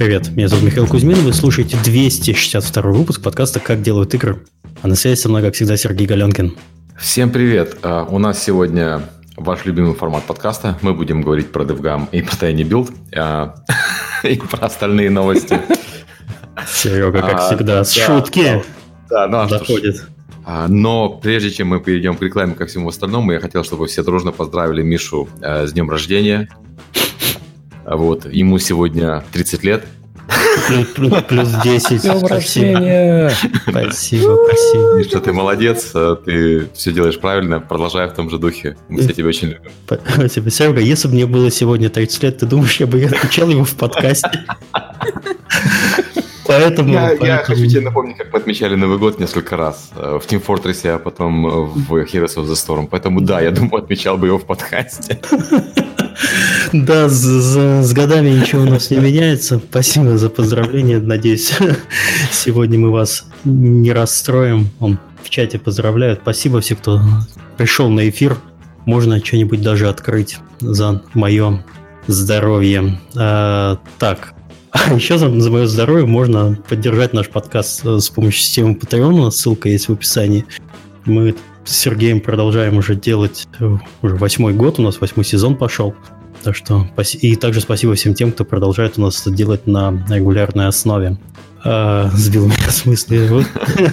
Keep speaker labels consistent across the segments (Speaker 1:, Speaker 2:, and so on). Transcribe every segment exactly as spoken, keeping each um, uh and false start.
Speaker 1: Привет, меня зовут Михаил Кузьмин, вы слушаете двести шестьдесят второй выпуск подкаста «Как делают игры». А на связи со мной, как всегда, Сергей Галенкин.
Speaker 2: Всем привет! Uh, у нас сегодня ваш любимый формат подкаста. Мы будем говорить про DevGam и про Tiny Build, uh, и про остальные новости.
Speaker 1: Серега, как uh, всегда, с да, шутки
Speaker 2: да, да,
Speaker 1: доходит.
Speaker 2: Uh, но прежде чем мы перейдем к рекламе, ко всему остальному, я хотел, чтобы все дружно поздравили Мишу uh, с днем рождения. Вот, ему сегодня тридцать лет.
Speaker 1: Плюс, плюс, плюс десять.
Speaker 3: Днем рождения!
Speaker 1: Спасибо, спасибо.
Speaker 2: Миша, ты молодец, ты все делаешь правильно, продолжай в том же духе. Мы все тебя очень любим.
Speaker 1: Спасибо, Серега. Если бы мне было сегодня тридцать лет, ты думаешь, я бы отмечал его в подкасте? Поэтому,
Speaker 2: я,
Speaker 1: поэтому...
Speaker 2: я хочу тебе напомнить, как мы отмечали Новый год несколько раз в Team Fortress, а потом в Heroes of the Storm. Поэтому да, я думаю, отмечал бы его в подкасте.
Speaker 1: Да, с, с, с годами ничего у нас не меняется. Спасибо за поздравления. Надеюсь, сегодня мы вас не расстроим. Он в чате поздравляет. Спасибо всем, кто пришел на эфир. Можно что-нибудь даже открыть за мое здоровье. А, так, а еще за, за мое здоровье можно поддержать наш подкаст с помощью системы Patreon. Ссылка есть в описании. Мы с Сергеем продолжаем уже делать уже восьмой год, у нас восьмой сезон пошел. Так что и также спасибо всем тем, кто продолжает у нас это делать на регулярной основе. А, сбил меня с мысли.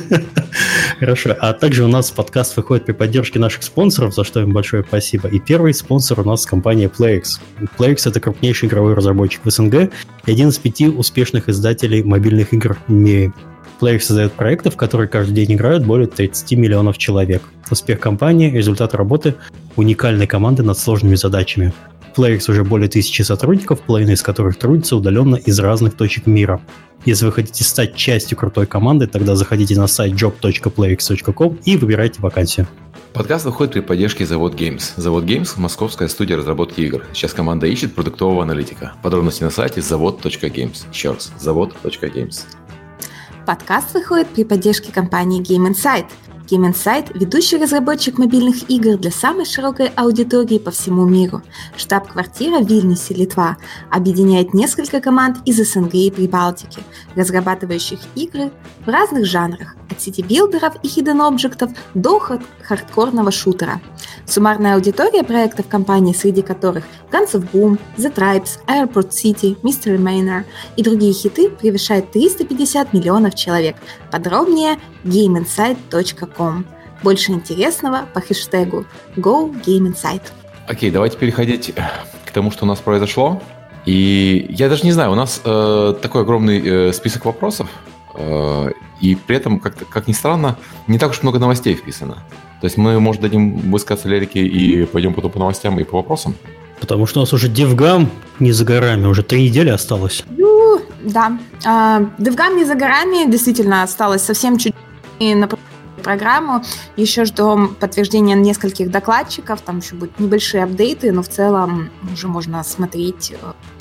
Speaker 1: Хорошо. А также у нас подкаст выходит при поддержке наших спонсоров, за что им большое спасибо. И первый спонсор у нас компания PlayX. PlayX — это крупнейший игровой разработчик в СНГ и один из пяти успешных издателей мобильных игр в мире. PlayX создает проекты, в которые каждый день играют более тридцать миллионов человек. Успех компании – результат работы уникальной команды над сложными задачами. В PlayX уже более тысячи сотрудников, половина из которых трудится удаленно из разных точек мира. Если вы хотите стать частью крутой команды, тогда заходите на сайт job точка playx точка com и выбирайте вакансию.
Speaker 2: Подкаст выходит при поддержке Завод Games. Завод Games – московская студия разработки игр. Сейчас команда ищет продуктового аналитика. Подробности на сайте завод точка games. Еще раз, завод точка games.
Speaker 4: Подкаст выходит при поддержке компании Game Insight. Game Insight – ведущий разработчик мобильных игр для самой широкой аудитории по всему миру. Штаб-квартира в Вильнюсе, Литва, объединяет несколько команд из СНГ и Прибалтики, разрабатывающих игры в разных жанрах, от сити-билдеров и хидden-объектов до хардкорного шутера. Суммарная аудитория проектов компании, среди которых Guns of Boom, The Tribes, Airport City, Mystery Manor и другие хиты, превышает триста пятьдесят миллионов человек. Подробнее гейм инсайт точка ком. Больше интересного по хэштегу GoGameInsight.
Speaker 2: Окей, давайте переходить к тому, что у нас произошло. И я даже не знаю, у нас э, такой огромный э, список вопросов, э, и при этом, как, как ни странно, не так уж много новостей вписано. То есть мы, может, дадим высказаться Лерике и пойдем потом по новостям и по вопросам?
Speaker 1: Потому что у нас уже DevGam не за горами, уже три недели осталось.
Speaker 4: Ну, да. DevGam не за горами, действительно осталось совсем чуть на программу. Еще ждем подтверждения нескольких докладчиков, там еще будут небольшие апдейты, но в целом уже можно смотреть,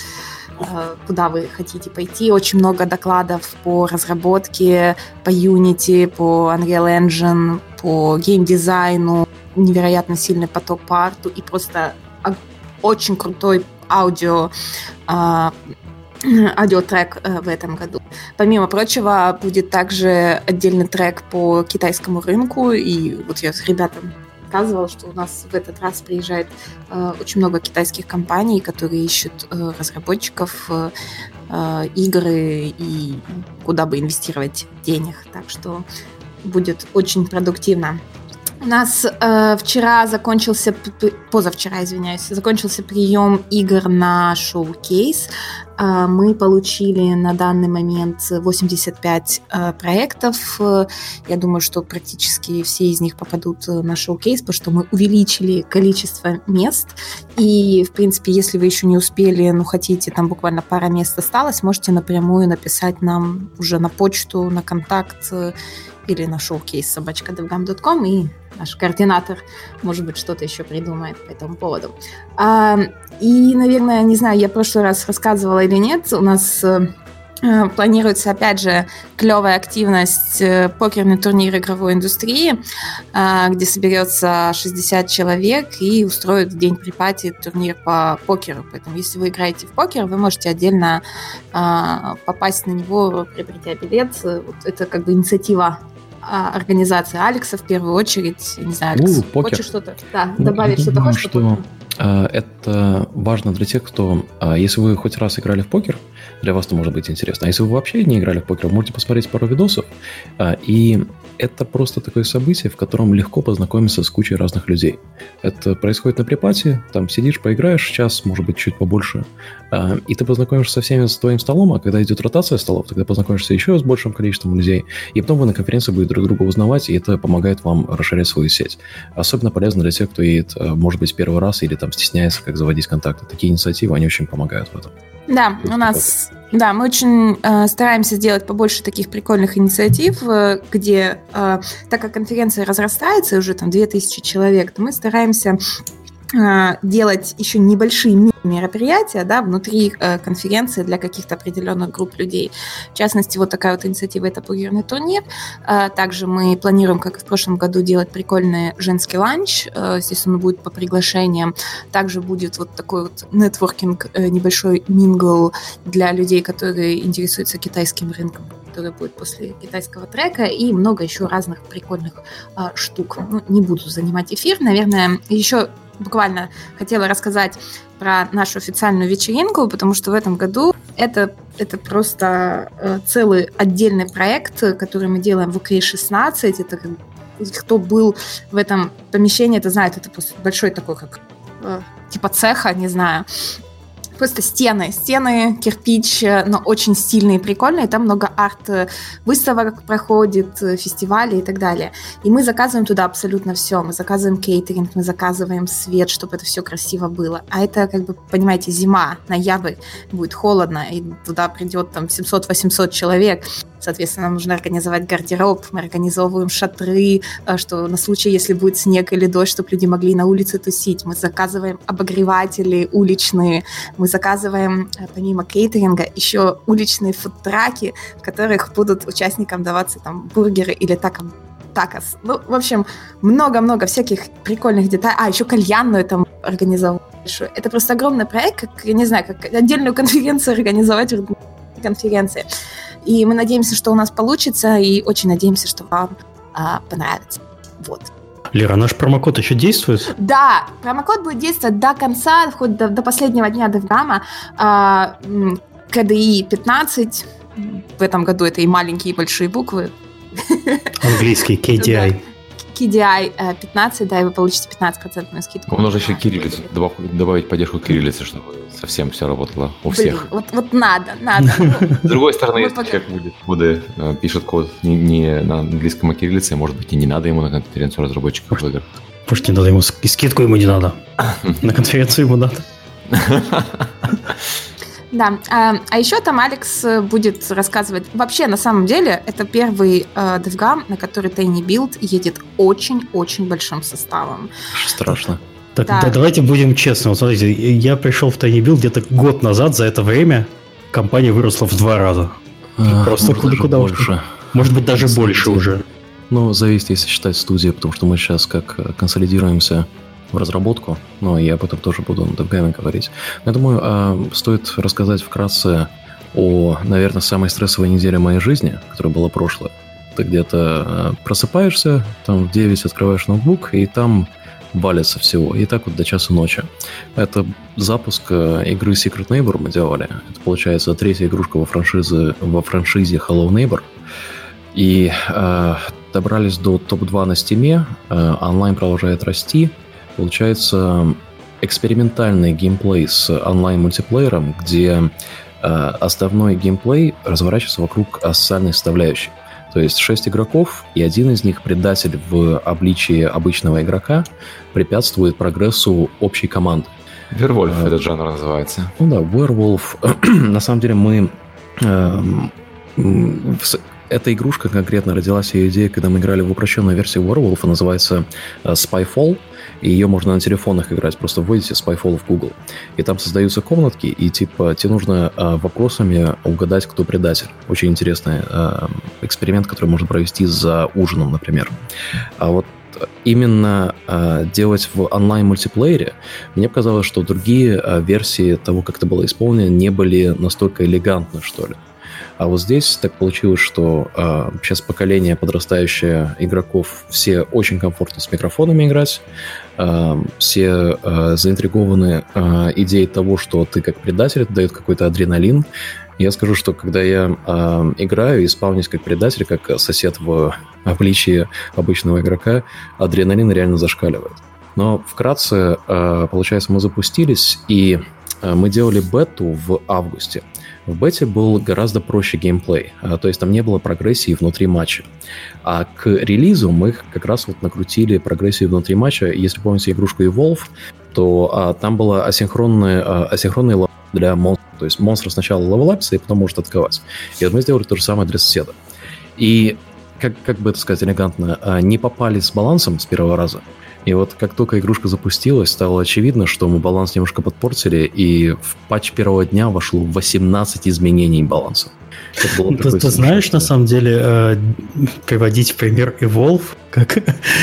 Speaker 4: куда вы хотите пойти. Очень много докладов по разработке, по Unity, по Unreal Engine, по геймдизайну, невероятно сильный поток по арту и просто очень крутой аудио, аудиотрек в этом году. Помимо прочего, будет также отдельный трек по китайскому рынку, и вот я с ребятам рассказывала, что у нас в этот раз приезжает э, очень много китайских компаний, которые ищут э, разработчиков, э, э, игры и куда бы инвестировать денег. Так что будет очень продуктивно. У нас э, вчера закончился, позавчера, извиняюсь, закончился прием игр на шоу-кейс. Э, мы получили на данный момент восемьдесят пять э, проектов. Я думаю, что практически все из них попадут на шоу-кейс, потому что мы увеличили количество мест. И, в принципе, если вы еще не успели, ну, хотите, там буквально пара мест осталось, можете напрямую написать нам уже на почту, на контакт или на шоу-кейс собачка девгам точка ком, и наш координатор, может быть, что-то еще придумает по этому поводу. А, и, наверное, не знаю, я в прошлый раз рассказывала или нет, у нас Планируется, опять же, клевая активность, покерный турнир игровой индустрии, где соберется шестьдесят человек и устроят в день при-пати турнир по покеру. Поэтому, если вы играете в покер, вы можете отдельно попасть на него, приобретя билет. Вот это как бы инициатива организации Алекса в первую очередь. Не знаю, Алекс,
Speaker 3: У, покер.
Speaker 4: Хочешь что-то да, добавить? Что-то
Speaker 3: думаю,
Speaker 4: хочешь?
Speaker 3: что это важно для тех, кто... Если вы хоть раз играли в покер, для вас это может быть интересно. А если вы вообще не играли в покер, вы можете посмотреть пару видосов. И это просто такое событие, в котором легко познакомиться с кучей разных людей. Это происходит на припати, там сидишь, поиграешь час, может быть, чуть побольше, и ты познакомишься со всеми за твоим столом, а когда идет ротация столов, тогда познакомишься еще с большим количеством людей, и потом вы на конференции будете друг друга узнавать, и это помогает вам расширять свою сеть. Особенно полезно для тех, кто едет, может быть, первый раз или там стесняется, как заводить контакты. Такие инициативы, они очень помогают в этом.
Speaker 4: Да, у нас, да, мы очень э, стараемся сделать побольше таких прикольных инициатив, э, где, э, так как конференция разрастается, уже там две тысячи человек, то мы стараемся э, делать еще небольшие мероприятия, да, внутри э, конференции для каких-то определенных групп людей. В частности, вот такая вот инициатива – это покерный турнир. Э, также мы планируем, как и в прошлом году, делать прикольный женский ланч. Э, здесь он будет по приглашениям. Также будет вот такой вот нетворкинг, э, небольшой мингл для людей, которые интересуются китайским рынком, который будет после китайского трека, и много еще разных прикольных э, штук. Ну, не буду занимать эфир. Наверное, еще буквально хотела рассказать про нашу официальную вечеринку, потому что в этом году это, это просто э, целый отдельный проект, который мы делаем в ю кей шестнадцать. Это как, кто был в этом помещении, это знает, это просто большой такой, как э, типа цеха, не знаю. Просто стены, стены, кирпич, но очень стильные и прикольные. Там много арт-выставок проходит, фестивалей и так далее. И мы заказываем туда абсолютно все. Мы заказываем кейтеринг, мы заказываем свет, чтобы это все красиво было. А это, как бы, понимаете, зима, ноябрь, будет холодно, и туда придет там семьсот-восемьсот человек. Соответственно, нам нужно организовать гардероб, мы организовываем шатры, что на случай, если будет снег или дождь, чтобы люди могли на улице тусить. Мы заказываем обогреватели уличные, мы заказываем, помимо кейтеринга, еще уличные фудтраки, в которых будут участникам даваться там бургеры или таком, такос. Ну, в общем, много-много всяких прикольных деталей. А, еще кальянную там организовываем. Это просто огромный проект, как, я не знаю, как отдельную конференцию организовать в конференции. И мы надеемся, что у нас получится, и очень надеемся, что вам а, понравится. Вот.
Speaker 1: Лера, наш промокод еще действует?
Speaker 4: Да, промокод будет действовать до конца, хоть до, до последнего дня DevGamma. А, кей ди и пятнадцать. В этом году это и маленькие, и большие буквы.
Speaker 1: Английский кей ди ай.
Speaker 4: кей ди ай пятнадцать, да, и вы получите пятнадцать процентов скидку.
Speaker 2: Можно же еще кириллицу, добавить поддержку кириллицы, чтобы совсем все работало у всех.
Speaker 4: Блин, вот, вот надо, надо.
Speaker 2: С другой стороны, если человек будет коды, пишет код не, не на английском, а кириллице, может быть, и не надо ему на конференцию разработчиков игр.
Speaker 1: Может, не надо ему, и скидку ему не надо. На конференцию ему надо.
Speaker 4: Да, а, а еще там Алекс будет рассказывать. Вообще, на самом деле, это первый э, DevGam, на который Tiny Build едет очень-очень большим составом.
Speaker 3: Страшно.
Speaker 1: Так,
Speaker 4: да.
Speaker 1: Да, давайте будем честны. Вот смотрите, я пришел в Tiny Build где-то год назад. За это время компания выросла в два раза.
Speaker 3: А,
Speaker 1: Просто куда-куда больше. Может быть, даже больше уже.
Speaker 3: Ну, зависит, если считать студии, потому что мы сейчас как консолидируемся в разработку, но я об этом тоже буду на DevGamma говорить. Я думаю, стоит рассказать вкратце о, наверное, самой стрессовой неделе моей жизни, которая была прошлая. Ты где-то просыпаешься, там в девять открываешь ноутбук, и там валится всего. И так вот до часу ночи. Это запуск игры Secret Neighbor мы делали. Это, получается, третья игрушка во франшизе, во франшизе Hello Neighbor. И э, добрались до топ два на Steam. Э, онлайн продолжает расти. Получается экспериментальный геймплей с онлайн-мультиплеером, где э, основной геймплей разворачивается вокруг социальной составляющей. То есть шесть игроков, и один из них, предатель в обличии обычного игрока, препятствует прогрессу общей команды.
Speaker 2: Werewolf
Speaker 3: а,
Speaker 2: этот жанр называется.
Speaker 3: Ну да, Werewolf. На самом деле мы... Э, эта игрушка конкретно родилась, ее идея, когда мы играли в упрощенную версию Werewolf, называется Spyfall, и ее можно на телефонах играть, просто вводите Spyfall в Google, и там создаются комнатки, и типа тебе нужно вопросами угадать, кто предатель. Очень интересный эксперимент, который можно провести за ужином, например. А вот именно э, делать в онлайн-мультиплеере, мне показалось, что другие э, версии того, как это было исполнено, не были настолько элегантны, что ли. А вот здесь так получилось, что э, сейчас поколение подрастающее игроков все очень комфортно с микрофонами играть, э, все э, заинтригованы э, идеей того, что ты как предатель, это дает какой-то адреналин. Я скажу, что когда я э, играю и спавнюсь как предатель, как сосед в обличии обычного игрока, адреналин реально зашкаливает. Но вкратце, э, получается, мы запустились, и э, мы делали бету в августе. В бете был гораздо проще геймплей, э, то есть там не было прогрессии внутри матча. А к релизу мы как раз вот накрутили прогрессию внутри матча. Если помните игрушку Evolve, то э, там была асинхронная, э, асинхронный левел для монстров. То есть монстр сначала левелапится и потом может атаковать. И вот мы сделали то же самое для соседа. И, как, как бы это сказать элегантно, не попали с балансом с первого раза. И вот как только игрушка запустилась, стало очевидно, что мы баланс немножко подпортили, и в патч первого дня вошло восемнадцать изменений баланса.
Speaker 1: Ты, ты знаешь, на самом деле, э, приводить пример Evolve как,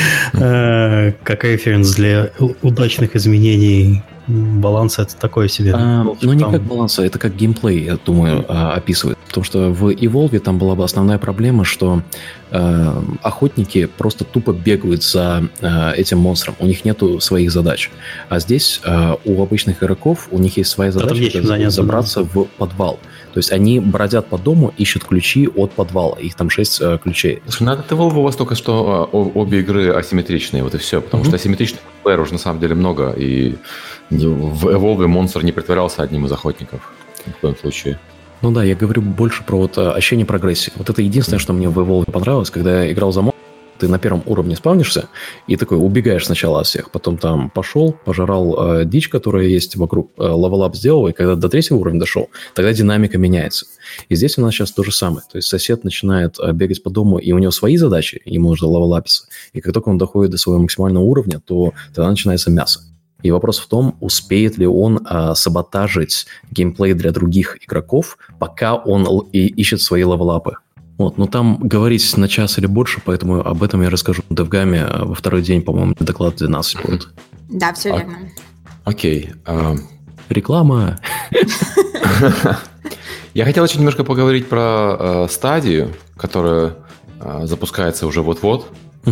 Speaker 1: э, как референс для удачных изменений баланса, это такое себе.
Speaker 3: А, ну, не как баланса, это как геймплей, я думаю, описывает. Потому что в Evolve там была бы основная проблема, что э, охотники просто тупо бегают за э, этим монстром. У них нету своих задач. А здесь э, у обычных игроков у них есть своя задача забраться в подвал. То есть они бродят по дому, ищут ключи от подвала. Их там шесть э, ключей.
Speaker 2: На Evolve у вас только что э, обе игры асимметричные, вот и все. Потому mm-hmm. что асимметричных плееров уже на самом деле много, и в Evolve монстр не притворялся одним из охотников в коем случае.
Speaker 3: Ну да, я говорю больше про вот ощущение прогрессии. Вот это единственное, что мне в Evolve понравилось, когда я играл за монстра, ты на первом уровне спавнишься и такой убегаешь сначала от всех, потом там пошел, пожрал э, дичь, которая есть вокруг, э, левелап сделал, и когда до третьего уровня дошел, тогда динамика меняется. И здесь у нас сейчас то же самое. То есть сосед начинает э, бегать по дому, и у него свои задачи, ему нужно левелапиться. И как только он доходит до своего максимального уровня, то тогда начинается мясо. И вопрос в том, успеет ли он э, саботажить геймплей для других игроков, пока он л- и ищет свои левелапы. Вот, но там говорить на час или больше, поэтому об этом я расскажу в DevGam'е во второй день, по-моему, доклад двенадцать будет.
Speaker 4: Да, все а- верно.
Speaker 2: Окей. А...
Speaker 3: Реклама.
Speaker 2: Я хотел еще немножко поговорить про стадию, которая запускается уже вот-вот.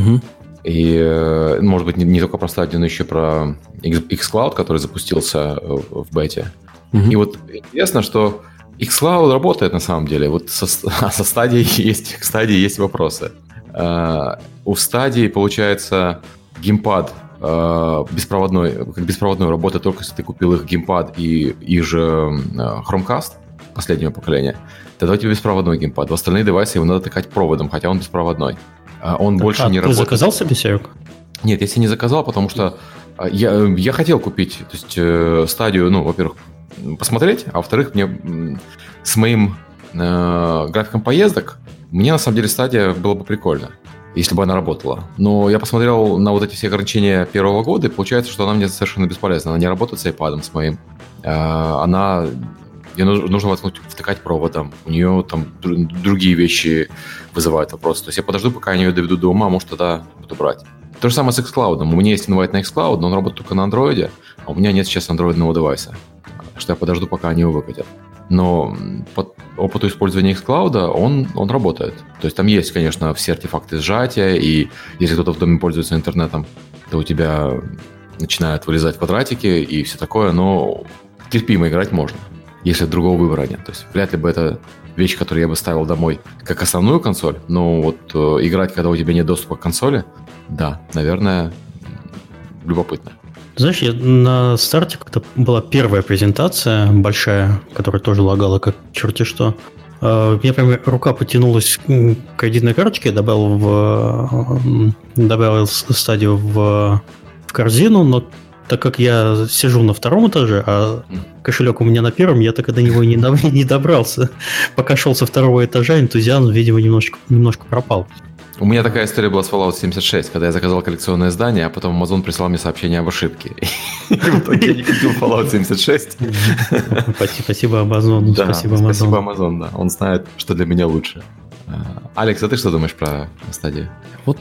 Speaker 2: И, может быть, не только про стадию, но еще про xCloud, который запустился в бете. И вот интересно, что xCloud работает на самом деле. Вот со, со стадией есть, к стадии есть вопросы. Uh, у стадии, получается, геймпад uh, беспроводной, как беспроводной работает только если ты купил их геймпад и их же uh, Chromecast последнего поколения. Тогда у тебя беспроводной геймпад. В остальные девайсы его надо тыкать проводом, хотя он беспроводной. Uh, он так, больше а не
Speaker 1: ты
Speaker 2: работает.
Speaker 1: Ты заказал себе, Серег?
Speaker 2: Нет, я себе не заказал, потому что uh, я, я хотел купить то есть, uh, стадию, ну, во-первых, посмотреть, а во-вторых, мне с моим э, графиком поездок мне на самом деле стадия было бы прикольно, если бы она работала. Но я посмотрел на вот эти все ограничения первого года, и получается, что она мне совершенно бесполезна. Она не работает с iPad'ом, с моим. Э, она... Ее нужно воткнуть, втыкать проводом. У нее там другие вещи вызывают вопросы. То есть я подожду, пока я ее доведу до ума, может, тогда буду брать. То же самое с xCloud. У меня есть инвайт на xCloud, но он работает только на Android, а у меня нет сейчас андроидного девайса. Что я подожду, пока они его выкатят. Но по опыту использования xCloud он, он работает. То есть там есть, конечно, все артефакты сжатия, и если кто-то в доме пользуется интернетом, то у тебя начинают вылезать квадратики и все такое, но терпимо играть можно, если другого выбора нет. То есть вряд ли бы это вещь, которую я бы ставил домой как основную консоль, но вот э, играть, когда у тебя нет доступа к консоли, да, наверное, любопытно.
Speaker 1: Знаешь, я на старте как-то была первая презентация большая, которая тоже лагала как черти что. У меня прям рука потянулась к кредитной карточке, я добавил, в, добавил стадию в, в корзину, но так как я сижу на втором этаже, а кошелек у меня на первом, я так и до него и не, не добрался. Пока шел со второго этажа, энтузиазм, видимо, немножко, немножко пропал.
Speaker 2: У меня такая история была с Fallout семьдесят шесть, когда я заказал коллекционное издание, а потом Amazon прислал мне сообщение об ошибке. И в итоге я не купил Fallout семьдесят шесть.
Speaker 1: Спасибо Amazon.
Speaker 2: Да, спасибо Amazon. Спасибо Amazon, да. Он знает, что для меня лучше. Алекс, а ты что думаешь про стадию?
Speaker 3: Вот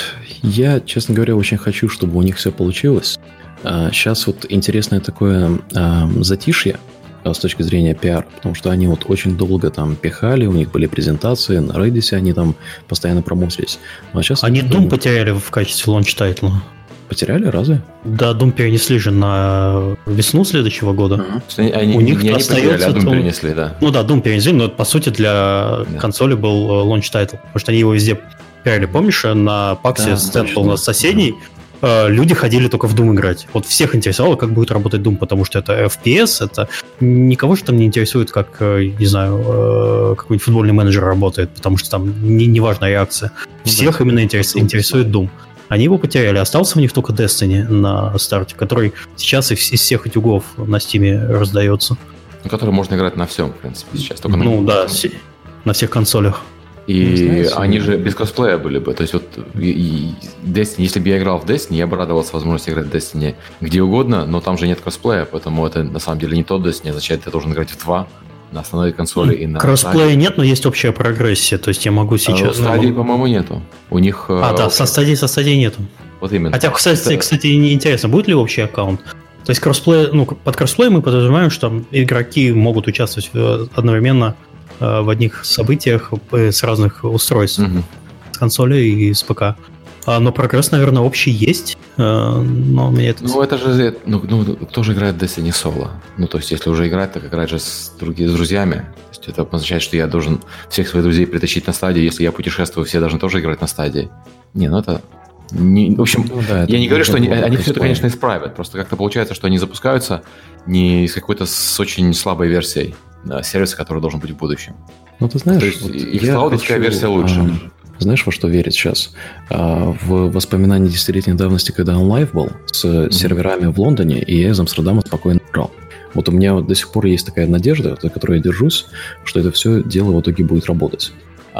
Speaker 3: я, честно говоря, очень хочу, чтобы у них все получилось. Сейчас вот интересное такое затишье с точки зрения пиар, потому что они вот очень долго там пихали, у них были презентации, на Reddit они там постоянно промоутились. А сейчас
Speaker 1: они Doom потеряли в качестве лаунч-тайтла.
Speaker 3: Потеряли, разве?
Speaker 1: Да, Doom перенесли же на весну следующего года.
Speaker 2: Uh-huh. Они, у них не остается... Они потеряли, а Doom том... перенесли, да.
Speaker 1: Ну да, Doom перенесли, но по сути для да. консоли был лаунч-тайтл, потому что они его везде пиарили. Помнишь, на паксе да, стенд был у нас соседний, люди ходили только в Doom играть. Вот всех интересовало, как будет работать Doom, потому что это эф пи эс, это никого же там не интересует, как, не знаю, какой-нибудь футбольный менеджер работает, потому что там не, не важна реакция. Всех да, именно интерес, интересует Doom. Они его потеряли. Остался у них только Destiny на старте, который сейчас из всех утюгов на Steam раздается.
Speaker 2: Ну, который можно играть на всем, в принципе, сейчас. Только
Speaker 1: ну
Speaker 2: на...
Speaker 1: да, на всех консолях.
Speaker 2: И знаете, они же без косплея были бы. То есть вот и Destiny, если бы я играл в Destiny, я бы радовался возможности играть в Destiny где угодно, но там же нет косплея, поэтому это на самом деле не тот Destiny, означает, ты должен играть в два на основной консоли и на...
Speaker 1: Кроссплея нет, но есть общая прогрессия, то есть я могу сейчас...
Speaker 2: А стадии, по-моему, нету. У них...
Speaker 1: А, да, со стадии, со стадии нету.
Speaker 2: Вот именно.
Speaker 1: Хотя, кстати, кстати, интересно, будет ли общий аккаунт? То есть кроссплей, ну, под кроссплей мы подразумеваем, что там игроки могут участвовать одновременно в одних событиях с разных устройств, mm-hmm. с консоли и с ПК. Но прогресс, наверное, общий есть. Но мне это...
Speaker 2: Ну, это же... Ну, ну, кто же играет в Destiny соло? Ну, то есть, если уже играть, так играть же с, другими, с друзьями. То есть, это означает, что я должен всех своих друзей притащить на стадии. Если я путешествую, все должны тоже играть на стадии. Не, ну это... Не, в общем, ну, да, я не говорю, что они, они все это, конечно, исправят. Просто как-то получается, что они запускаются не с какой-то с очень слабой версией да, сервиса, который должен быть в будущем.
Speaker 3: Ну, ты знаешь,
Speaker 2: то есть, вот их клаудовская версия лучше.
Speaker 3: А, знаешь, во что верить сейчас? А, в воспоминании десятилетней давности, когда он лайв был, с mm-hmm. серверами в Лондоне, и я из Амстердама спокойно играл. Вот у меня до сих пор есть такая надежда, за которой я держусь, что это все дело в итоге будет работать.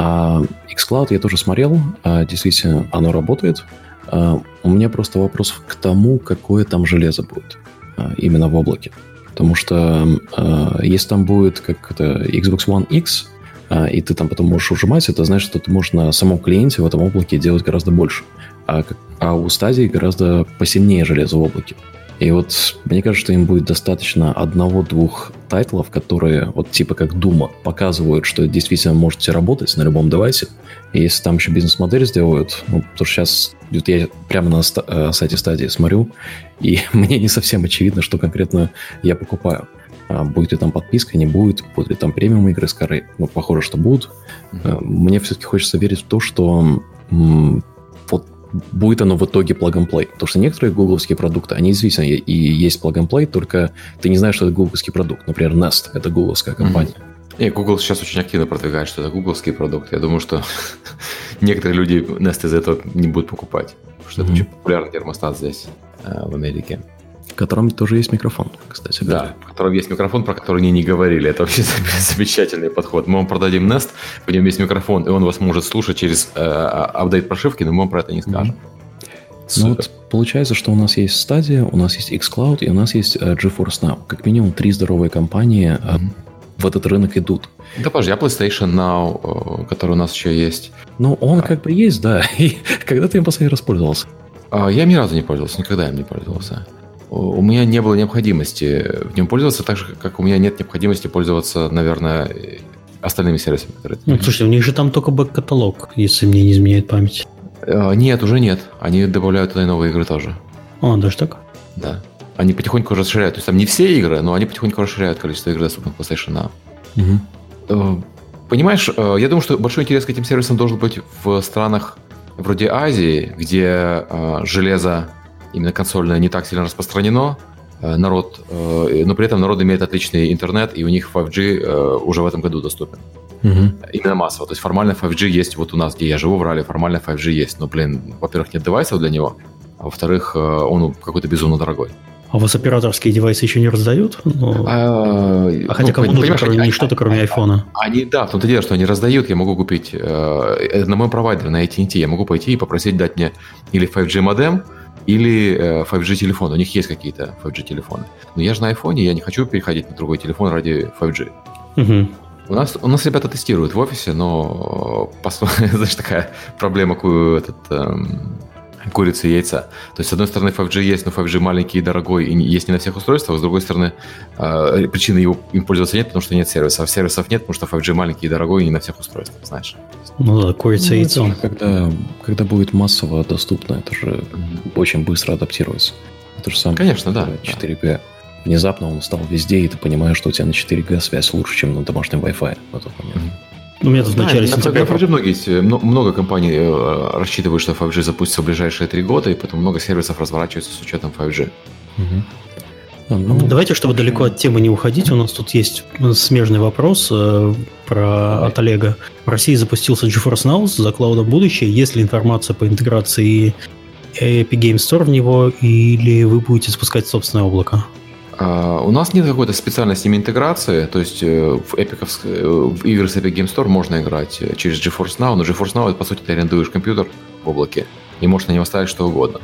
Speaker 3: А xCloud я тоже смотрел, а, действительно, оно работает. А, у меня просто вопрос к тому, какое там железо будет а, именно в облаке. Потому что а, если там будет как это Xbox One X, а, и ты там потом можешь ужимать, это значит, что ты можешь на самом клиенте в этом облаке делать гораздо больше. А, а у Stadia гораздо посильнее железо в облаке. И вот мне кажется, что им будет достаточно одного-двух тайтлов, которые вот типа как Doom показывают, что действительно можете работать на любом девайсе. И если там еще бизнес-модель сделают, ну, потому что сейчас вот я прямо на ста- сайте Stadia смотрю, и мне не совсем очевидно, что конкретно я покупаю. А будет ли там подписка, не будет, будут ли там премиум игры, скорее. Ну, похоже, что будут. Mm-hmm. Мне все-таки хочется верить в то, что м- вот будет оно в итоге plug-and-play. Потому что некоторые гугловские продукты, они действительно и есть plug-and-play, только ты не знаешь, что это гугловский продукт. Например, Nest — это гугловская компания.
Speaker 2: Mm-hmm. И Google сейчас очень активно продвигает, что это гугловский продукт. Я думаю, что некоторые люди Nest из-за этого не будут покупать. Потому что mm-hmm. это очень популярный термостат здесь, в Америке.
Speaker 3: В котором тоже есть микрофон, кстати.
Speaker 2: Да, да, в котором есть микрофон, про который они не говорили. Это вообще замечательный подход. Мы вам продадим Nest, в нем есть микрофон, и он вас может слушать через э, апдейт прошивки, но мы вам про это не скажем.
Speaker 3: Mm-hmm. Ну вот получается, что у нас есть Stadia, у нас есть xCloud, и у нас есть uh, GeForce Now. Как минимум три здоровые компании uh, mm-hmm. в этот рынок идут.
Speaker 2: Да, подожди, а PlayStation Now, uh, который у нас еще есть?
Speaker 3: Ну, он а. как бы есть, да. И когда ты им последний раз пользовался?
Speaker 2: Uh, я им ни разу не пользовался, никогда им не пользовался. У меня не было необходимости в нем пользоваться, так же, как у меня нет необходимости пользоваться, наверное, остальными сервисами, которые...
Speaker 1: Ну, слушай, у них же там только бэк-каталог, если мне не изменяет память.
Speaker 2: Нет, уже нет. Они добавляют туда и новые игры тоже.
Speaker 1: А, даже так?
Speaker 2: Да. Они потихоньку расширяют. То есть там не все игры, но они потихоньку расширяют количество игр, доступных в PlayStation Now. Угу. Понимаешь, я думаю, что большой интерес к этим сервисам должен быть в странах вроде Азии, где железо именно консольное не так сильно распространено, народ, но при этом народ имеет отличный интернет, и у них файв джи уже в этом году доступен. Угу. Именно массово. То есть формально файв джи есть вот у нас, где я живу, в Рале, формально файв джи есть. Но, блин, во-первых, нет девайсов для него, а во-вторых, он какой-то безумно дорогой.
Speaker 1: А у вас операторские девайсы еще не раздают? Ну, а, а хотя ну, кому нужно кроме, не что-то, кроме айфона?
Speaker 2: Они, да, в том-то дело, что они раздают, я могу купить, э, на мой провайдер, на эй ти энд ти, я могу пойти и попросить дать мне или файв джи модем, или э, файв джи телефон. У них есть какие-то файв джи телефоны. Но я же на айфоне, я не хочу переходить на другой телефон ради файв джи.
Speaker 1: Угу.
Speaker 2: У нас, у нас ребята тестируют в офисе, но, знаешь, такая проблема, этот... Эм, курицы и яйца. То есть, с одной стороны, файв джи есть, но файв джи маленький и дорогой, и есть не на всех устройствах. С другой стороны, э, причины его, им пользоваться нет, потому что нет сервисов. А сервисов нет, потому что файв джи маленький и дорогой, и не на всех устройствах, знаешь.
Speaker 1: Ну да, курица и ну, яйцо.
Speaker 3: Когда, когда будет массово доступно, это же mm-hmm. очень быстро адаптируется. Это же самое.
Speaker 2: Конечно, да.
Speaker 3: четыре джи. Внезапно он стал везде, и ты понимаешь, что у тебя на четыре джи связь лучше, чем на домашнем Wi-Fi на тот момент. Mm-hmm.
Speaker 1: У меня тут в начале
Speaker 2: да,
Speaker 1: сентября...
Speaker 2: На файв джи много, есть, много компаний рассчитывают, что файв джи запустится в ближайшие три года, и потом много сервисов разворачивается с учетом файв джи.
Speaker 3: Угу.
Speaker 1: Ну, давайте, чтобы далеко от темы не уходить, у нас тут есть смежный вопрос э, про, Давай. от Олега. В России запустился GeForce Now за клаудом будущее. Есть ли информация по интеграции Epic Game Store в него, или вы будете запускать собственное облако?
Speaker 2: Uh, у нас нет какой-то специальной с ними интеграции, то есть uh, в, Epic, uh, в игры с Epic Game Store можно играть через GeForce Now, но GeForce Now, это, по сути, ты арендуешь компьютер в облаке и можешь на него ставить что угодно.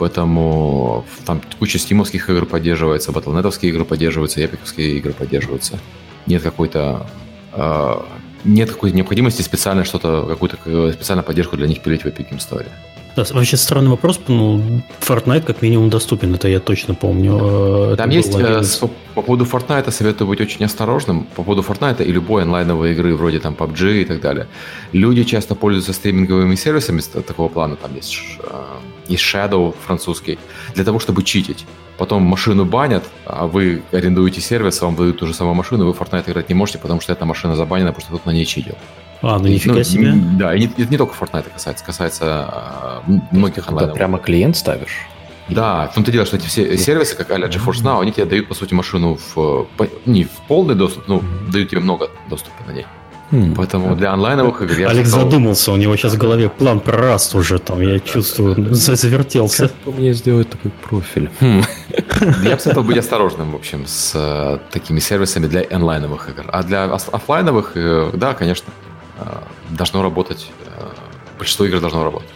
Speaker 2: Поэтому там куча стимовских игр поддерживается, батлнетовские игры поддерживаются, эпиковские игры поддерживаются. Нет какой-то uh, нет какой-то необходимости специально что-то, какую-то специальную поддержку для них пилить в Epic Game Store.
Speaker 1: Да, вообще странный вопрос, ну, Fortnite как минимум доступен, это я точно помню.
Speaker 2: Там есть, э, по, по поводу Fortnite советую быть очень осторожным, по поводу Fortnite и любой онлайновой игры, вроде там пабг и так далее. Люди часто пользуются стриминговыми сервисами такого плана, там есть, э, есть Shadow французский, для того, чтобы читить. Потом машину банят, а вы арендуете сервис, вам выдают ту же самую машину, вы в Fortnite играть не можете, потому что эта машина забанена, потому что кто-то на ней читил.
Speaker 1: А, ну нифига ну, себе.
Speaker 2: Да, и не, это не только Fortnite касается, касается э, многих онлайнов.
Speaker 3: Ты прямо клиент ставишь?
Speaker 2: Да, в том-то дело, что эти все сервисы, как а-ля GeForce Now, они тебе дают, по сути, машину в, не в полный доступ, но mm-hmm. дают тебе много доступа на ней. Mm-hmm. Поэтому для онлайновых игр... Я
Speaker 1: Алекс сказал... задумался, у него сейчас в голове план прораст уже, там, я чувствую, завертелся.
Speaker 3: Как мне сделать такой профиль?
Speaker 2: Я бы советовал быть осторожным, в общем, с такими сервисами для онлайновых игр. А для офлайновых, да, конечно, должно работать, большинство игр должно работать.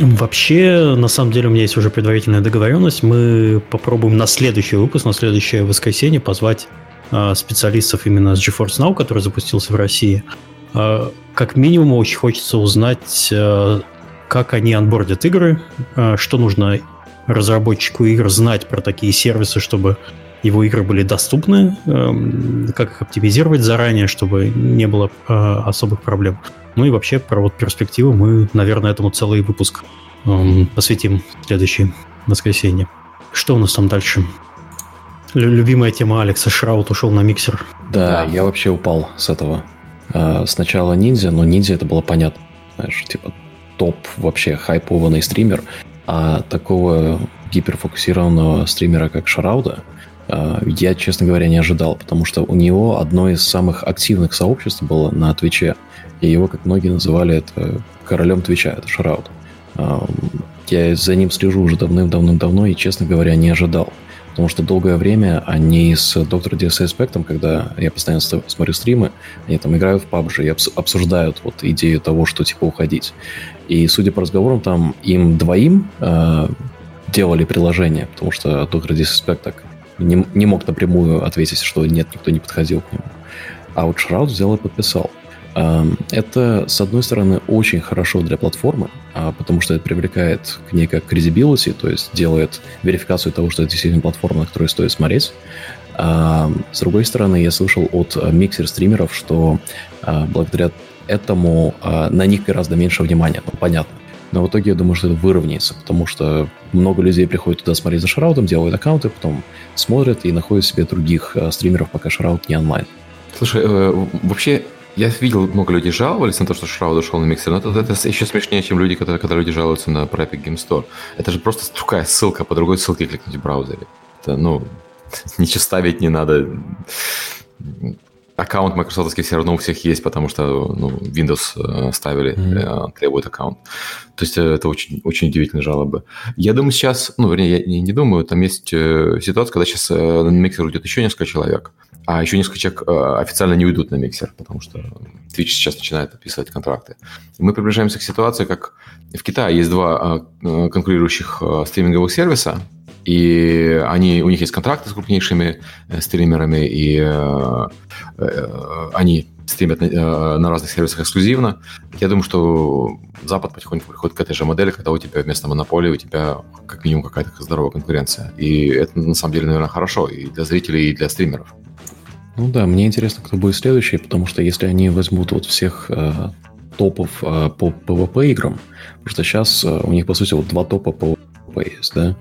Speaker 1: Вообще, на самом деле, у меня есть уже предварительная договоренность. Мы попробуем на следующий выпуск, на следующее воскресенье позвать э, специалистов именно с GeForce Now, который запустился в России. Э, как минимум, очень хочется узнать, э, как они анбордят игры, э, что нужно разработчику игр знать про такие сервисы, чтобы его игры были доступны, э, как их оптимизировать заранее, чтобы не было э, особых проблем. Ну и вообще про вот перспективу мы, наверное, этому целый выпуск э, посвятим в следующее воскресенье. Что у нас там дальше? Лю- любимая тема Алекса, Шраут ушел на миксер.
Speaker 3: Да, да, я вообще упал с этого. Э, сначала ниндзя, но ниндзя это было понятно. Знаешь, типа топ вообще хайпованный стример, а такого гиперфокусированного стримера, как Шрауда, я, честно говоря, не ожидал, потому что у него одно из самых активных сообществ было на Твиче, и его, как многие называли, это королем Твича, это Шрауд. Я за ним слежу уже давным-давным-давно и, честно говоря, не ожидал, потому что долгое время они с Доктор ди эс Aspect, когда я постоянно смотрю стримы, они там играют в пабг и обсуждают вот идею того, что типа уходить. И, судя по разговорам, там им двоим э, делали приложение, потому что Доктор ди эс Aspect так Не, не мог напрямую ответить, что нет, никто не подходил к нему. А вот Шрауд взял и подписал. Это, с одной стороны, очень хорошо для платформы, потому что это привлекает к ней как credibility, то есть делает верификацию того, что это действительно платформа, на которую стоит смотреть. С другой стороны, я слышал от миксер-стримеров, что благодаря этому на них гораздо меньше внимания. Ну, понятно. Но в итоге я думаю, что это выровняется, потому что много людей приходят туда смотреть за Шраудом, делают аккаунты, потом смотрят и находят себе других э, стримеров, пока Шрауд не онлайн.
Speaker 2: Слушай, э, вообще, я видел, много людей жаловались на то, что Шрауд ушел на миксер, но это, это еще смешнее, чем люди, которые, когда люди жалуются на Epic Game Store. Это же просто другая ссылка, по другой ссылке кликнуть в браузере. Это, ну, ничего ставить не надо. аккаунт Microsoft'ский все равно у всех есть, потому что ну, Windows ставили, mm-hmm. требует аккаунт. То есть это очень, очень удивительные жалобы. Я думаю, сейчас, ну, вернее, я не, не думаю, там есть ситуация, когда сейчас на миксер уйдет еще несколько человек, а еще несколько человек официально не уйдут на миксер, потому что Twitch сейчас начинает подписывать контракты. И мы приближаемся к ситуации, как в Китае есть два конкурирующих стриминговых сервиса, и они, у них есть контракты с крупнейшими стримерами, и э, э, они стримят на, э, на разных сервисах эксклюзивно. Я думаю, что Запад потихоньку приходит к этой же модели, когда у тебя вместо монополии у тебя как минимум какая-то здоровая конкуренция. И это на самом деле, наверное, хорошо и для зрителей, и для стримеров.
Speaker 3: Ну да, мне интересно, кто будет следующий, потому что если они возьмут вот всех э, топов э, по PvP играм, потому что сейчас э, у них, по сути, вот два топа по PvP есть, да,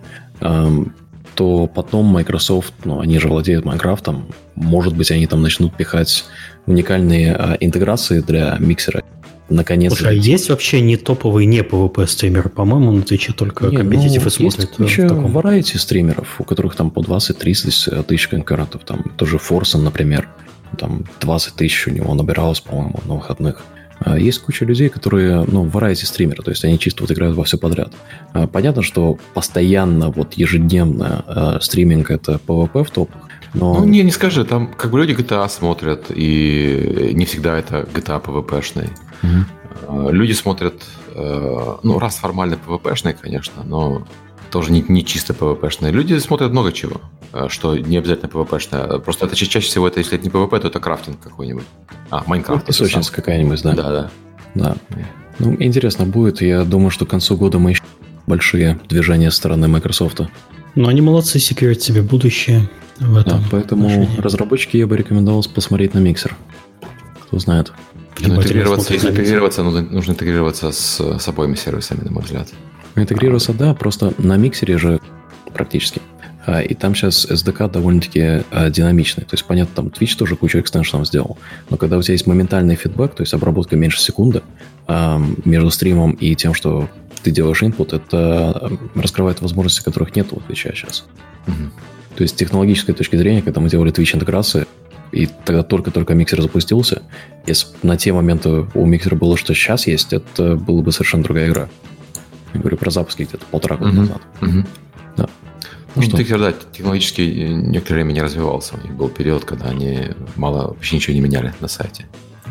Speaker 3: то потом Microsoft, ну, они же владеют Майнкрафтом, может быть, они там начнут пихать уникальные а, интеграции для миксера. Наконец-то.
Speaker 1: Слушай, а есть вообще не топовые, не PvP стримеры? По-моему, на Твиче только компетитив
Speaker 3: ну,
Speaker 1: и смотрят.
Speaker 3: Есть куча variety стримеров, у которых там по двадцать-тридцать тысяч конкурентов. Там тоже Форсон, например, там двадцать тысяч у него набиралось, по-моему, на выходных. Есть куча людей, которые, ну, variety стримеры, то есть они чисто вот играют во все подряд. Понятно, что постоянно, вот ежедневно э, стриминг — это PvP в топах, но...
Speaker 2: Ну, не, не скажи, там как бы люди джи ти эй смотрят, и не всегда это джи ти эй PvP-шный. Mm-hmm. Люди смотрят, э, ну, раз формально PvP-шный, конечно, но тоже не, не чисто PvP-шные. Люди смотрят много чего, что не обязательно PvP-шное. Просто это чаще всего, это, если это не PvP, то это крафтинг какой-нибудь. А, Майнкрафт.
Speaker 3: Песочница какая-нибудь, да?
Speaker 2: Да, да.
Speaker 3: Да. Ну, интересно будет. Я думаю, что к концу года мы еще большие движения со стороны Microsoft.
Speaker 1: Ну, они молодцы, секьюрят себе будущее в этом.
Speaker 3: Да, поэтому отношении. Разработчики я бы рекомендовал посмотреть на миксер. Кто знает.
Speaker 2: Ну, интегрироваться, если интегрироваться, нужно, нужно интегрироваться с, с обоими сервисами, на мой взгляд.
Speaker 3: Интегрироваться, да, просто на миксере же практически. И там сейчас эс ди кей довольно-таки динамичный. То есть, понятно, там Twitch тоже кучу экстеншенов сделал. Но когда у тебя есть моментальный фидбэк, то есть обработка меньше секунды между стримом и тем, что ты делаешь input, это раскрывает возможности, которых нет у Twitch сейчас. Угу. То есть, с технологической точки зрения, когда мы делали Twitch-интеграции, и тогда только-только миксер запустился, если на те моменты у миксера было, что сейчас есть, это была бы совершенно другая игра. Я говорю про запуски где-то полтора года mm-hmm. назад.
Speaker 2: Mm-hmm.
Speaker 3: Да.
Speaker 2: Ну, ну Твиттер, да, технологически некоторое время не развивался. У них был период, когда они мало, вообще ничего не меняли на сайте.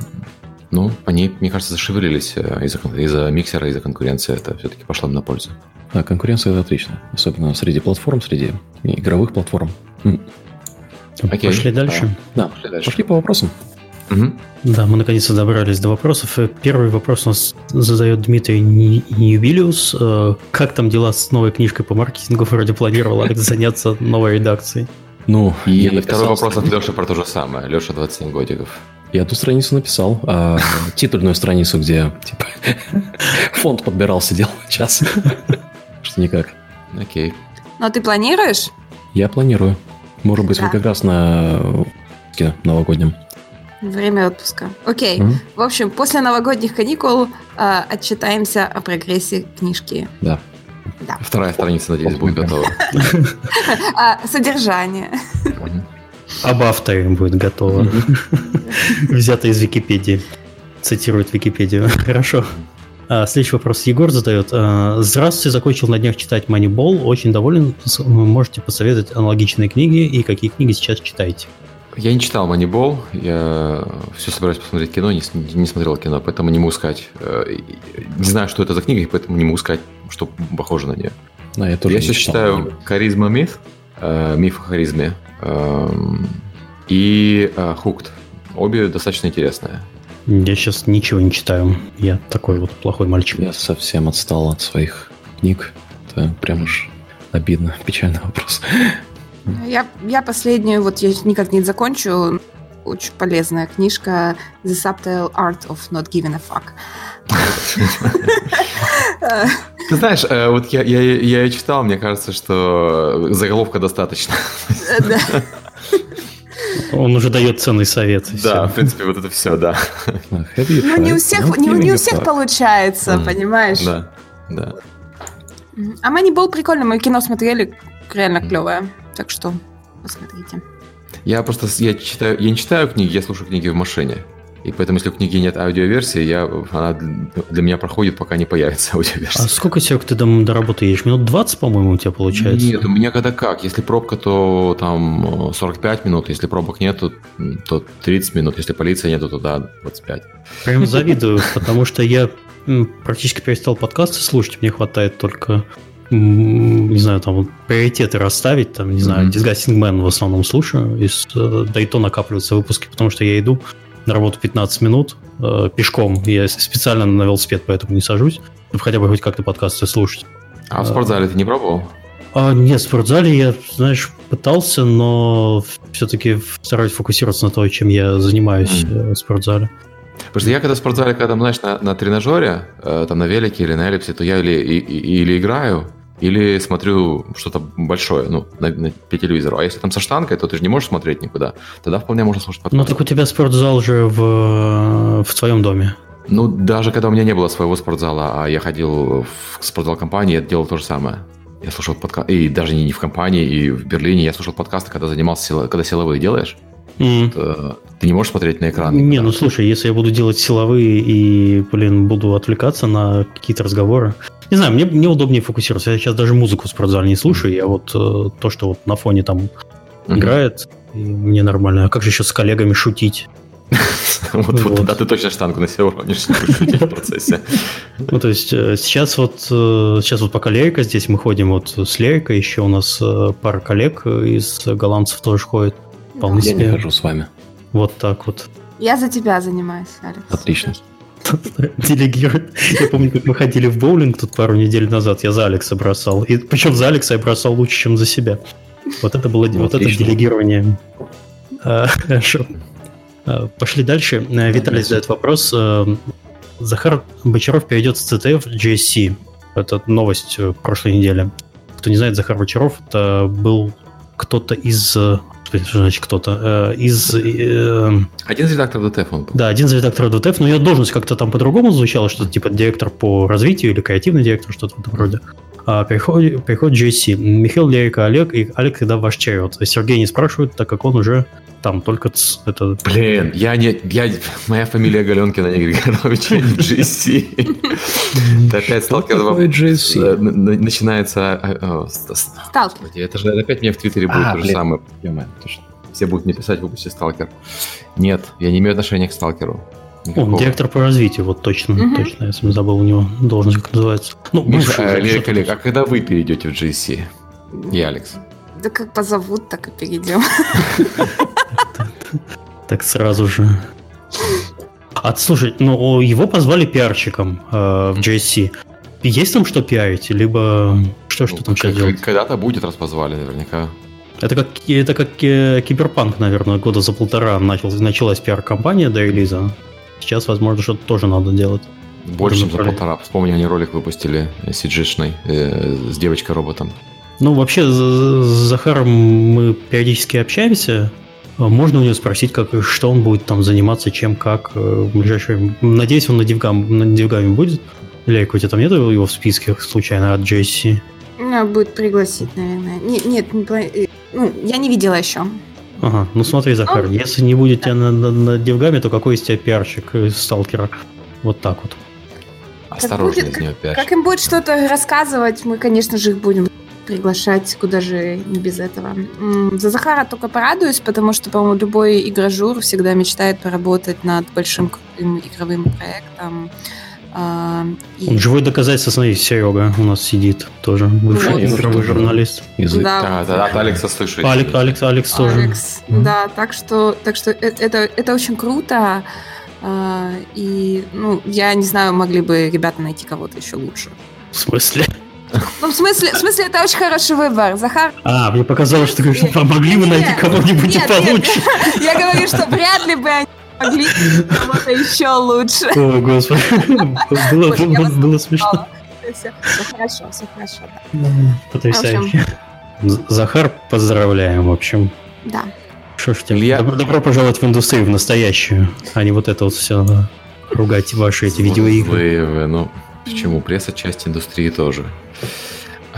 Speaker 2: Ну, они, мне кажется, зашевелились из-за, из-за миксера, из-за конкуренции. Это все-таки пошло им на пользу.
Speaker 3: Да, конкуренция – это отлично. Особенно среди платформ, среди игровых платформ.
Speaker 1: Окей. Пошли дальше?
Speaker 3: А, да, пошли дальше. Пошли по вопросам.
Speaker 1: Угу. Да, мы наконец-то добрались до вопросов. Первый вопрос у нас задает Дмитрий Ньюбилиус. Как там дела с новой книжкой по маркетингу? Вроде планировал Алекс заняться новой редакцией.
Speaker 3: Ну,
Speaker 2: и второй вопрос от Леши про то же самое. Леша, двадцать семь годиков.
Speaker 3: Я ту страницу написал, а титульную страницу, где типа фонд подбирал, сидел час. Что никак.
Speaker 2: Окей.
Speaker 4: Но ты планируешь?
Speaker 3: Я планирую. Может быть, да. Вы как раз на новогоднем.
Speaker 4: Время отпуска. Окей. Mm-hmm. В общем, после новогодних каникул э, отчитаемся о прогрессе книжки.
Speaker 3: Да.
Speaker 4: Да.
Speaker 2: Вторая страница, надеюсь, будет готова.
Speaker 4: Содержание.
Speaker 1: Об авторе будет готово. Взято из Википедии. Цитирует Википедию. Хорошо. Следующий вопрос Егор задает. Здравствуйте, закончил на днях читать Moneyball. Очень доволен. Можете посоветовать аналогичные книги и какие книги сейчас читаете?
Speaker 2: Я не читал Moneyball, я все собираюсь посмотреть кино, не, не смотрел кино, поэтому не могу сказать. Не знаю, что это за книга, поэтому не могу сказать, что похоже на нее.
Speaker 3: Да, я тоже
Speaker 2: я сейчас читаю «Харизма миф», «Миф о харизме» и «Hooked». Обе достаточно интересные.
Speaker 1: Я сейчас ничего не читаю. Я такой вот плохой мальчик.
Speaker 3: Я совсем отстал от своих книг. Это прям уж обидно, печальный вопрос.
Speaker 4: Я, я последнюю, вот я никак не закончу, очень полезная книжка The Subtle Art of Not Giving a Fuck.
Speaker 2: Ты знаешь, вот я, я, я ее читал, мне кажется, что заголовка достаточно.
Speaker 1: Он уже дает ценный совет.
Speaker 2: Да, в принципе, вот это все, да.
Speaker 4: Ну, не у всех, не, не у всех получается, понимаешь?
Speaker 2: Да, да.
Speaker 4: А Moneyball прикольно, мы кино смотрели, реально клевое. Так что посмотрите.
Speaker 2: Я просто я читаю, я не читаю книги, я слушаю книги в машине. И поэтому, если у книги нет аудиоверсии, я, она для меня проходит, пока не появится аудиоверсия.
Speaker 1: А сколько, Серег, ты там до работы едешь? Минут двадцать, по-моему, у тебя получается?
Speaker 2: Нет, у меня когда как. Если пробка, то там сорок пять минут. Если пробок нету, то тридцать минут. Если полиции нету, то да, двадцать пять.
Speaker 1: Прям завидую, потому что я практически перестал подкасты слушать. Мне хватает только, не знаю, там вот приоритеты расставить. Там, не знаю, Disgusting Man в основном слушаю. Из, да и то накапливаются выпуски, потому что я иду на работу пятнадцать минут э, пешком. Я специально на велосипед поэтому не сажусь, чтобы хотя бы хоть как-то подкасты слушать.
Speaker 2: А в спортзале ты не пробовал?
Speaker 1: А, нет, в спортзале я, знаешь, пытался, но все-таки стараюсь фокусироваться на том, чем я занимаюсь mm. в спортзале.
Speaker 2: Потому что я когда в спортзале, когда, знаешь, на, на тренажере, э, там на велике или на эллипсе, то я или, и, или играю, или смотрю что-то большое, ну, на, на, по телевизору. А если там со штангой, то ты же не можешь смотреть никуда. Тогда вполне можно слушать подкаст.
Speaker 1: Ну, так у тебя спортзал же в, в твоем доме.
Speaker 2: Ну, даже когда у меня не было своего спортзала, а я ходил в спортзал компании, я делал то же самое. Я слушал подкасты, и даже не в компании, и в Берлине я слушал подкасты, когда занимался, сило, когда силовые делаешь. Mm. То, ты не можешь смотреть на экран.
Speaker 1: Не, ну слушай, если я буду делать силовые и, блин, буду отвлекаться на какие-то разговоры. Не знаю, мне, мне удобнее фокусироваться. Я сейчас даже музыку в спортзале не слушаю. Я вот э, то, что вот на фоне там mm-hmm. играет, и мне нормально. А как же еще с коллегами шутить?
Speaker 2: Вот тогда ты точно штангу на себя уронишь в процессе.
Speaker 1: Ну, то есть сейчас вот сейчас вот пока Лерика здесь, мы ходим вот с Лерикой, еще у нас пара коллег из голландцев тоже ходит.
Speaker 3: Вполне себе. Я не хожу с вами.
Speaker 1: Вот так вот.
Speaker 4: Я за тебя занимаюсь, Алекс.
Speaker 3: Отлично.
Speaker 1: Делегирует. Я помню, как мы ходили в боулинг тут пару недель назад, я за Алекса бросал. И причем за Алекса я бросал лучше, чем за себя. Вот это было вот это делегирование. Хорошо. Пошли дальше. Виталий задает вопрос. Захар Бочаров перейдет с си ти эф в джей эс си. Это новость прошлой недели. Кто не знает, Захар Бочаров это был кто-то из... Что значит кто-то? Из...
Speaker 2: Один из редакторов ди ти эф он был.
Speaker 1: Да, один из редакторов ди ти эф, но ее должность как-то там по-другому звучала, что-то типа директор по развитию или креативный директор, что-то в этом роде. А переходит, переходит джей эс си. Михаил, Лерика, Олег, и Олег, когда ваш черед. Сергей не спрашивает, так как он уже там только... Ц, это...
Speaker 2: Блин, я не... Я, моя фамилия Галенкина, не Григорович, я не джей эс си. Это опять сталкер... Начинается...
Speaker 4: Сталкер.
Speaker 2: Это же опять мне в Твиттере будет то же самое. Все будут мне писать в выпуске сталкер. Нет, я не имею отношения к сталкеру.
Speaker 1: Он директор по развитию, вот точно, uh-huh. точно, я сам забыл у него должность, как называется. Ну,
Speaker 2: Миша, а, Лерик, Олег, а когда вы перейдете в джей эс си? И Алекс?
Speaker 4: Да как позовут, так и перейдем.
Speaker 1: Так сразу же. А слушай, ну его позвали пиарщиком в джей эс си. Есть там что пиарить, либо что что там сейчас делать?
Speaker 2: Когда-то будет, раз позвали, наверняка.
Speaker 1: Это как, это как Киберпанк, наверное, года за полтора начал, началась пиар-компания до релиза. Сейчас, возможно, что-то тоже надо делать.
Speaker 2: Больше, чем за полтора. Вспомни, они ролик выпустили си джи-шный э, с девочкой-роботом.
Speaker 1: Ну, вообще, с Захаром мы периодически общаемся. Можно у него спросить, как, что он будет там заниматься, чем, как в ближайшее... Надеюсь, он на Дивгам, на Дивгаме будет. Лейка, у тебя там нет его в списке, случайно, от джей эс си?
Speaker 4: Надо будет пригласить, наверное. Нет, нет, не, ну, я не видела еще.
Speaker 1: Ага, ну смотри, Захар, oh. если не будет тебя на, на, на Дивгаме, то какой из тебя пиарщик из сталкера? Вот так вот.
Speaker 2: Осторожно из него пиарщик.
Speaker 4: Как им будет что-то рассказывать, мы, конечно же, их будем приглашать, куда же не без этого. За Захара только порадуюсь, потому что, по-моему, любой игражур всегда мечтает поработать над большим крутым игровым проектом.
Speaker 1: А, и... Он живое доказательство, смотри, Серега у нас сидит тоже, бывший вот. игровой журналист.
Speaker 2: Язык. Да, да, от Алекса слышу.
Speaker 1: Алекс, Алекс, Алекс тоже.
Speaker 4: Алекс, mm-hmm. Да, так что, так что это, это очень круто. А, и, ну, я не знаю, могли бы ребята найти кого-то еще лучше.
Speaker 1: В смысле?
Speaker 4: Ну, в смысле, в смысле, это очень хороший выбор. Захар...
Speaker 1: А, мне показалось, что ты говоришь, что помогли бы найти кого-нибудь
Speaker 4: нет,
Speaker 1: получше.
Speaker 4: Нет, я говорю, что вряд ли бы они могли кого-то еще лучше.
Speaker 1: О, господи. Было, было, было смешно.
Speaker 4: Все, все хорошо, все хорошо.
Speaker 1: Да. Потрясающе. Захар, поздравляем, в общем.
Speaker 4: Да.
Speaker 1: Что ж тебе, добро, добро пожаловать в индустрию, в настоящую, а не вот это вот все, ругать ваши эти видеоигры.
Speaker 2: Вы, ну, почему? Пресса часть индустрии тоже.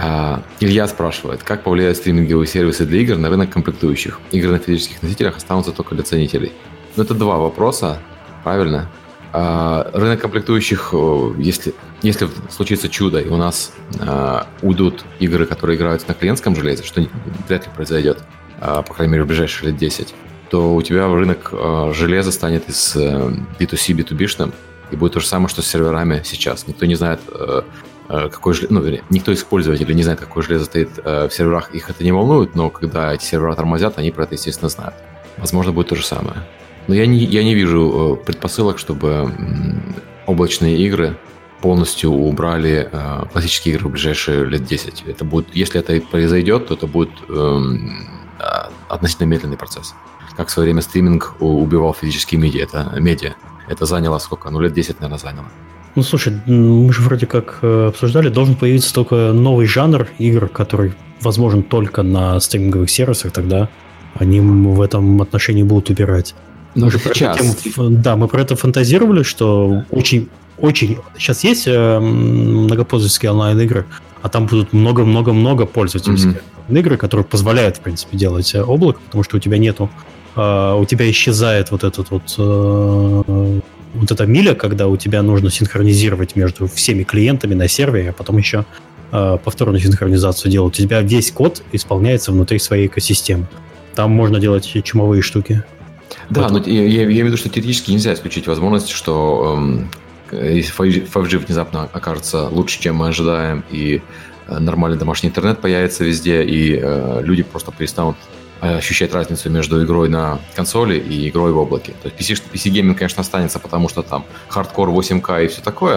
Speaker 2: А, Илья спрашивает, как повлияют стриминговые сервисы для игр на рынок комплектующих? Игры на физических носителях останутся только для ценителей. Ну, это два вопроса, правильно? А, рынок комплектующих, если, если случится чудо, и у нас а, уйдут игры, которые играются на клиентском железе, что вряд ли произойдет, а, по крайней мере, в ближайшие лет десять, то у тебя рынок а, железа станет из би ту си би ту би-шным, и будет то же самое, что с серверами сейчас. Никто не знает, а, какой железо, ну, вернее, никто из пользователей не знает, какое железо стоит а, в серверах, их это не волнует, но когда эти сервера тормозят, они про это, естественно, знают. Возможно, будет то же самое. Но я не, я не вижу предпосылок, чтобы облачные игры полностью убрали э, классические игры в ближайшие лет десять. Это будет, если это произойдет, то это будет э, относительно медленный процесс. Как в свое время стриминг убивал физические медиа. Это, медиа. это заняло сколько? Ну, лет десять, наверное, заняло.
Speaker 1: Ну, слушай, мы же вроде как обсуждали, должен появиться только новый жанр игр, который возможен только на стриминговых сервисах, тогда они в этом отношении будут убирать.
Speaker 2: Но уже сейчас.
Speaker 1: Тему, да, мы про это фантазировали, что очень, очень... Сейчас есть э, многопользовательские онлайн-игры, а там будут много-много-много пользовательских mm-hmm. игр, которые позволяют, в принципе, делать облако, потому что у тебя нету... Э, у тебя исчезает вот этот вот... Э, вот эта миля, когда у тебя нужно синхронизировать между всеми клиентами на сервере, а потом еще э, повторную синхронизацию делать. У тебя весь код исполняется внутри своей экосистемы. Там можно делать чумовые штуки.
Speaker 2: Да, вот. но я, я имею в виду, что теоретически нельзя исключить возможность, что эм, если файв джи внезапно окажется лучше, чем мы ожидаем, и э, нормальный домашний интернет появится везде, и э, люди просто перестанут ощущать разницу между игрой на консоли и игрой в облаке. То есть пи си, пи си-гейминг, конечно, останется, потому что там хардкор восемь ка и все такое.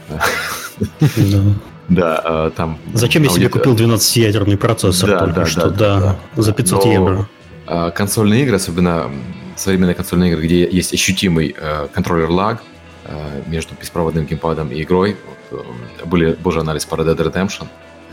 Speaker 2: Да, там...
Speaker 1: Зачем я себе купил двенадцатиядерный процессор только что? Да, за пятьсот евро.
Speaker 2: Консольные игры, особенно современные консольные игры, где есть ощутимый контроллер лаг между беспроводным геймпадом и игрой. Были, был же анализ по Red Dead Redemption,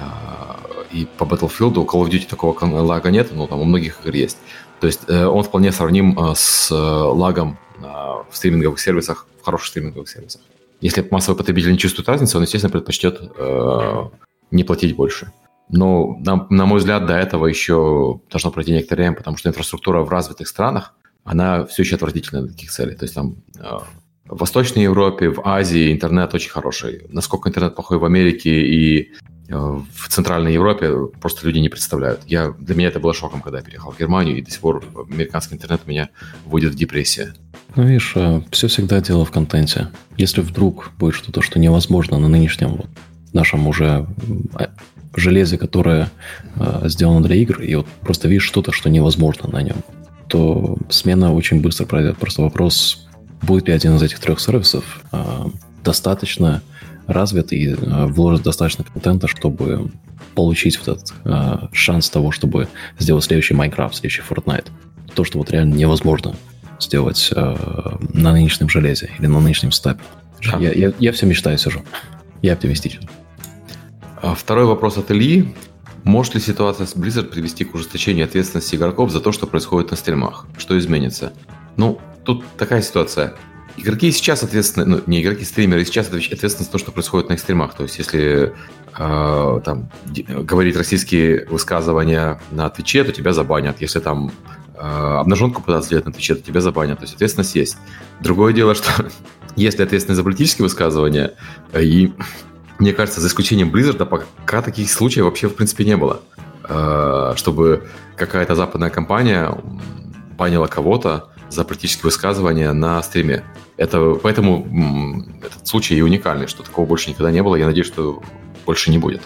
Speaker 2: и по Battlefield, у Call of Duty такого лага нет, но там у многих игр есть. То есть э, он вполне сравним э, с э, лагом э, в стриминговых сервисах, в хороших стриминговых сервисах. Если массовый потребитель не чувствует разницы, он, естественно, предпочтет э, не платить больше. Но, на, на мой взгляд, до этого еще должно пройти некоторое время, потому что инфраструктура в развитых странах, она все еще отвратительна для таких целей. То есть там э, в Восточной Европе, в Азии интернет очень хороший. Насколько интернет плохой в Америке и в Центральной Европе, просто люди не представляют. Я, для меня это было шоком, когда я переехал в Германию, и до сих пор американский интернет меня вводит в депрессию.
Speaker 3: Ну, видишь, все всегда дело в контенте. Если вдруг будет что-то, что невозможно на нынешнем вот, нашем уже железе, которое э, сделано для игр, и вот просто видишь что-то, что невозможно на нем, то смена очень быстро пройдет. Просто вопрос, будет ли один из этих трех сервисов э, достаточно развит и э, вложит достаточно контента, чтобы получить вот этот э, шанс того, чтобы сделать следующий Minecraft, следующий Fortnite. То, что вот реально невозможно сделать э, на нынешнем железе или на нынешнем стапе. Да. Я, я, я все мечтаю, сижу. Я оптимистичен.
Speaker 2: Второй вопрос от Ильи. Может ли ситуация с Blizzard привести к ужесточению ответственности игроков за то, что происходит на стримах? Что изменится? Ну, тут такая ситуация. Игроки сейчас ответственны, ну, не игроки, стримеры сейчас ответственны за то, что происходит на их стримах. То есть, если э, там говорить российские высказывания на Твиче, то тебя забанят. Если там э, обнаженку пытаться делать на Твиче, то тебя забанят. То есть, ответственность есть. Другое дело, что если ответственность за политические высказывания, и, мне кажется, за исключением Blizzard, пока таких случаев вообще, в принципе, не было. Э, чтобы какая-то западная компания банила кого-то за политические высказывания на стриме. Это, поэтому м, этот случай и уникальный, что такого больше никогда не было. Я надеюсь, что больше не будет.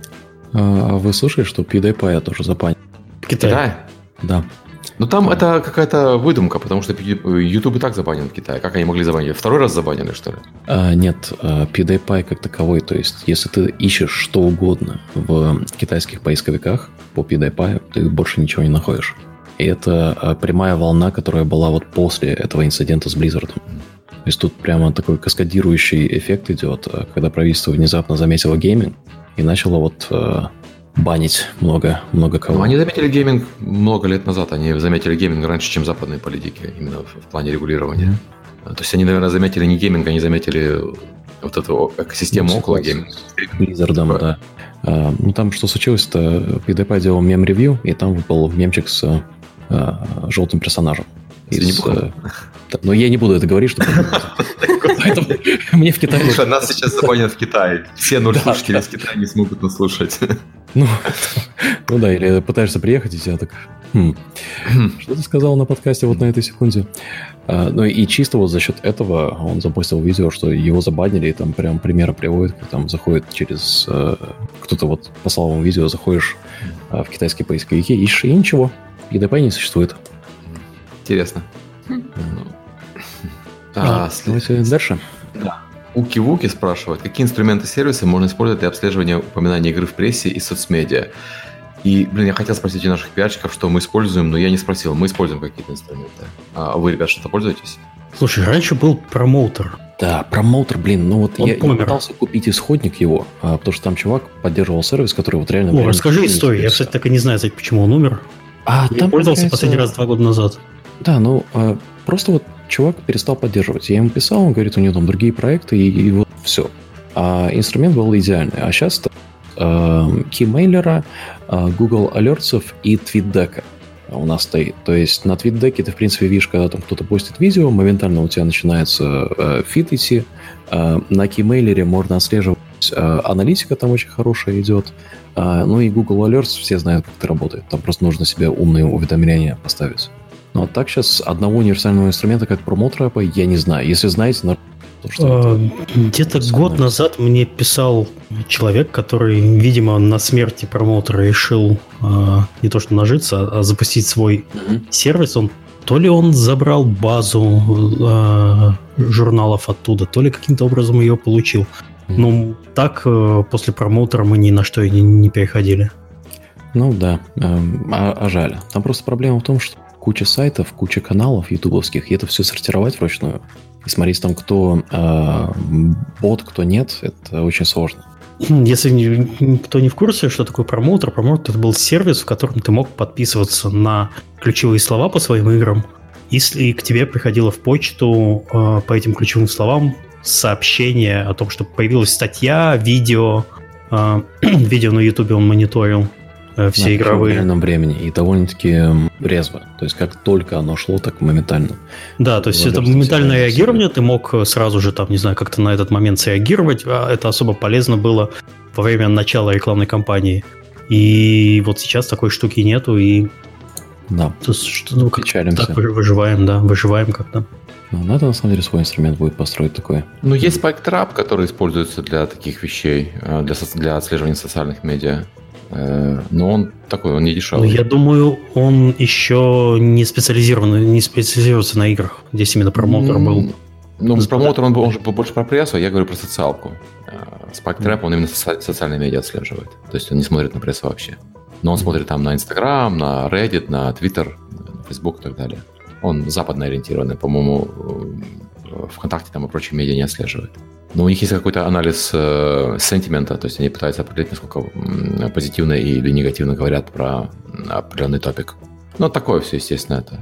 Speaker 3: А вы слышали, что PewDiePie тоже запанили?
Speaker 2: В Китае? Китай?
Speaker 3: Да.
Speaker 2: Ну, там да. Это какая-то выдумка, потому что YouTube и так забанен в Китае. Как они могли забанить? Второй раз забанили, что ли?
Speaker 3: А, нет, PewDiePie как таковой. То есть, если ты ищешь что угодно в китайских поисковиках по PewDiePie, ты больше ничего не находишь. И это прямая волна, которая была вот после этого инцидента с Blizzard. То есть тут прямо такой каскадирующий эффект идет, когда правительство внезапно заметило гейминг и начало вот э, банить много, много кого.
Speaker 2: Ну, они заметили гейминг много лет назад. Они заметили гейминг раньше, чем западные политики, именно в, в плане регулирования. Mm-hmm. То есть они, наверное, заметили не гейминг, они заметили вот эту экосистему ну, около гейминга.
Speaker 3: Blizzard, да. А, ну, там что случилось-то? PewDiePie делал мем-ревью, и там выпал мемчик с а, желтым персонажем. Из, а, но я не буду это говорить, чтобы... Поэтому мне в Китае...
Speaker 2: Потому что нас сейчас забанят в Китае. Все ноль слушателей из Китая не смогут нас слушать.
Speaker 3: Ну, ну да, или пытаешься приехать, и тебя так... Хм. Что ты сказал на подкасте вот на этой секунде? А, ну и чисто вот за счет этого он запустил видео, что его забанили, и там прям примеры приводит, как там заходит через... Э, кто-то вот послал ему видео, заходишь э, в китайские поисковики, ищешь, и ничего, PewDiePie не существует.
Speaker 2: Интересно.
Speaker 3: Mm. А, а, давайте дальше.
Speaker 2: Да. Уки-Вуки спрашивает, какие инструменты и сервисы можно использовать для обслеживания упоминаний игры в прессе и соцмедиа? И, блин, я хотел спросить у наших пиарщиков, что мы используем, но я не спросил. Мы используем какие-то инструменты. А вы, ребят, что-то пользуетесь?
Speaker 1: Слушай, раньше был промоутер.
Speaker 3: Да, промоутер, блин, ну вот
Speaker 1: Он
Speaker 3: я, я пытался купить исходник его, а, потому что там чувак поддерживал сервис, который вот реально...
Speaker 1: О, расскажи историю. Я, кстати, так и не знаю, почему он умер.
Speaker 3: А,
Speaker 1: я
Speaker 3: там
Speaker 1: пользовался последний раз два года назад.
Speaker 3: Да, ну, а, просто вот чувак перестал поддерживать. Я ему писал, он говорит, у него там другие проекты, и, и вот все. А инструмент был идеальный. А сейчас Keymailer, Google Alerts и TweetDeck у нас стоит. То есть на TweetDeck ты, в принципе, видишь, когда там кто-то постит видео, моментально у тебя начинается э, фид идти. Э, на Keymailer можно отслеживать э, аналитика, там очень хорошая идет. Э, ну и Google Alerts, все знают, как это работает. Там просто нужно себе умные уведомления поставить. Ну а так сейчас одного универсального инструмента, как промо-трэпа, я не знаю. Если знаете, на
Speaker 1: А, где-то год назад мне писал человек, который, видимо, на смерти промоутера решил а, не то что нажиться, а запустить свой mm-hmm. сервис. Он то ли он забрал базу а, журналов оттуда, то ли каким-то образом ее получил. Mm-hmm. Но так а, после промоутера мы ни на что и не, не переходили.
Speaker 3: Ну да, а, а жаль. Там просто проблема в том, что куча сайтов, куча каналов ютубовских, и это все сортировать вручную. И смотреть там, кто э, бот, кто нет, это очень сложно.
Speaker 1: Если никто не в курсе, что такое промоутер, промоутер это был сервис, в котором ты мог подписываться на ключевые слова по своим играм. Если к тебе приходило в почту э, по этим ключевым словам сообщение о том, что появилась статья, видео, э, видео на ютубе он мониторил, все
Speaker 3: да,
Speaker 1: игровые.
Speaker 3: В реальном времени и довольно-таки резво. То есть как только оно шло, так моментально.
Speaker 1: Да, то есть это моментальное реагирование, ты мог сразу же там, не знаю, как-то на этот момент среагировать, а это особо полезно было во время начала рекламной кампании. И вот сейчас такой штуки нету, и
Speaker 3: да.
Speaker 1: То есть, что, ну, как
Speaker 3: печалимся.
Speaker 1: Так выживаем, да, выживаем как-то.
Speaker 3: Ну, надо на самом деле свой инструмент будет построить такой.
Speaker 2: Ну, есть SpikeTrap, который используется для таких вещей, для, для отслеживания социальных медиа. Но он такой, он не дешевый.
Speaker 1: Ну, я думаю, он еще не специализирован, не специализируется на играх. Здесь именно промоутер mm-hmm. был.
Speaker 2: Ну, с промоутером он, был, он же был больше про прессу, а я говорю про социалку. SpikeTrap, он именно соци- социальные медиа отслеживает. То есть он не смотрит на прессу вообще. Но он смотрит там на Instagram, на Reddit, на Twitter, на Facebook и так далее. Он западно ориентированный, по-моему, ВКонтакте там и прочие медиа не отслеживает. Но у них есть какой-то анализ э, сентимента, то есть они пытаются определить, насколько м, позитивно или негативно говорят про определенный топик. Ну, такое все, естественно, это...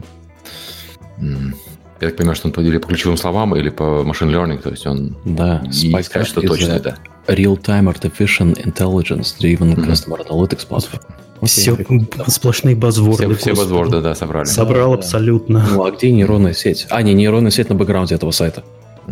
Speaker 2: М- Я так понимаю, что он или по ключевым словам, или по machine learning, то есть он
Speaker 3: да,
Speaker 2: не скажет, что точно это.
Speaker 3: Real-time Artificial Intelligence Driven mm-hmm. Customer Analytics Platform.
Speaker 1: Все okay. Сплошные базворды.
Speaker 2: Все, все базворды, да, собрали.
Speaker 1: Собрал
Speaker 3: да,
Speaker 1: абсолютно.
Speaker 3: Да. Ну, а где нейронная сеть? А, не, нейронная сеть на бэкграунде этого сайта.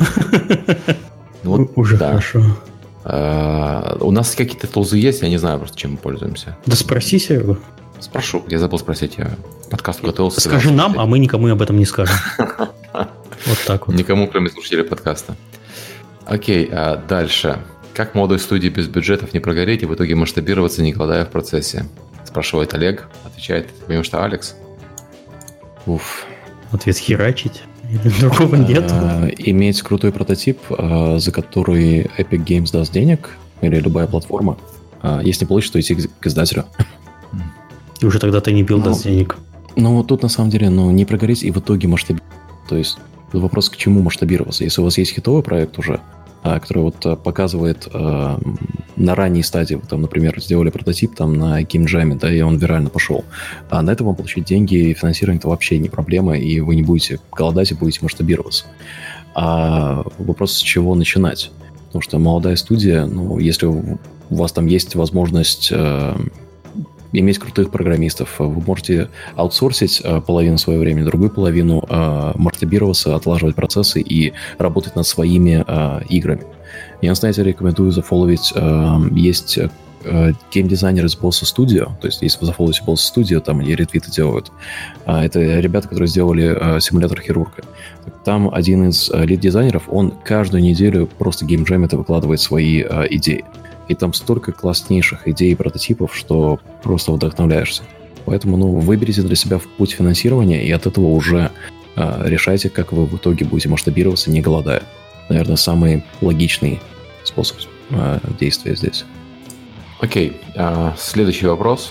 Speaker 1: Вот, уже да. Хорошо.
Speaker 2: Uh, у нас какие-то тулзы есть, я не знаю просто, чем мы пользуемся.
Speaker 1: Да спроси, Серега.
Speaker 2: Спрошу, я забыл спросить, я подкаст готовился.
Speaker 1: Скажи нам, спросить. А мы никому об этом не скажем. Вот так вот.
Speaker 2: Никому, кроме слушателей подкаста. Окей, а дальше. Как молодой студии без бюджетов не прогореть и в итоге масштабироваться, не голодая в процессе? Спрашивает Олег, отвечает, потому что Алекс.
Speaker 3: Уф.
Speaker 1: Ответ херачить. Другого нет.
Speaker 3: А, иметь крутой прототип, а, за который Epic Games даст денег, или любая платформа. А, если не получится, то идти к издателю.
Speaker 1: И уже тогда ты не бил, даст денег.
Speaker 3: Ну, тут на самом деле, ну, не прогореть и в итоге масштабироваться. То есть вопрос, к чему масштабироваться. Если у вас есть хитовый проект уже, а, который вот показывает а, на ранней стадии, вот, там, например, сделали прототип там на геймджаме, да, и он вирально пошел, а на это вам получить деньги и финансирование это вообще не проблема, и вы не будете голодать и будете масштабироваться. А вопрос, с чего начинать? Потому что молодая студия, ну, если у вас там есть возможность э, иметь крутых программистов. Вы можете аутсорсить э, половину своего времени, другую половину э, масштабироваться, отлаживать процессы и работать над своими э, играми. Я, знаете, рекомендую зафолловить. Э, есть э, геймдизайнер из Bossa Studio, то есть если вы зафолловите Bossa Studio, там они ретвиты делают. Э, это ребята, которые сделали э, симулятор хирурга. Там один из э, лид-дизайнеров, он каждую неделю просто геймджемит и выкладывает свои э, идеи. И там столько класснейших идей и прототипов, что просто вдохновляешься. Поэтому, ну, выберите для себя путь финансирования, и от этого уже э, решайте, как вы в итоге будете масштабироваться, не голодая. Наверное, самый логичный способ э, действия здесь.
Speaker 2: Окей, okay. Следующий вопрос.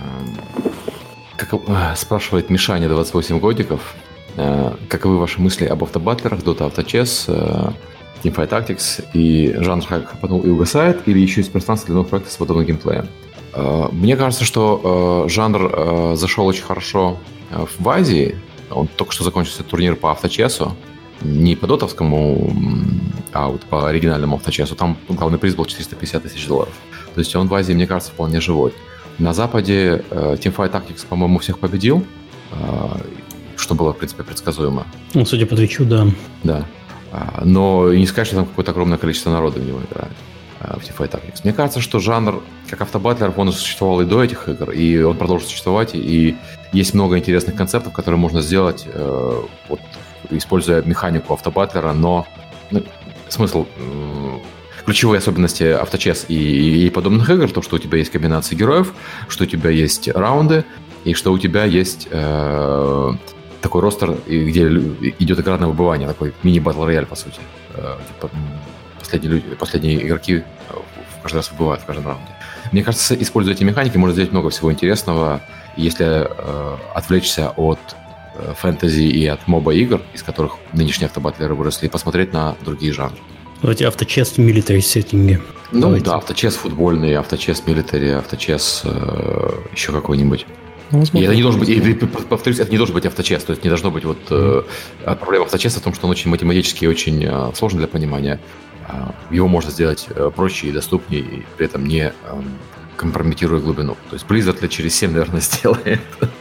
Speaker 2: Как, спрашивает Мишаня, двадцать восемь годиков. Каковы ваши мысли об автобатлерах, Dota Auto-Chess, Teamfight Tactics, и жанр хапанул и угасает, или еще есть пространство для новых проектов с подобным геймплеем? Мне кажется, что жанр зашел очень хорошо в Азии. Он только что закончился турнир по авточессу. Не по дотовскому, а вот по оригинальному авточессу. Там главный приз был четыреста пятьдесят тысяч долларов. То есть он в Азии, мне кажется, вполне живой. На Западе Teamfight Tactics, по-моему, всех победил, что было, в принципе, предсказуемо.
Speaker 1: Ну, судя по Твичу, да.
Speaker 2: Да. Но не сказать, что там какое-то огромное количество народа в него играет, в Teamfight Tactics. Мне кажется, что жанр, как автобатлер, он существовал и до этих игр, и он продолжит существовать, и есть много интересных концептов, которые можно сделать, вот, используя механику автобатлера, но ну, смысл, ключевые особенности авточесс и, и подобных игр, то, что у тебя есть комбинации героев, что у тебя есть раунды, и что у тебя есть э, такой ростер, где идет игра на выбывание, такой мини-батл-рояль, по сути. Э, типа, последние, люди, последние игроки каждый раз выбывают в каждом раунде. Мне кажется, используя эти механики, можно сделать много всего интересного, если э, отвлечься от э, фэнтези и от моба-игр, из которых нынешние автобатлеры выросли, и посмотреть на другие жанры.
Speaker 1: Давайте авточесс в милитари сеттинге.
Speaker 2: Ну
Speaker 1: Давайте.
Speaker 2: Да, авточесс футбольный, авточесс милитари, авточесс э, еще какой-нибудь.
Speaker 3: Ну,
Speaker 2: и это не должен быть, и, повторюсь, это не должен быть авточесс, то есть не должно быть вот э, проблема авточесса в том, что он очень математически и очень э, сложный для понимания. Э, его можно сделать э, проще и доступнее, и при этом не э, компрометируя глубину. То есть Blizzard лет через семь, наверное, сделает.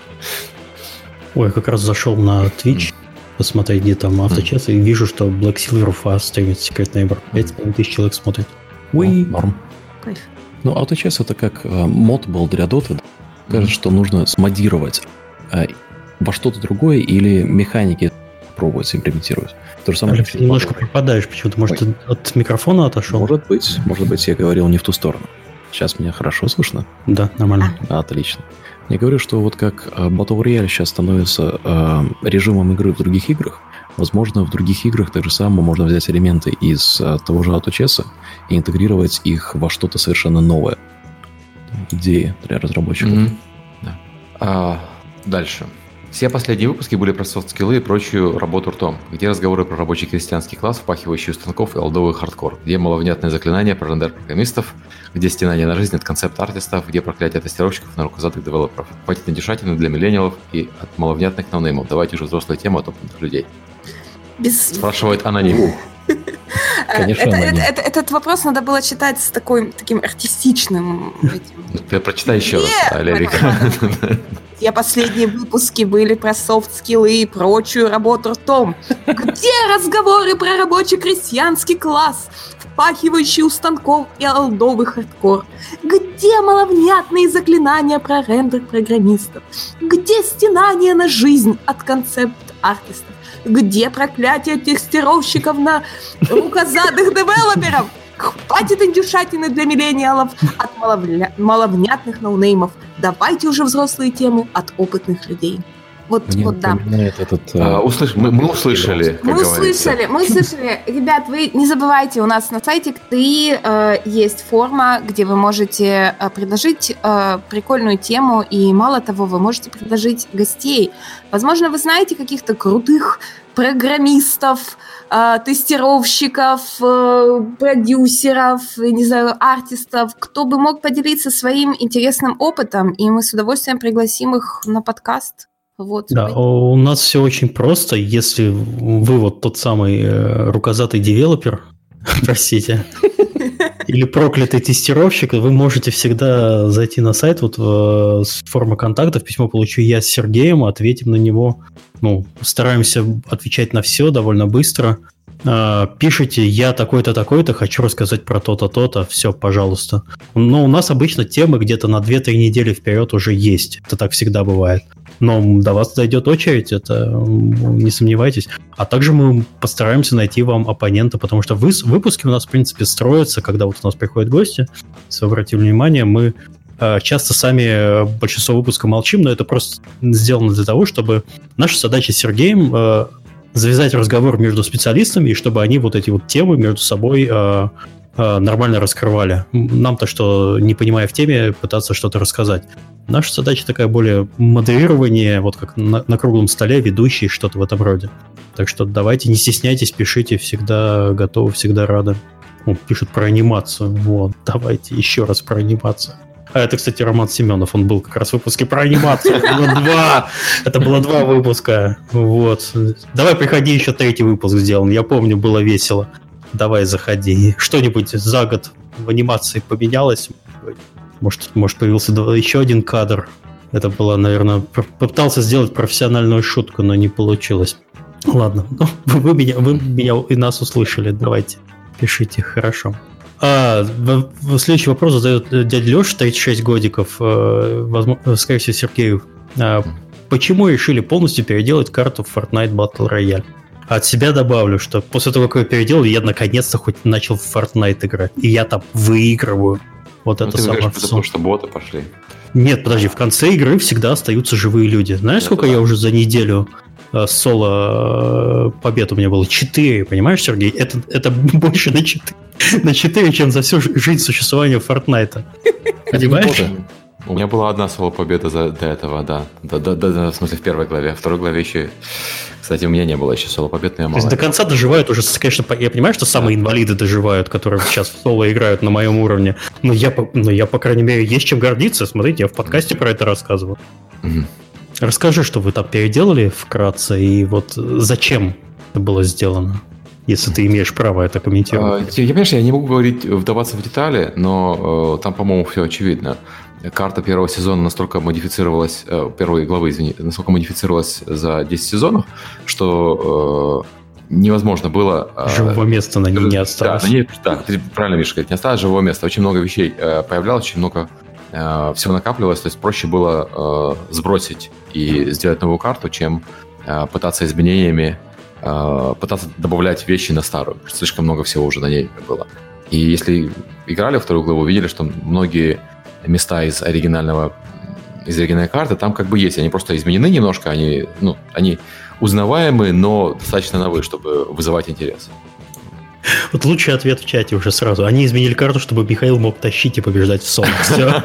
Speaker 1: Ой, я как раз зашел на Twitch, посмотреть, где там авточесс, mm-hmm. и вижу, что Black Silver Fast стримит Secret Neighbor. пять тысяч человек смотрит.
Speaker 3: Уи. Норм. Ну, авточесс это как э, мод был для Dota. Кажется, что нужно смодировать э, во что-то другое или механики пробовать имплементировать. То же самое.
Speaker 1: Ты немножко пропадаешь почему-то. Может, Ой. ты от микрофона отошел?
Speaker 3: Может быть. Может быть, я говорил не в ту сторону. Сейчас меня хорошо слышно?
Speaker 1: Да, нормально.
Speaker 3: Отлично. Я говорю, что вот как Battle Royale сейчас становится э, режимом игры в других играх, возможно, в других играх так же самое можно взять элементы из э, того же авточесса и интегрировать их во что-то совершенно новое. Идеи для разработчиков.
Speaker 2: Mm-hmm. Да. А, дальше. Все последние выпуски были про софт-скиллы и прочую работу ртом, где разговоры про рабочий крестьянский класс, впахивающий у станков и олдовый хардкор, где маловнятные заклинания про рендер-программистов, где стенание на жизнь от концепт-артистов, где проклятие тестировщиков на рукозадых девелоперов. Хватит индюшатины для миллениалов и от маловнятных ноунеймов. Давайте уже взрослая тема от опытных людей.
Speaker 4: Без...
Speaker 2: Спрашивает аноним.
Speaker 3: Конечно,
Speaker 4: это, это, это, этот вопрос надо было читать с такой, таким артистичным этим.
Speaker 2: Ты прочитай еще Нет, раз, Лерика.
Speaker 4: Все последние выпуски были про софт-скиллы и прочую работу ртом. Где разговоры про рабочий крестьянский класс, впахивающий у станков и олдовый хардкор? Где маловнятные заклинания про рендер программистов? Где стенание на жизнь от концепт-артистов? Где проклятие тестировщиков на рукозадых девелоперов? Хватит индюшатины для миллениалов от маловля... маловнятных ноунеймов. Давайте уже взрослые темы от опытных людей. Вот,
Speaker 3: Мне
Speaker 4: вот да.
Speaker 3: Этот,
Speaker 2: а, услыш... мы, мы услышали.
Speaker 4: Мы услышали, мы услышали. Ребят, вы не забывайте, у нас на сайте КТИ э, есть форма, где вы можете э, предложить э, прикольную тему, и мало того, вы можете предложить гостей. Возможно, вы знаете каких-то крутых программистов, э, тестировщиков, э, продюсеров, не знаю, артистов, кто бы мог поделиться своим интересным опытом, и мы с удовольствием пригласим их на подкаст. Вот.
Speaker 1: Да, у нас все очень просто. Если вы вот тот самый э, рукозатый девелопер, простите, или проклятый тестировщик, вы можете всегда зайти на сайт, вот с формы контактов, письмо получу я с Сергеем, ответим на него. Ну, стараемся отвечать на все довольно быстро. Пишите, я такой-то, такой-то, хочу рассказать про то-то, то-то, все, пожалуйста. Но у нас обычно темы где-то на две-три недели вперед уже есть. Это так всегда бывает. Но до вас дойдет очередь, это не сомневайтесь. А также мы постараемся найти вам оппонента, потому что вы, выпуски у нас, в принципе, строятся, когда вот у нас приходят гости. Если вы обратили внимание, мы э, часто сами большинство выпусков молчим, но это просто сделано для того, чтобы наша задача с Сергеем э, завязать разговор между специалистами, и чтобы они вот эти вот темы между собой э, э, нормально раскрывали. Нам-то что, не понимая в теме, пытаться что-то рассказать. Наша задача такая более модерирование, вот как на, на круглом столе, ведущий, что-то в этом роде. Так что давайте, не стесняйтесь, пишите, всегда готовы, всегда рады. Он пишет про анимацию. Вот, давайте еще раз про анимацию. А это, кстати, Роман Семенов, он был как раз в выпуске про анимацию. Это было два, это было два выпуска. Вот. Давай приходи, еще третий выпуск сделаем. Я помню, было весело. Давай, заходи. Что-нибудь за год в анимации поменялось? Может, может появился еще один кадр. Это было, наверное, попытался сделать профессиональную шутку, но не получилось. Ладно, ну, вы, меня, вы меня и нас услышали. Давайте, пишите, хорошо. А, следующий вопрос задает дядя Леша, тридцать шесть годиков, возможно, скорее всего, Сергею. А, почему решили полностью переделать карту в Fortnite Battle Royale? От себя добавлю, что после того, как я переделал, я наконец-то хоть начал в Fortnite играть. И я там выигрываю. Вот
Speaker 2: ну,
Speaker 1: это
Speaker 2: ты
Speaker 1: самое.
Speaker 2: Говоришь, потому что боты пошли.
Speaker 1: Нет, подожди, в конце игры всегда остаются живые люди. Знаешь, сколько я уже за неделю э, соло э, побед у меня было? Четыре, понимаешь, Сергей? Это, это больше на четыре, на четыре, чем за всю жизнь существования Fortnite. Понимаешь?
Speaker 2: У меня была одна соло-победа за, до этого, да. Да, да, да. В смысле, в первой главе. В второй главе еще... Кстати, у меня не было еще соло-побед, но я мало.
Speaker 1: То есть до конца доживают уже, конечно, я понимаю, что самые да. инвалиды доживают, которые сейчас в соло играют на моем уровне. Но я, но я, по крайней мере, есть чем гордиться. Смотрите, я в подкасте про это рассказываю. Mm-hmm. Расскажи, что вы там переделали вкратце, и вот зачем это было сделано, если ты имеешь право это комментировать.
Speaker 2: Я, конечно, я не могу говорить, вдаваться в детали, но э, там, по-моему, все очевидно. Карта первого сезона настолько модифицировалась, э, первой главы, извини, настолько модифицировалась за десять сезонов, что э, невозможно было... Э,
Speaker 1: живого места на ней не осталось.
Speaker 2: Да, на ней, да, ты правильно, Миша, говорит, не осталось живого места. Очень много вещей э, появлялось, очень много э, всего накапливалось, то есть проще было э, сбросить и сделать новую карту, чем э, пытаться изменениями, э, пытаться добавлять вещи на старую. Слишком много всего уже на ней было. И если играли во вторую главу, видели, что многие места из оригинального, из оригинальной карты там как бы есть. Они просто изменены немножко, они, ну, они узнаваемые, но достаточно новые, чтобы вызывать интерес.
Speaker 1: Вот лучший ответ в чате уже сразу. Они изменили карту, чтобы Михаил мог тащить и побеждать в соло. Все.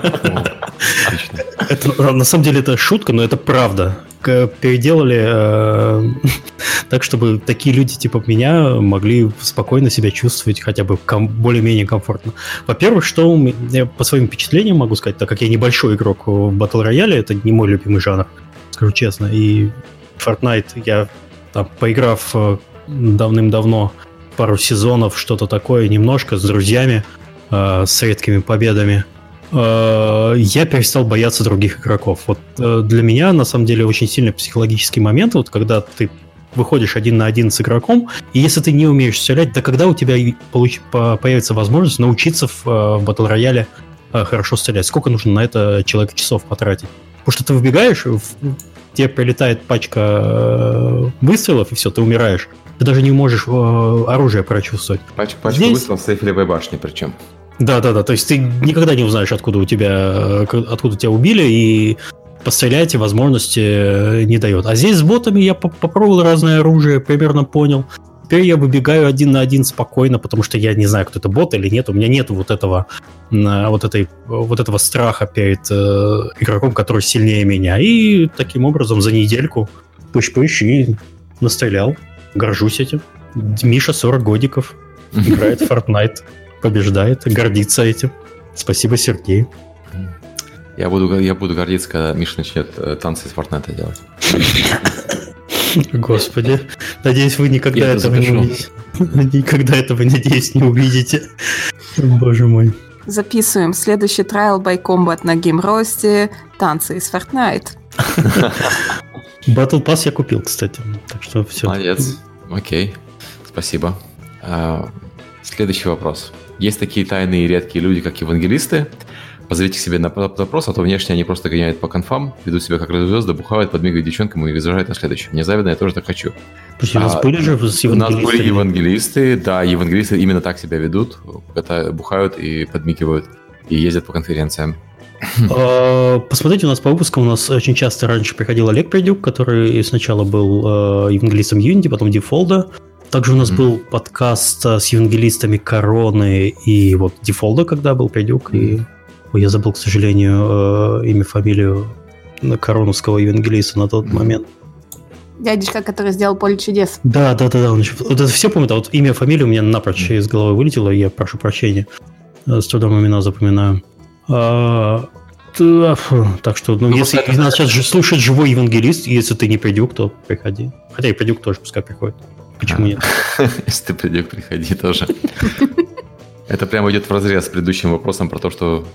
Speaker 1: На самом деле это шутка, но это правда. Переделали э, так, чтобы такие люди типа меня могли спокойно себя чувствовать хотя бы ком- более-менее комфортно. Во-первых, что я по своим впечатлениям могу сказать, так как я небольшой игрок в Battle Royale, это не мой любимый жанр, скажу честно. И Fortnite я, там, поиграв давным-давно пару сезонов, что-то такое, немножко с друзьями, э, с редкими победами, я перестал бояться других игроков. Вот для меня, на самом деле, очень сильный психологический момент, вот когда ты выходишь один на один с игроком, и если ты не умеешь стрелять, то когда у тебя получ... появится возможность научиться в Battle Royale хорошо стрелять? Сколько нужно на это человек часов потратить? Потому что ты выбегаешь, в... тебе прилетает пачка выстрелов, и все, ты умираешь. Ты даже не можешь оружие прочувствовать.
Speaker 2: Пачка, пачка Здесь... выстрелов с Эйфелевой башни причем. Да,
Speaker 1: да, да. То есть ты никогда не узнаешь, откуда у тебя, откуда тебя убили, и пострелять и возможности не дает. А здесь с ботами я попробовал разное оружие, примерно понял. Теперь я выбегаю один на один спокойно, потому что я не знаю, кто это бот или нет. У меня нет вот этого, вот этой, вот этого страха перед э, игроком, который сильнее меня. И таким образом за недельку пыщ-пыщ и настрелял. Горжусь этим. Миша сорок годиков играет в Fortnite. Побеждает, гордится этим. Спасибо, Сергей.
Speaker 2: Я буду, я буду гордиться, когда Миша начнет э, танцы из Fortnite делать.
Speaker 1: Господи. Надеюсь, вы никогда этого не увидите. Никогда этого, надеюсь, не увидите. Боже мой.
Speaker 4: Записываем. Следующий Trial by Combat на GameRoast. Танцы из Fortnite.
Speaker 1: Battle Pass я купил, кстати. Так что все.
Speaker 2: Молодец. Окей. Спасибо. А, следующий вопрос. Есть такие тайные и редкие люди, как евангелисты. Позовите к себе на допрос, а то внешне они просто гоняют по конфам, ведут себя как звезды, бухают, подмигивают девчонкам и возражают на следующем. Мне завидно, я тоже так хочу.
Speaker 1: Слушай, у нас а, были же с евангелистами? У нас были
Speaker 2: евангелисты, да, евангелисты именно так себя ведут, бухают и подмигивают, и ездят по конференциям.
Speaker 1: Посмотрите, у нас по выпускам у нас очень часто раньше приходил Олег Придюк, который сначала был евангелистом Unity, потом Дефолда. Также у нас mm-hmm. был подкаст с евангелистами Короны и вот Дефолда, когда был Придюк, и ой, я забыл, к сожалению, имя, фамилию короновского евангелиста на тот mm-hmm. момент.
Speaker 4: Дядечка, который сделал «Поле чудес».
Speaker 1: Да, да, да, да. Он еще... Вот это все помнят, а вот имя, фамилия у меня напрочь из головы вылетело, и я прошу прощения. С трудом имена запоминаю. А, да, фу, так что, ну, ну если это... нас сейчас слушает живой евангелист, если ты не Придюк, то приходи. Хотя и Придюк тоже пускай приходит. Почему а, нет?
Speaker 2: Если ты Придюк, приходи тоже. Это прямо идет вразрез с предыдущим вопросом про то, что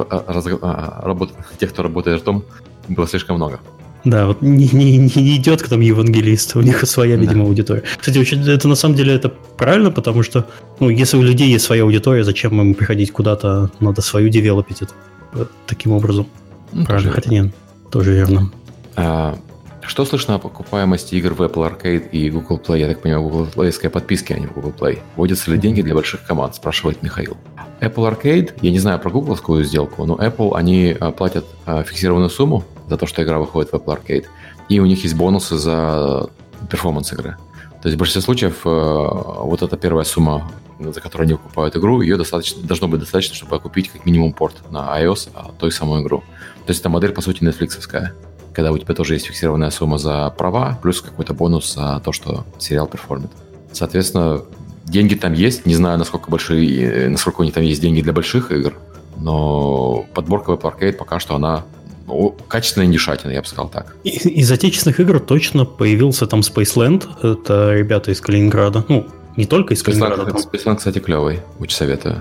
Speaker 2: тех, кто работает ртом, было слишком много.
Speaker 1: Да, вот не, не, не идет к там евангелист, у них своя, видимо, да. аудитория. Кстати, очень, это на самом деле это правильно, потому что, ну, если у людей есть своя аудитория, зачем им приходить куда-то, надо свою девелопить это таким образом. Ну, правильно, хотя нет, тоже верно.
Speaker 2: А, что слышно о покупаемости игр в Apple Arcade и Google Play? Я так понимаю, Google Play-ская подписки, а не в Google Play. Вводятся ли деньги для больших команд, спрашивает Михаил. Apple Arcade, я не знаю про гугловскую сделку, но Apple, они платят фиксированную сумму за то, что игра выходит в Apple Arcade, и у них есть бонусы за перформанс игры. То есть в большинстве случаев вот эта первая сумма, за которую они покупают игру, ее достаточно, должно быть достаточно, чтобы купить как минимум порт на iOS, а той самую игру. То есть это модель, по сути, Netflix-овская, когда у тебя тоже есть фиксированная сумма за права, плюс какой-то бонус за то, что сериал перформит. Соответственно, деньги там есть, не знаю, насколько большие, насколько у них там есть деньги для больших игр, но подборка в Apple Arcade пока что она ну, качественная нишатина, я бы сказал так.
Speaker 1: Из отечественных игр точно появился там Spaceland, это ребята из Калининграда, ну, не только из Калининграда.
Speaker 2: Spaceland, там... Spaceland, кстати, клевый, очень советую.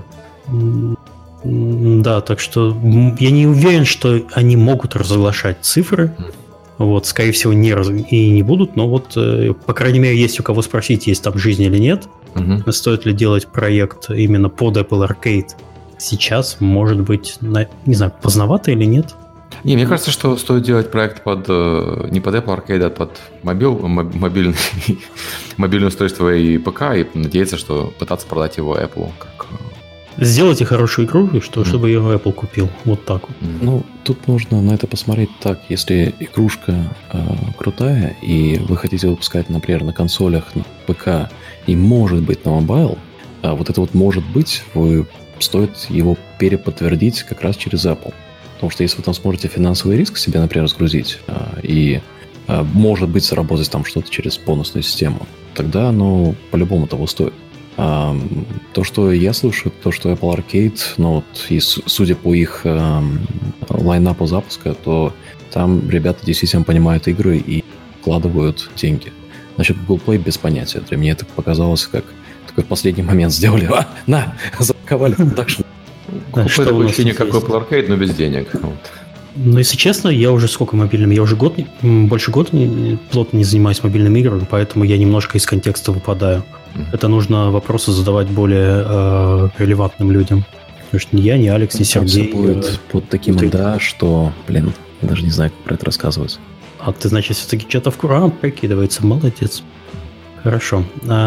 Speaker 1: Да, так что я не уверен, что они могут разглашать цифры, mm. вот, скорее всего, не раз... и не будут, но вот, по крайней мере, есть у кого спросить, есть там жизнь или нет, mm-hmm. стоит ли делать проект именно под Apple Arcade сейчас, может быть, на... не знаю, поздновато или нет.
Speaker 2: Не, мне кажется, что стоит делать проект под не под Apple Arcade, а под мобил, мобильный, мобильное устройство и ПК, и надеяться, что пытаться продать его Apple. Как...
Speaker 1: Сделайте хорошую игру, и что, mm. чтобы ее Apple купил. Вот так вот.
Speaker 3: Mm. Ну, тут нужно на это посмотреть так. Если игрушка э, крутая, и вы хотите выпускать, например, на консолях, на ПК, и может быть на мобайл, а вот это вот может быть, вы, стоит его переподтвердить как раз через Apple. Потому что если вы там сможете финансовый риск себе, например, разгрузить а, и, а, может быть, заработать там что-то через бонусную систему, тогда оно по-любому того стоит. А, то, что я слышу, то, что Apple Arcade, ну вот, и судя по их а, лайнапу запуска, то там ребята действительно понимают игры и вкладывают деньги. Насчет Google Play без понятия. Для меня это показалось, как такой последний момент сделали. А, на, запаковали продакшн.
Speaker 2: Да, что такое ощущение, как Apple Arcade, но без денег. Вот.
Speaker 1: Ну, если честно, я уже сколько мобильным? Я уже год, больше года не, плотно не занимаюсь мобильными играми, поэтому я немножко из контекста выпадаю. Mm-hmm. Это нужно вопросы задавать более э, релевантным людям. Потому что ни я, ни Алекс, ни Сергей...
Speaker 3: Все будет э, под таким ты... да, что, блин, я даже не знаю, как про это рассказывать.
Speaker 1: А ты, значит, все-таки что-то в куран прикидывается. Молодец. Хорошо.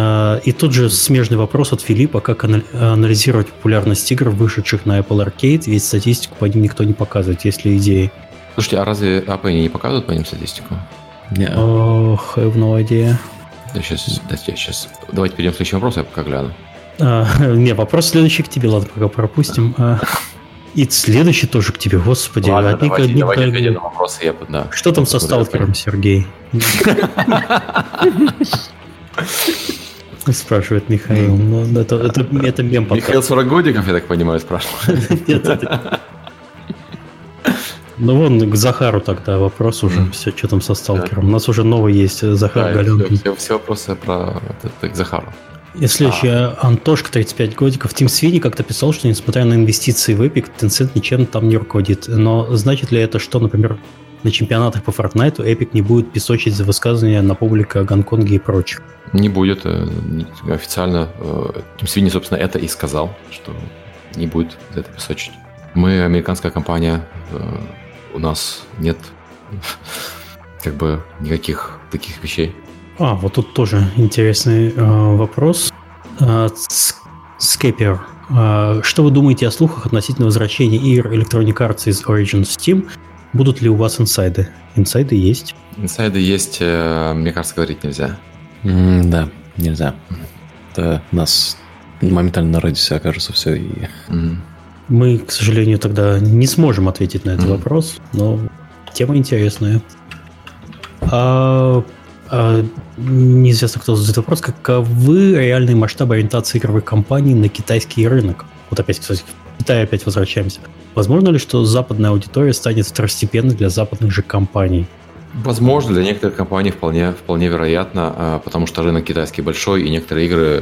Speaker 1: И тут же смежный вопрос от Филиппа. Как анализировать популярность игр, вышедших на Apple Arcade? Ведь статистику по ним никто не показывает. Есть ли идеи?
Speaker 2: Слушайте, а разве эй пи ай не показывают по ним статистику?
Speaker 1: Нет. Oh, have no idea.
Speaker 2: Да, сейчас, да, сейчас. Давайте перейдем к следующему вопросу, я пока гляну.
Speaker 1: А, не, вопрос следующий к тебе. Ладно, пока пропустим. А, и следующий тоже к тебе. Господи.
Speaker 2: Ладно, одни, давайте, одни, давайте одни... на вопрос. Я, да,
Speaker 1: что там со сталкером, Сергей? Спрашивает Михаил. Ну, это, это, это мем пока.
Speaker 2: Михаил сорок годиков, я так понимаю, спрашивает. Нет, это...
Speaker 1: Ну, вон к Захару тогда вопрос уже. Mm. Все, что там со сталкером. Да. У нас уже новый есть Захар да, Галенкин.
Speaker 2: Все, все вопросы про это, к Захару.
Speaker 1: И следующий, а... Антошка, тридцать пять годиков. Тим Свини как-то писал, что несмотря на инвестиции в Epic, Tencent ничем там не руководит. Но значит ли это, что, например, на чемпионатах по Fortnite Epic не будет песочить за высказывания на публике о Гонконге и прочих?
Speaker 2: Не будет. Официально Тим Свини, собственно, это и сказал, что не будет за это песочить. Мы американская компания, у нас нет как бы никаких таких вещей.
Speaker 1: А, вот тут тоже интересный э, вопрос. Э, Скепер. Э, что вы думаете о слухах относительно возвращения игр Electronic Arts из Origin Steam? Будут ли у вас инсайды? Инсайды есть.
Speaker 2: Инсайды есть, э, мне кажется, говорить нельзя.
Speaker 3: Mm, да, нельзя. Это нас моментально на Reddit окажется все. И...
Speaker 2: Mm.
Speaker 1: Мы, к сожалению, тогда не сможем ответить на этот mm. вопрос, но тема интересная. А... А, неизвестно, кто задает вопрос, каковы реальные масштабы ориентации игровых компаний на китайский рынок? Вот опять, кстати, в Китай опять возвращаемся. Возможно ли, что западная аудитория станет второстепенной для западных же компаний?
Speaker 2: Возможно, для некоторых компаний вполне, вполне вероятно, потому что рынок китайский большой, и некоторые игры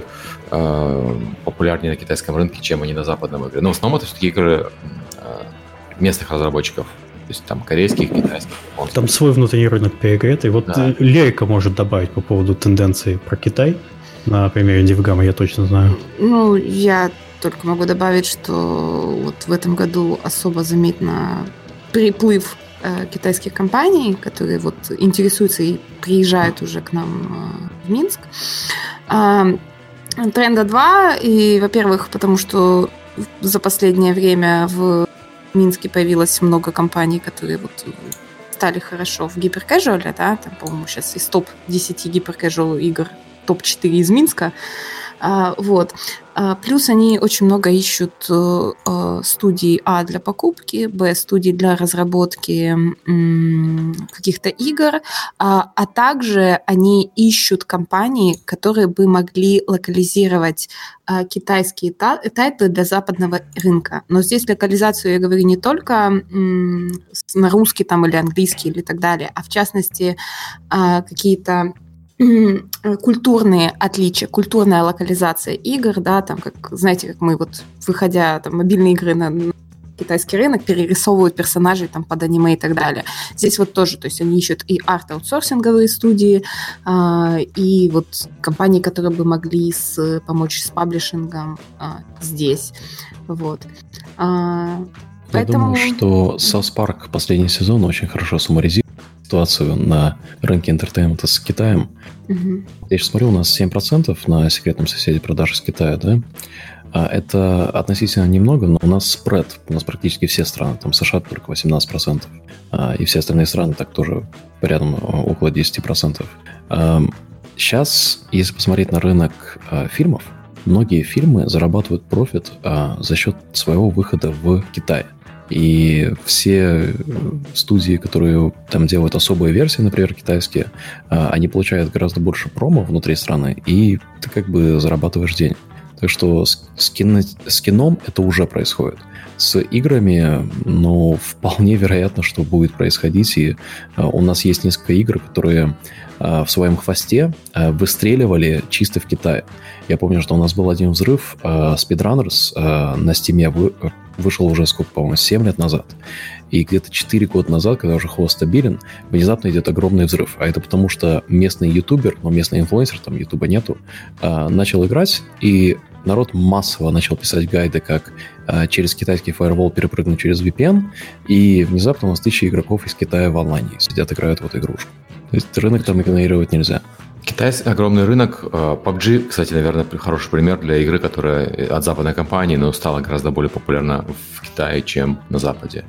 Speaker 2: э, популярнее на китайском рынке, чем они на западном игре. Но в основном это все-таки игры э, местных разработчиков. То есть там корейских, китайских, японских.
Speaker 1: Там свой внутренний рынок перегретый. Вот да. Лерика может добавить по поводу тенденций про Китай. На примере Дивгама я точно знаю.
Speaker 4: Ну, я только могу добавить, что вот в этом году особо заметно приплыв э, китайских компаний, которые вот интересуются и приезжают уже к нам э, в Минск. Э, тренда два. И, во-первых, потому что за последнее время в В Минске появилось много компаний, которые вот стали хорошо в гиперкэжуале, да, там, по-моему, сейчас из топ десять гиперкэжуал игр топ четыре из Минска, а, вот. А, плюс они очень много ищут а, студий А для покупки, Б студий для разработки м, каких-то игр, а, а также они ищут компании, которые бы могли локализировать а, китайские та- тайтлы для западного рынка. Но здесь локализацию я говорю не только м, на русский там, или английский или так далее, а в частности а, какие-то культурные отличия, культурная локализация игр, да, там, как, знаете, как мы вот, выходя, там, мобильные игры на, на китайский рынок, перерисовывают персонажей там под аниме и так далее. Здесь вот тоже, то есть они ищут и арт-аутсорсинговые студии, а, и вот компании, которые бы могли с, помочь с паблишингом а, здесь, вот. А,
Speaker 3: Я
Speaker 4: поэтому...
Speaker 3: думаю, что South Park последний сезон очень хорошо суммаризирует ситуацию на рынке интертеймента с Китаем.
Speaker 4: Угу.
Speaker 3: Я сейчас смотрю, у нас семь процентов на секретном соседе продаж из Китая, да? Это относительно немного, но у нас спред, у нас практически все страны, там США только восемнадцать процентов, и все остальные страны так тоже рядом около десять процентов. Сейчас, если посмотреть на рынок фильмов, многие фильмы зарабатывают профит за счет своего выхода в Китай. И все студии, которые там делают особые версии, например, китайские, они получают гораздо больше промо внутри страны, и ты как бы зарабатываешь денег. Так что с, кино, с кином это уже происходит. С играми, ну, вполне вероятно, что будет происходить. И а, у нас есть несколько игр, которые а, в своем хвосте а, выстреливали чисто в Китае. Я помню, что у нас был один взрыв. А, Speedrunners а, на Steam вы, вышел уже, сколько, по-моему, семь лет назад. И где-то четыре года назад, когда уже хвост стабилен, внезапно идет огромный взрыв. А это потому, что местный ютубер, ну, местный инфлюенсер, там ютуба нету, а, начал играть, и народ массово начал писать гайды, как а, через китайский фаервол перепрыгнуть через ви пи эн, и внезапно у нас тысячи игроков из Китая в онлайне сидят, играют в эту игрушку. То есть рынок там игнорировать нельзя.
Speaker 2: Китай – огромный рынок. пабг, кстати, наверное, хороший пример для игры, которая от западной компании, но стала гораздо более популярна в Китае, чем на Западе.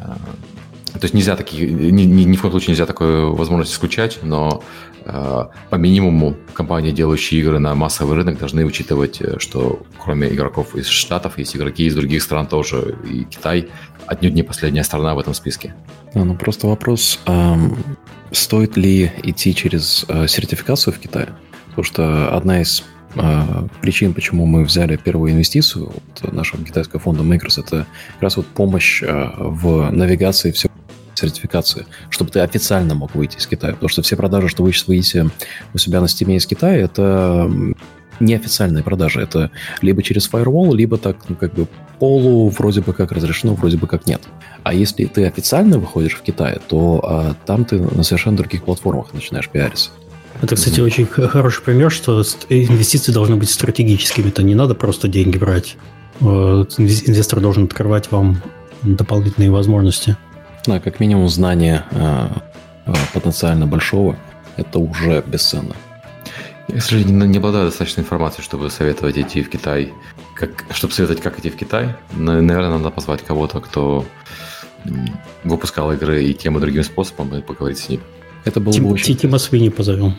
Speaker 2: То есть нельзя такие, ни, ни, ни в коем случае нельзя такую возможность исключать, но э, по минимуму компании, делающие игры на массовый рынок, должны учитывать, что кроме игроков из Штатов, есть игроки из других стран тоже, и Китай отнюдь не последняя страна в этом списке.
Speaker 3: Да, ну просто вопрос, э, стоит ли идти через э, сертификацию в Китае? Потому что одна из э, причин, почему мы взяли первую инвестицию от нашего китайского фонда Makers, это как раз вот помощь э, в навигации всего сертификации, чтобы ты официально мог выйти из Китая. Потому что все продажи, что вы сейчас выйдете у себя на Steam из Китая, это неофициальные продажи. Это либо через firewall, либо так, ну, как бы полу вроде бы как разрешено, вроде бы как нет. А если ты официально выходишь в Китай, то а, там ты на совершенно других платформах начинаешь пиариться.
Speaker 1: Это, кстати, mm-hmm. очень хороший пример, что инвестиции должны быть стратегическими. То не надо просто деньги брать. Инвестор должен открывать вам дополнительные возможности.
Speaker 3: Да, как минимум знание э, потенциально большого, это уже бесценно.
Speaker 2: Я, к сожалению, не обладаю достаточной информацией, чтобы советовать идти в Китай. Как, чтобы советовать, как идти в Китай, наверное, надо позвать кого-то, кто выпускал игры и тем и другим способом, и поговорить с ним.
Speaker 3: Это было
Speaker 1: Тим,
Speaker 3: бы очень...
Speaker 1: Тима Свини позовем.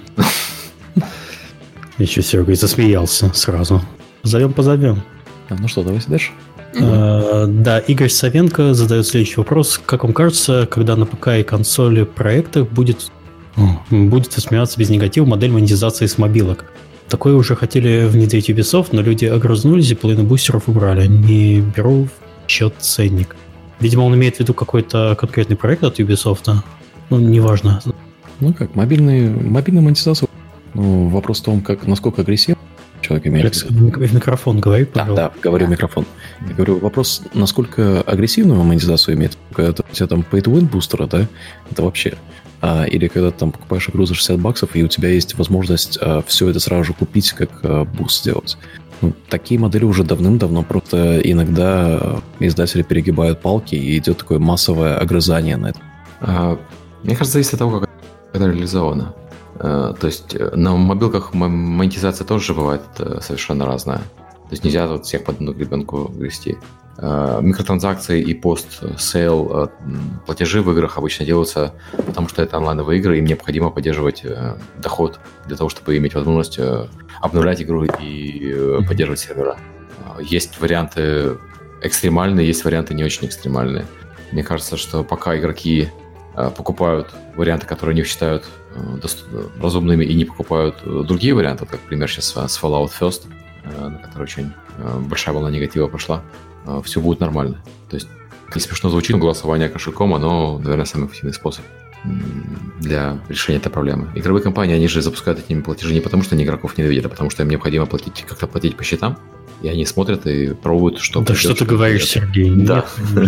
Speaker 1: Еще Серега засмеялся сразу. Позовем, позовем.
Speaker 3: Ну что, давайте дальше.
Speaker 1: Uh, да, Игорь Савенко задает следующий вопрос. Как вам кажется, когда на ПК и консоли проектах будет, будет восприниматься без негатива модель монетизации с мобилок? Такое уже хотели внедрить Ubisoft, но люди огрызнулись и половину бустеров убрали. Не беру в счет ценник. Видимо, он имеет в виду какой-то конкретный проект от Ubisoft. Ну, неважно.
Speaker 3: Ну как, мобильный, мобильная монетизация. Ну, вопрос в том, как, насколько агрессивно человек имеет.
Speaker 1: Алекс, в микрофон говори, пожалуйста.
Speaker 3: Да, да, говорю в микрофон. Я говорю, вопрос, насколько агрессивную монетизацию имеет. Когда у тебя там pay-to-win бустера, да, это вообще. А, или когда ты там покупаешь игру за шестьдесят баксов, и у тебя есть возможность а, все это сразу же купить, как а, буст сделать. Ну, такие модели уже давным-давно, просто иногда издатели перегибают палки, и идет такое массовое огрызание на это.
Speaker 2: А, мне кажется, зависит от того, как это реализовано. То есть на мобилках монетизация тоже бывает совершенно разная. То есть нельзя вот всех под одну гребенку грести. Микротранзакции и пост-сейл платежи в играх обычно делаются, потому что это онлайновые игры, им необходимо поддерживать доход для того, чтобы иметь возможность обновлять игру и поддерживать сервера. Есть варианты экстремальные, есть варианты не очень экстремальные. Мне кажется, что пока игроки покупают варианты, которые они считают разумными, и не покупают другие варианты, как, например, сейчас с Fallout First, на который очень большая волна негатива пошла, все будет нормально. То есть, не смешно звучит, но голосование кошельком, оно, наверное, самый эффективный способ для решения этой проблемы. Игровые компании, они же запускают эти платежи не потому, что они игроков ненавидят, а потому что им необходимо платить, как-то платить по счетам, и они смотрят и пробуют, что...
Speaker 1: Да что ты говоришь, Сергей?
Speaker 2: Да.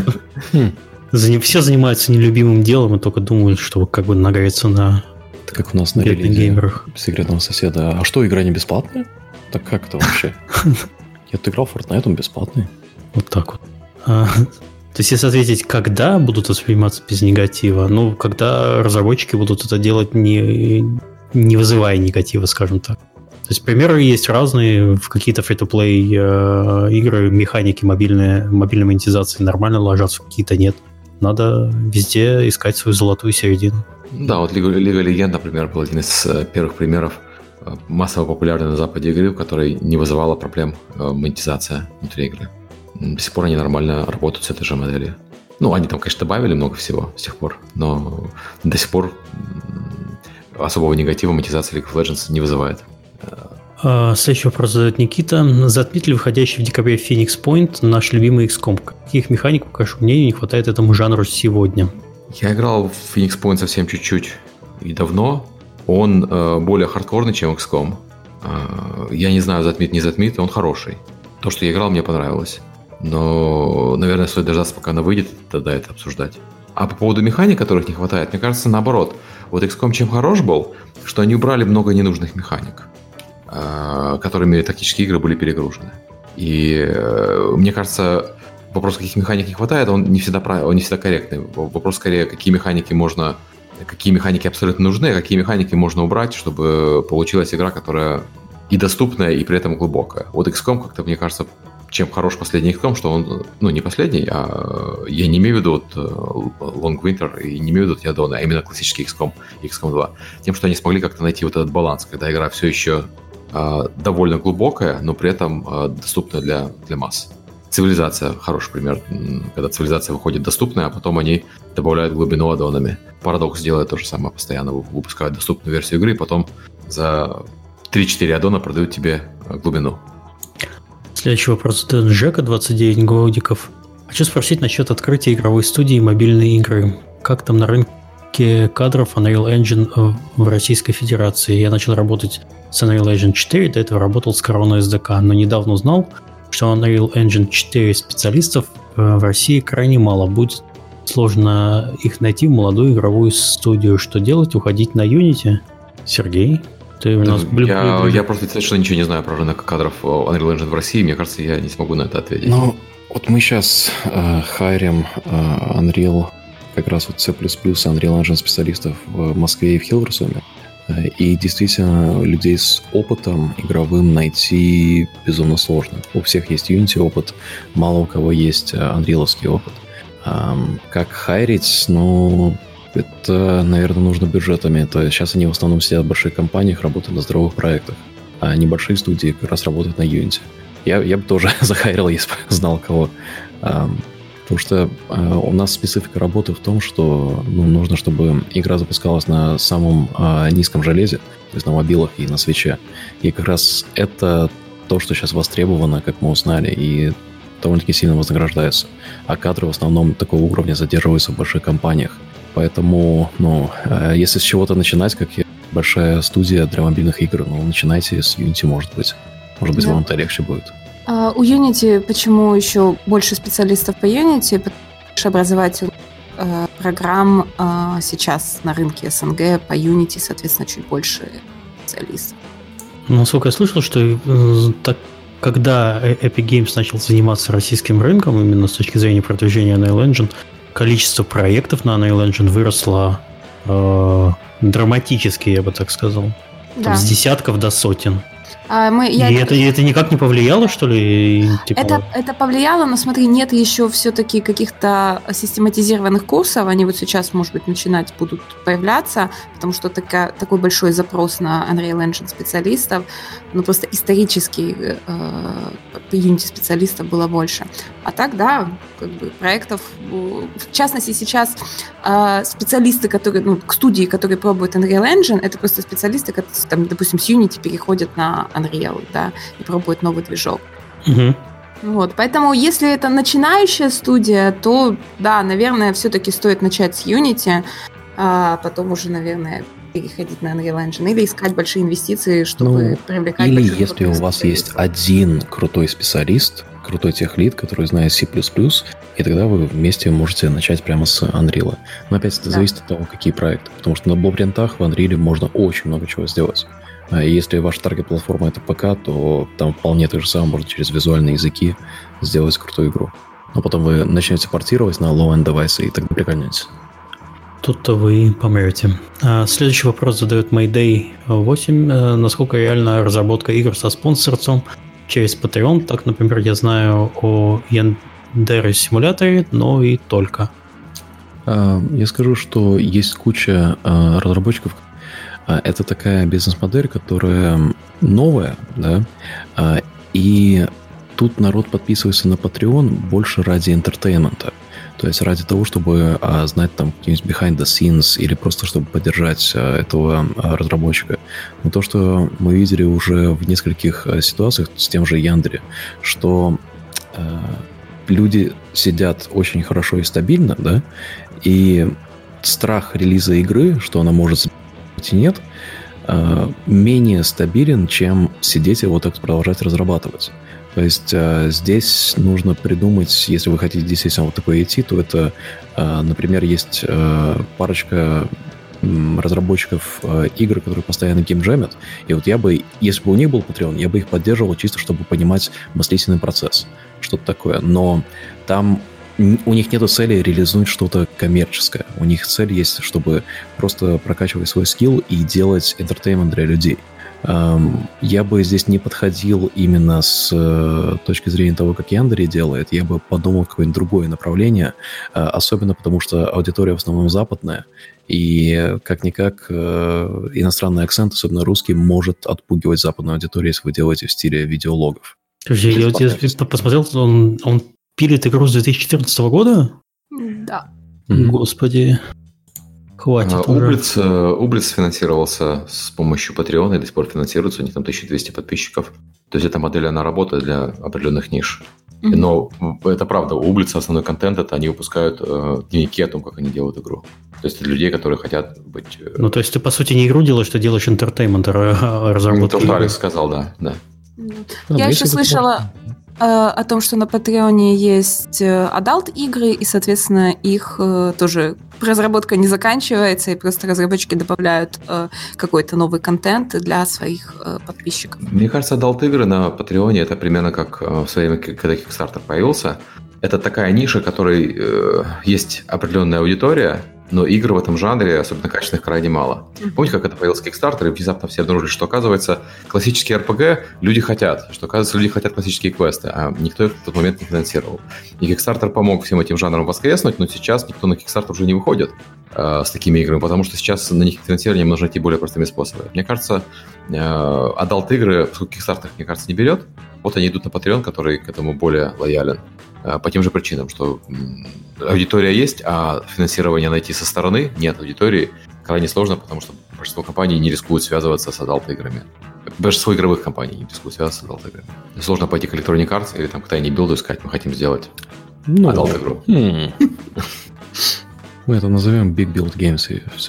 Speaker 1: Все занимаются нелюбимым делом и только думают, что как бы нагреться на...
Speaker 3: Это как у нас на релизе секретного соседа. А что, игра не бесплатная? Так как это вообще? Я отыграл Fortnite, он бесплатный.
Speaker 1: Вот так вот. А, то есть, если ответить, когда будут восприниматься без негатива, ну, когда разработчики будут это делать, не, не вызывая негатива, скажем так. То есть, примеры есть разные. В какие-то free-to-play э, игры механики мобильные, мобильной монетизации нормально ложатся, в какие-то нет. Надо везде искать свою золотую середину.
Speaker 2: Да, вот Лига, Лига Легенд, например, был один из первых примеров массово популярной на Западе игры, в которой не вызывала проблем монетизация внутри игры. До сих пор они нормально работают с этой же моделью. Ну, они там, конечно, добавили много всего с тех пор, но до сих пор особого негатива монетизация League of Legends не вызывает.
Speaker 1: Следующий вопрос задает Никита. Затмит ли выходящий в декабре Phoenix Point наш любимый икс ком? Каких механик, по вашему мнению, не хватает этому жанру сегодня?
Speaker 2: Я играл в Phoenix Point совсем чуть-чуть и давно. Он э, более хардкорный, чем икс ком. Э, я не знаю, затмит, не затмит, он хороший. То, что я играл, мне понравилось. Но, наверное, стоит дождаться, пока она выйдет, тогда это обсуждать. А по поводу механик, которых не хватает, мне кажется, наоборот. Вот икс ком чем хорош был, что они убрали много ненужных механик, которыми тактические игры были перегружены. И мне кажется, вопрос, каких механик не хватает, он не всегда, он не всегда корректный. Вопрос скорее, какие механики можно, какие механики абсолютно нужны, а какие механики можно убрать, чтобы получилась игра, которая и доступная, и при этом глубокая. Вот икс ком как-то, мне кажется, чем хорош последний икс ком, что он, ну, не последний, а я не имею в виду вот Long Winter и не имею в виду Теодона, а именно классический икс ком, икс ком два. Тем, что они смогли как-то найти вот этот баланс, когда игра все еще довольно глубокая, но при этом доступная для, для масс. Цивилизация – хороший пример, когда цивилизация выходит доступная, а потом они добавляют глубину аддонами. Парадокс делает то же самое постоянно, выпускают доступную версию игры, потом за три-четыре аддона продают тебе глубину.
Speaker 1: Следующий вопрос от Жека, двадцать девять годиков. Хочу спросить насчет открытия игровой студии и мобильной игры. Как там на рынке кадров Unreal Engine в Российской Федерации? Я начал работать с Unreal Engine четыре, до этого работал с Corona эс ди кей, но недавно узнал, что Unreal Engine четыре специалистов в России крайне мало. Будет сложно их найти в молодую игровую студию. Что делать? Уходить на Unity? Сергей? Ты у нас
Speaker 2: я,
Speaker 1: блин, блин, блин.
Speaker 2: я просто совершенно ничего не знаю про рынок кадров Unreal Engine в России. Мне кажется, я не смогу на это ответить.
Speaker 3: Ну, вот мы сейчас э, хайрим э, Unreal, как раз вот C++, Unreal Engine специалистов в Москве и в Хилверсуме. И действительно, людей с опытом игровым найти безумно сложно. У всех есть Unity опыт, мало у кого есть Unreal-овский опыт. Как хайрить? Ну, это, наверное, нужно бюджетами. То есть сейчас они в основном сидят в больших компаниях, работают на здоровых проектах. А небольшие студии как раз работают на Unity. Я, я бы тоже захайрил, если бы знал кого. Потому что э, у нас специфика работы в том, что ну, нужно, чтобы игра запускалась на самом э, низком железе, то есть на мобилах и на свитче. И как раз это то, что сейчас востребовано, как мы узнали, и довольно-таки сильно вознаграждается. А кадры в основном такого уровня задерживаются в больших компаниях. Поэтому, ну, э, если с чего-то начинать, как я, большая студия для мобильных игр, ну, начинайте с Unity, может быть. Может быть, да. Вам это легче будет.
Speaker 4: Uh, у Unity почему еще больше специалистов по Unity? Потому что образовательных uh, программ uh, сейчас на рынке эс эн гэ по Unity, соответственно, чуть больше специалистов.
Speaker 1: Насколько я слышал, что э, так, когда Epic Games начал заниматься российским рынком, именно с точки зрения продвижения Unreal Engine, количество проектов на Unreal Engine выросло э, драматически, я бы так сказал.
Speaker 4: Да.
Speaker 1: Там, с десятков до сотен.
Speaker 4: А мы, я...
Speaker 1: И это, это никак не повлияло, что ли? Типа...
Speaker 4: Это, это повлияло, но смотри, нет еще все-таки каких-то систематизированных курсов. Они вот сейчас, может быть, начинать будут появляться, потому что такая, такой большой запрос на Unreal Engine специалистов. Ну, просто исторически э, Unity специалистов было больше. А так, да, как бы проектов... В частности, сейчас э, специалисты, которые... Ну, к студии, которые пробуют Unreal Engine, это просто специалисты, которые, там, допустим, с Unity переходят на Unreal, да, и пробуют новый движок.
Speaker 1: Угу.
Speaker 4: Вот, поэтому, если это начинающая студия, то, да, наверное, все-таки стоит начать с Unity, а потом уже, наверное, переходить на Unreal Engine или искать большие инвестиции, чтобы ну, привлекать...
Speaker 3: Или если у вас есть один крутой специалист, крутой техлид, который знает C++, и тогда вы вместе можете начать прямо с Unreal. Но опять это да. зависит от того, какие проекты, потому что на блупринтах в Unreal можно очень много чего сделать. Если ваша таргет-платформа это ПК, то там вполне то же самое можно через визуальные языки сделать крутую игру. Но потом вы начнете портировать на low-end девайсы, и тогда прикольнете.
Speaker 1: Тут-то вы помрете. Следующий вопрос задает Mayday восемь. Насколько реально разработка игр со спонсорством через Patreon? Так, например, я знаю о Яндере симуляторе, но и только.
Speaker 3: Я скажу, что есть куча разработчиков. Это такая бизнес-модель, которая новая, да, и тут народ подписывается на Patreon больше ради интертеймента, то есть ради того, чтобы знать там какие-нибудь behind the scenes или просто чтобы поддержать этого разработчика. Но то, что мы видели уже в нескольких ситуациях с тем же Яндере, что люди сидят очень хорошо и стабильно, да, и страх релиза игры, что она может и нет, менее стабилен, чем сидеть и вот так продолжать разрабатывать. То есть здесь нужно придумать, если вы хотите действительно вот такое идти, то это, например, есть парочка разработчиков игр, которые постоянно геймджемят, и вот я бы, если бы у них был Patreon, я бы их поддерживал чисто, чтобы понимать мыслительный процесс, что-то такое, но там у них нет цели реализовать что-то коммерческое. У них цель есть, чтобы просто прокачивать свой скилл и делать entertainment для людей. Я бы здесь не подходил именно с точки зрения того, как Яндери делает. Я бы подумал какое-нибудь другое направление, особенно потому что аудитория в основном западная, и как-никак иностранный акцент, особенно русский, может отпугивать западную аудиторию, если вы делаете в стиле видеологов.
Speaker 1: Я, я вот посмотрел, он, он пилит игру с две тысячи четырнадцатого года?
Speaker 4: Да.
Speaker 1: Господи. Хватит
Speaker 2: а,
Speaker 1: уже.
Speaker 2: Ублиц, Ублиц финансировался с помощью Patreon и до сих пор финансируется. У них там тысяча двести подписчиков. То есть эта модель, она работает для определенных ниш. Но это правда, у Ублица основной контент, это они выпускают э, дневники о том, как они делают игру. То есть для людей, которые хотят быть... Э...
Speaker 1: Ну, то есть ты, по сути, не игру делаешь, ты делаешь entertainment, разработку.
Speaker 2: То, что Алекс сказал, да. да.
Speaker 4: Я еще слышала э, о том, что на Патреоне есть адалт-игры, и, соответственно, их э, тоже разработка не заканчивается, и просто разработчики добавляют э, какой-то новый контент для своих э, подписчиков.
Speaker 2: Мне кажется, адалт-игры на Патреоне это примерно как в свое время, когда Kickstarter появился. Это такая ниша, в которой э, есть определенная аудитория, но игр в этом жанре, особенно качественных, крайне мало. Mm-hmm. Помните, как это появился Kickstarter, и внезапно все обнаружили, что, оказывается, классические эр пи джи люди хотят, что, оказывается, люди хотят классические квесты, а никто их в тот момент не финансировал. И Kickstarter помог всем этим жанрам воскреснуть, но сейчас никто на Kickstarter уже не выходит э, с такими играми, потому что сейчас на них финансирование можно найти более простыми способами. Мне кажется, э, адалт-игры, поскольку Kickstarter, мне кажется, не берет, вот они идут на Patreon, который к этому более лоялен. По тем же причинам, что аудитория есть, а финансирование найти со стороны нет аудитории крайне сложно, потому что большинство компаний не рискуют связываться с адалт-играми. Большинство игровых компаний не рискуют связываться с адалт-играми. Сложно пойти к Electronic Arts или там к Tiny Build и сказать, мы хотим сделать ну, адалт-игру.
Speaker 3: Мы это назовем Big Build Games и все.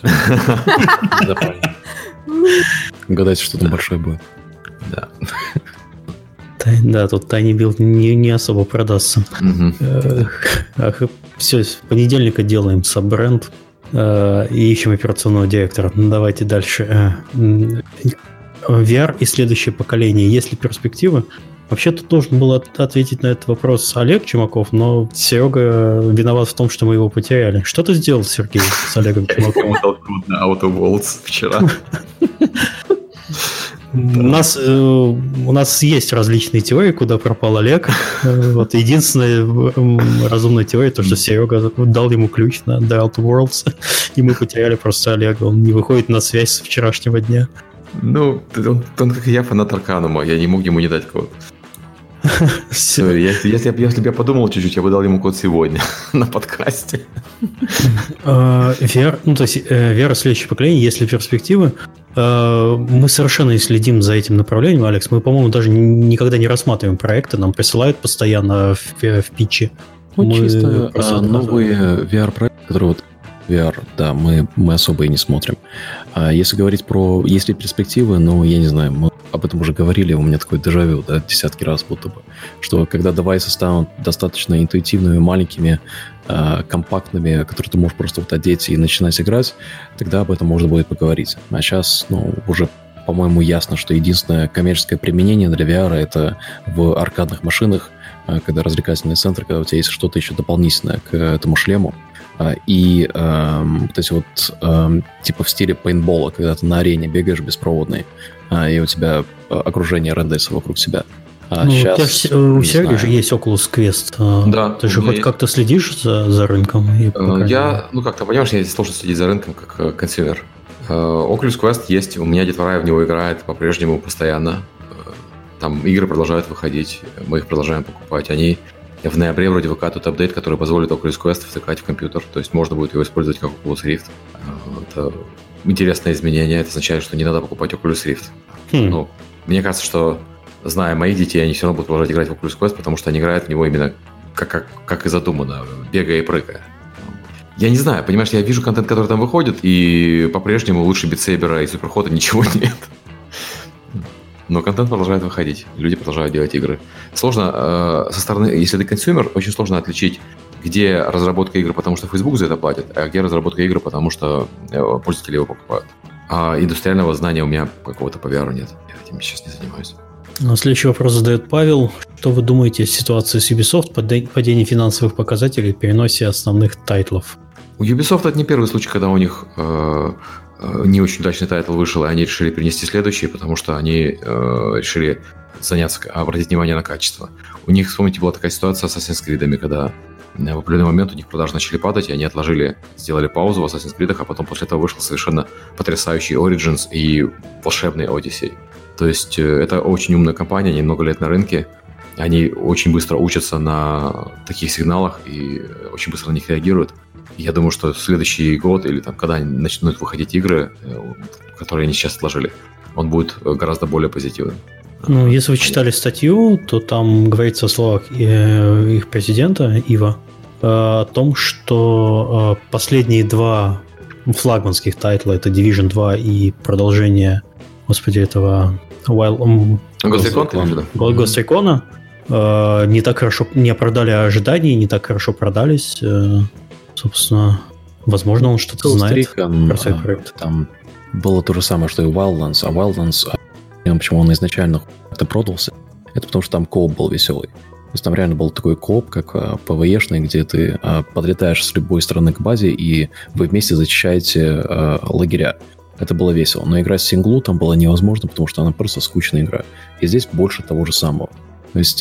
Speaker 3: Гадайте, что там большое будет.
Speaker 2: Да.
Speaker 1: Да, тут Tiny Build не, не особо продастся. Mm-hmm. Ах, все, с понедельника делаем саббренд э, и ищем операционного директора. Ну, давайте дальше. ви ар и следующее поколение. Есть ли перспективы? Вообще тут должен был от- ответить на этот вопрос Олег Чумаков, но Серега виноват в том, что мы его потеряли. Что ты сделал, Сергей, с Олегом Чумаковым?
Speaker 2: Я ему на Outer Worlds вчера.
Speaker 1: У нас, э, у нас есть различные теории, куда пропал Олег. Вот единственная разумная теория, то, что Серега дал ему ключ на The Outer Worlds, и мы потеряли просто Олега. Он не выходит на связь с вчерашнего дня.
Speaker 2: Ну, он, он как и я, фанат Арканума. Я не мог ему не дать код. Все, если, если, если бы я подумал чуть-чуть, я бы дал ему код сегодня на подкасте.
Speaker 1: ви ар, ну, то есть ви ар следующее поколение, если перспективы. Мы совершенно не следим за этим направлением, Алекс. Мы, по-моему, даже никогда не рассматриваем проекты. Нам присылают постоянно в, в питче.
Speaker 3: Ну, мы чисто а, новые ви ар-проекты, которые вот ви ар, да, мы, мы особо и не смотрим. А если говорить про... Есть ли перспективы, ну, я не знаю, мы об этом уже говорили, у меня такой дежавю, да, десятки раз будто бы, что когда девайсы станут достаточно интуитивными, маленькими, э, компактными, которые ты можешь просто вот одеть и начинать играть, тогда об этом можно будет поговорить. А сейчас, ну, уже, по-моему, ясно, что единственное коммерческое применение для ви ар это в аркадных машинах, э, когда развлекательный центр, когда у тебя есть что-то еще дополнительное к этому шлему. И э, вот эти вот э, типа в стиле пейнтбола, когда ты на арене бегаешь беспроводный, э, и у тебя окружение рендерится вокруг себя. А
Speaker 1: ну,
Speaker 3: сейчас,
Speaker 1: у Сергея же есть Oculus Quest.
Speaker 2: Да,
Speaker 1: ты же хоть есть. Как-то следишь за, за рынком? И
Speaker 2: я, ну как-то, понимаешь, я сложно следить за рынком как консюмер. Oculus Quest есть, у меня детвора в него играет по-прежнему постоянно. Там игры продолжают выходить, мы их продолжаем покупать. Они в ноябре вроде выкатывают апдейт, который позволит Oculus Quest втыкать в компьютер. То есть можно будет его использовать как Oculus Rift. Это интересное изменение. Это означает, что не надо покупать Oculus Rift. Хм. Ну, мне кажется, что, зная моих детей, они все равно будут продолжать играть в Oculus Quest, потому что они играют в него именно как, как, как и задумано, бегая и прыгая. Я не знаю, понимаешь, я вижу контент, который там выходит, и по-прежнему лучше битсейбера и суперхода ничего нет. Но контент продолжает выходить, люди продолжают делать игры. Сложно, э, со стороны, если ты консюмер, очень сложно отличить, где разработка игры, потому что Facebook за это платит, а где разработка игры, потому что пользователи его покупают. А индустриального знания у меня какого-то по ви ар нет. Я этим сейчас не занимаюсь.
Speaker 1: Ну, следующий вопрос задает Павел. Что вы думаете о ситуации с Ubisoft, падении финансовых показателей и переносе основных тайтлов?
Speaker 2: У Ubisoft это не первый случай, когда у них э, не очень удачный тайтл вышел, и они решили перенести следующий, потому что они э, решили заняться, обратить внимание на качество. У них, вспомните, была такая ситуация с Assassin's Creed, когда в определенный момент у них продажи начали падать, и они отложили, сделали паузу в Assassin's Creed, а потом после этого вышел совершенно потрясающий Origins и волшебный Odyssey. То есть это очень умная компания, они много лет на рынке, они очень быстро учатся на таких сигналах и очень быстро на них реагируют. Я думаю, что следующий год или там, когда начнут выходить игры, которые они сейчас отложили, он будет гораздо более позитивным.
Speaker 1: Ну, если вы читали статью, то там говорится о словах их президента Ива о том, что последние два флагманских тайтла, это Division два и продолжение, господи, этого Wild...
Speaker 2: Ghost
Speaker 1: Recon, не так хорошо, не оправдали ожиданий, не так хорошо продались. Собственно, возможно, он что-то
Speaker 3: Ghost
Speaker 1: знает
Speaker 3: Recon,
Speaker 1: про свой проект.
Speaker 3: Там было то же самое, что и Wildlands, а Wildlands, почему он изначально это продался, это потому что там кооп был веселый. То есть там реально был такой кооп, как ПВЕшный, где ты подлетаешь с любой стороны к базе, и вы вместе зачищаете лагеря. Это было весело. Но играть в синглу там было невозможно, потому что она просто скучная игра. И здесь больше того же самого. То есть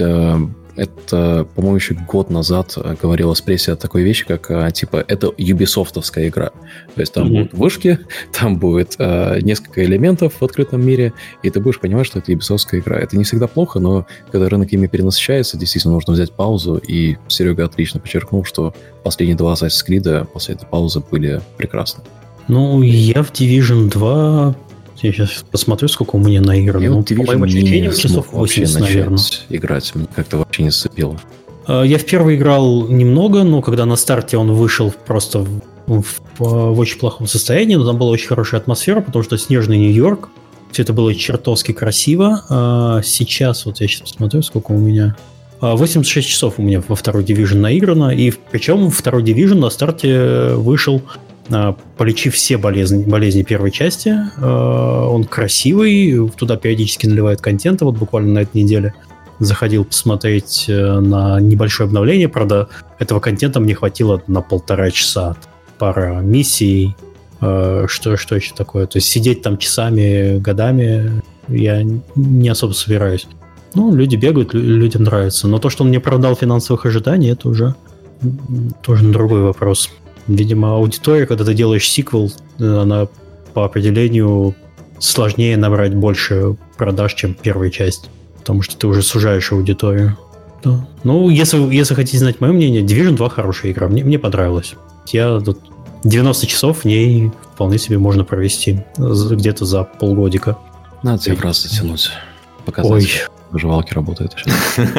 Speaker 3: это, по-моему, еще год назад говорилась пресса о такой вещи, как, типа, это юбисофтовская игра. То есть там mm-hmm. будут вышки, там будет э, несколько элементов в открытом мире, и ты будешь понимать, что это юбисофтовская игра. Это не всегда плохо, но когда рынок ими перенасыщается, действительно нужно взять паузу, и Серега отлично подчеркнул, что последние два Assassin's Creed после этой паузы были прекрасны.
Speaker 1: Ну, я в Division два... Я сейчас посмотрю, сколько у меня наиграно.
Speaker 3: Я
Speaker 1: ну,
Speaker 3: вот Division
Speaker 1: по моим ощущениям,
Speaker 3: не
Speaker 1: часов восемьдесят, наверное.
Speaker 3: Играть мне как-то вообще не зацепило.
Speaker 1: Я в первый играл немного, но когда на старте он вышел просто в, в, в очень плохом состоянии, но там была очень хорошая атмосфера, потому что снежный Нью-Йорк, все это было чертовски красиво. А сейчас, вот я сейчас посмотрю, сколько у меня... восемьдесят шесть часов у меня во второй Division наиграно, и причем второй Division на старте вышел... полечив все болезни, болезни первой части. Он красивый, туда периодически наливают контента. Вот буквально на этой неделе заходил посмотреть на небольшое обновление. Правда, этого контента мне хватило на полтора часа. Пара миссий. Что, что еще такое? То есть сидеть там часами, годами я не особо собираюсь. Ну, люди бегают, людям нравится. Но то, что он не оправдал финансовых ожиданий, это уже тоже другой вопрос. Видимо, аудитория, когда ты делаешь сиквел, она по определению сложнее набрать больше продаж, чем первая часть. Потому что ты уже сужаешь аудиторию. Да. Ну, если, если хотите знать мое мнение, Division два хорошая игра. Мне, мне понравилась. Я тут девяносто часов в ней вполне себе можно провести. Где-то за полгодика.
Speaker 3: Надо тебе в раз затянуть. Показать, Ой. Выживалки работают еще.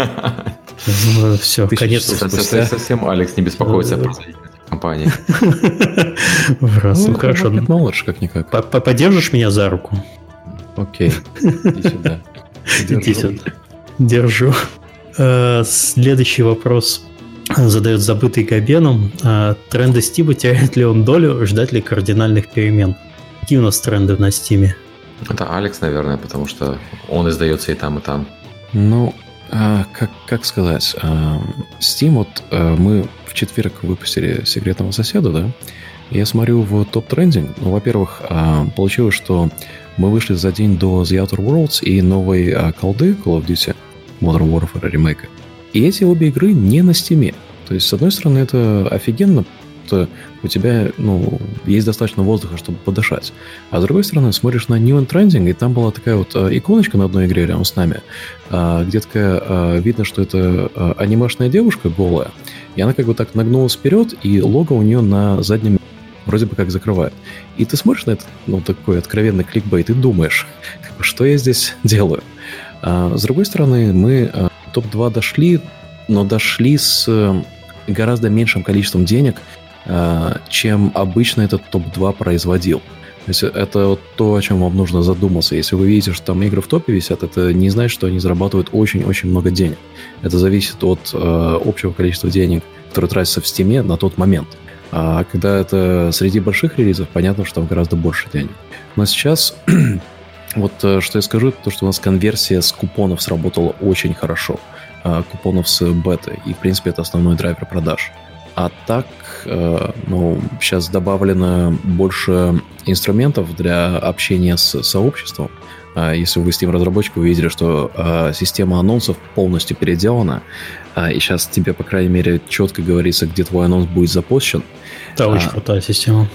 Speaker 1: Все, конец.
Speaker 2: Совсем Алекс не беспокоится про компании.
Speaker 1: Раз, ну хорошо.
Speaker 3: Knowledge, как-никак.
Speaker 1: Поддержишь меня за руку?
Speaker 3: Окей, иди сюда.
Speaker 1: Иди сюда. Держу. Следующий вопрос задает забытый Габеном. Тренды Стима, теряет ли он долю, ждать ли кардинальных перемен? Какие у нас тренды на Стиме?
Speaker 2: Это Алекс, наверное, потому что он издается и там, и там.
Speaker 3: Ну, а, как, как сказать, а, Steam, вот а, мы в четверг выпустили «Секретного соседа», да, я смотрю в топ-трендинг, ну, во-первых, а, получилось, что мы вышли за день до The Outer Worlds и новой а, колды Call of Duty Modern Warfare ремейка, и эти обе игры не на Steam. То есть, с одной стороны, это офигенно, что у тебя, ну, есть достаточно воздуха, чтобы подышать. А с другой стороны, смотришь на New and Trending, и там была такая вот а, иконочка на одной игре рядом с нами, а, где такая, а, видно, что это а, анимешная девушка голая, и она как бы так нагнулась вперед, и лого у нее на заднем вроде бы как закрывает. И ты смотришь на этот, ну, такой откровенный кликбейт и думаешь, что я здесь делаю. А, с другой стороны, мы а, топ два дошли, но дошли с а, гораздо меньшим количеством денег, чем обычно этот топ два производил. То есть это вот то, о чем вам нужно задуматься. Если вы видите, что там игры в топе висят, это не значит, что они зарабатывают очень-очень много денег. Это зависит от э, общего количества денег, которые тратятся в Steam на тот момент. А когда это среди больших релизов, понятно, что там гораздо больше денег. Но сейчас, вот что я скажу, это то, что у нас конверсия с купонов сработала очень хорошо. Купонов с беты. И, в принципе, это основной драйвер продаж. А так, э, ну, сейчас добавлено больше инструментов для общения с сообществом. Э, если вы Steam-разработчик, вы видели, что э, система анонсов полностью переделана, э, и сейчас тебе, по крайней мере, четко говорится, где твой анонс будет запущен.
Speaker 1: Да, очень а, крутая система.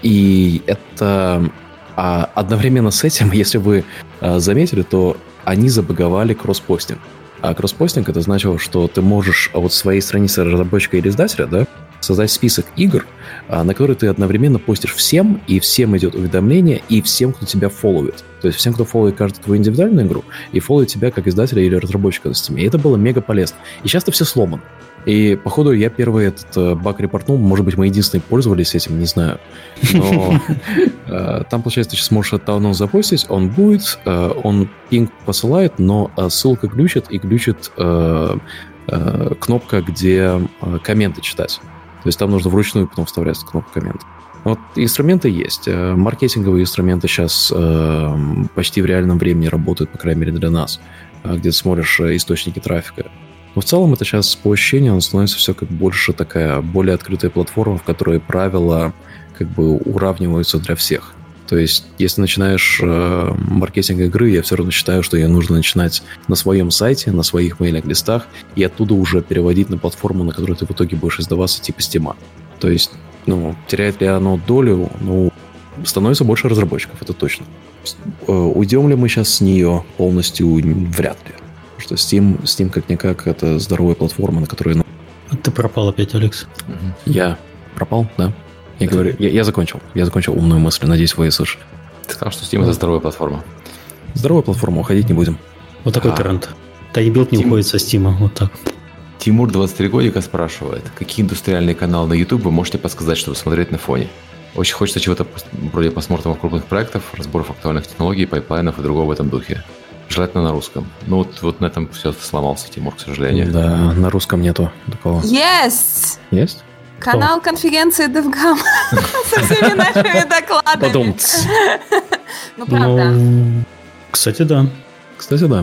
Speaker 3: И это... А одновременно с этим, если вы э, заметили, то они забаговали кросспостинг. А кросспостинг — это значило, что ты можешь вот в своей странице разработчика или издателя, да, создать список игр, на которые ты одновременно постишь всем, и всем идет уведомление, и всем, кто тебя фолловит. То есть всем, кто фолловит каждую твою индивидуальную игру, и фолловит тебя как издателя или разработчика на Steam. И это было мега полезно. И сейчас это все сломано. И, походу, я первый этот баг репортнул. Может быть, мы единственные пользовались этим, не знаю. Но там, получается, ты сейчас можешь этот анонс запустить, он будет, он пинг посылает, но ссылка глючит, и глючит кнопка, где комменты читать. То есть там нужно вручную потом вставлять кнопку коммент. Вот инструменты есть. Маркетинговые инструменты сейчас почти в реальном времени работают, по крайней мере, для нас, где ты смотришь источники трафика. Но в целом это сейчас по ощущениям становится все как больше такая более открытая платформа, в которой правила как бы уравниваются для всех. То есть, если начинаешь э, маркетинг игры, я все равно считаю, что ее нужно начинать на своем сайте, на своих мейлинг-листах, и оттуда уже переводить на платформу, на которой ты в итоге будешь издаваться, типа Steam. То есть, ну, теряет ли оно долю? Ну, становится больше разработчиков, это точно. Э, уйдем ли мы сейчас с нее полностью? Вряд ли. Потому что Steam, Steam как-никак, это здоровая платформа, на которой... Ну...
Speaker 1: Ты пропал опять, Алекс.
Speaker 3: Я пропал, да? Я говорю, я, я закончил. Я закончил умную мысль. Надеюсь, вы ее слышите.
Speaker 2: Ты сказал, что Steam — это здоровая платформа.
Speaker 3: Здоровая платформа, уходить не будем.
Speaker 1: Вот такой а. тренд. Тайнибилд не Тим... уходит со Steam. Вот так.
Speaker 2: Тимур, двадцать три годика, спрашивает, какие индустриальные каналы на YouTube вы можете подсказать, чтобы смотреть на фоне? Очень хочется чего-то вроде посмотренных крупных проектов, разборов актуальных технологий, пайплайнов и другого в этом духе. Желательно на русском. Ну вот, вот на этом все сломался, Тимур, к сожалению.
Speaker 3: Да, на русском нету такого.
Speaker 4: Есть!
Speaker 3: Есть?
Speaker 4: Канал Кто? Конференции DevGam со всеми нашими докладами.
Speaker 3: Потом.
Speaker 4: Ну, правда.
Speaker 1: Кстати, да.
Speaker 3: Кстати, да.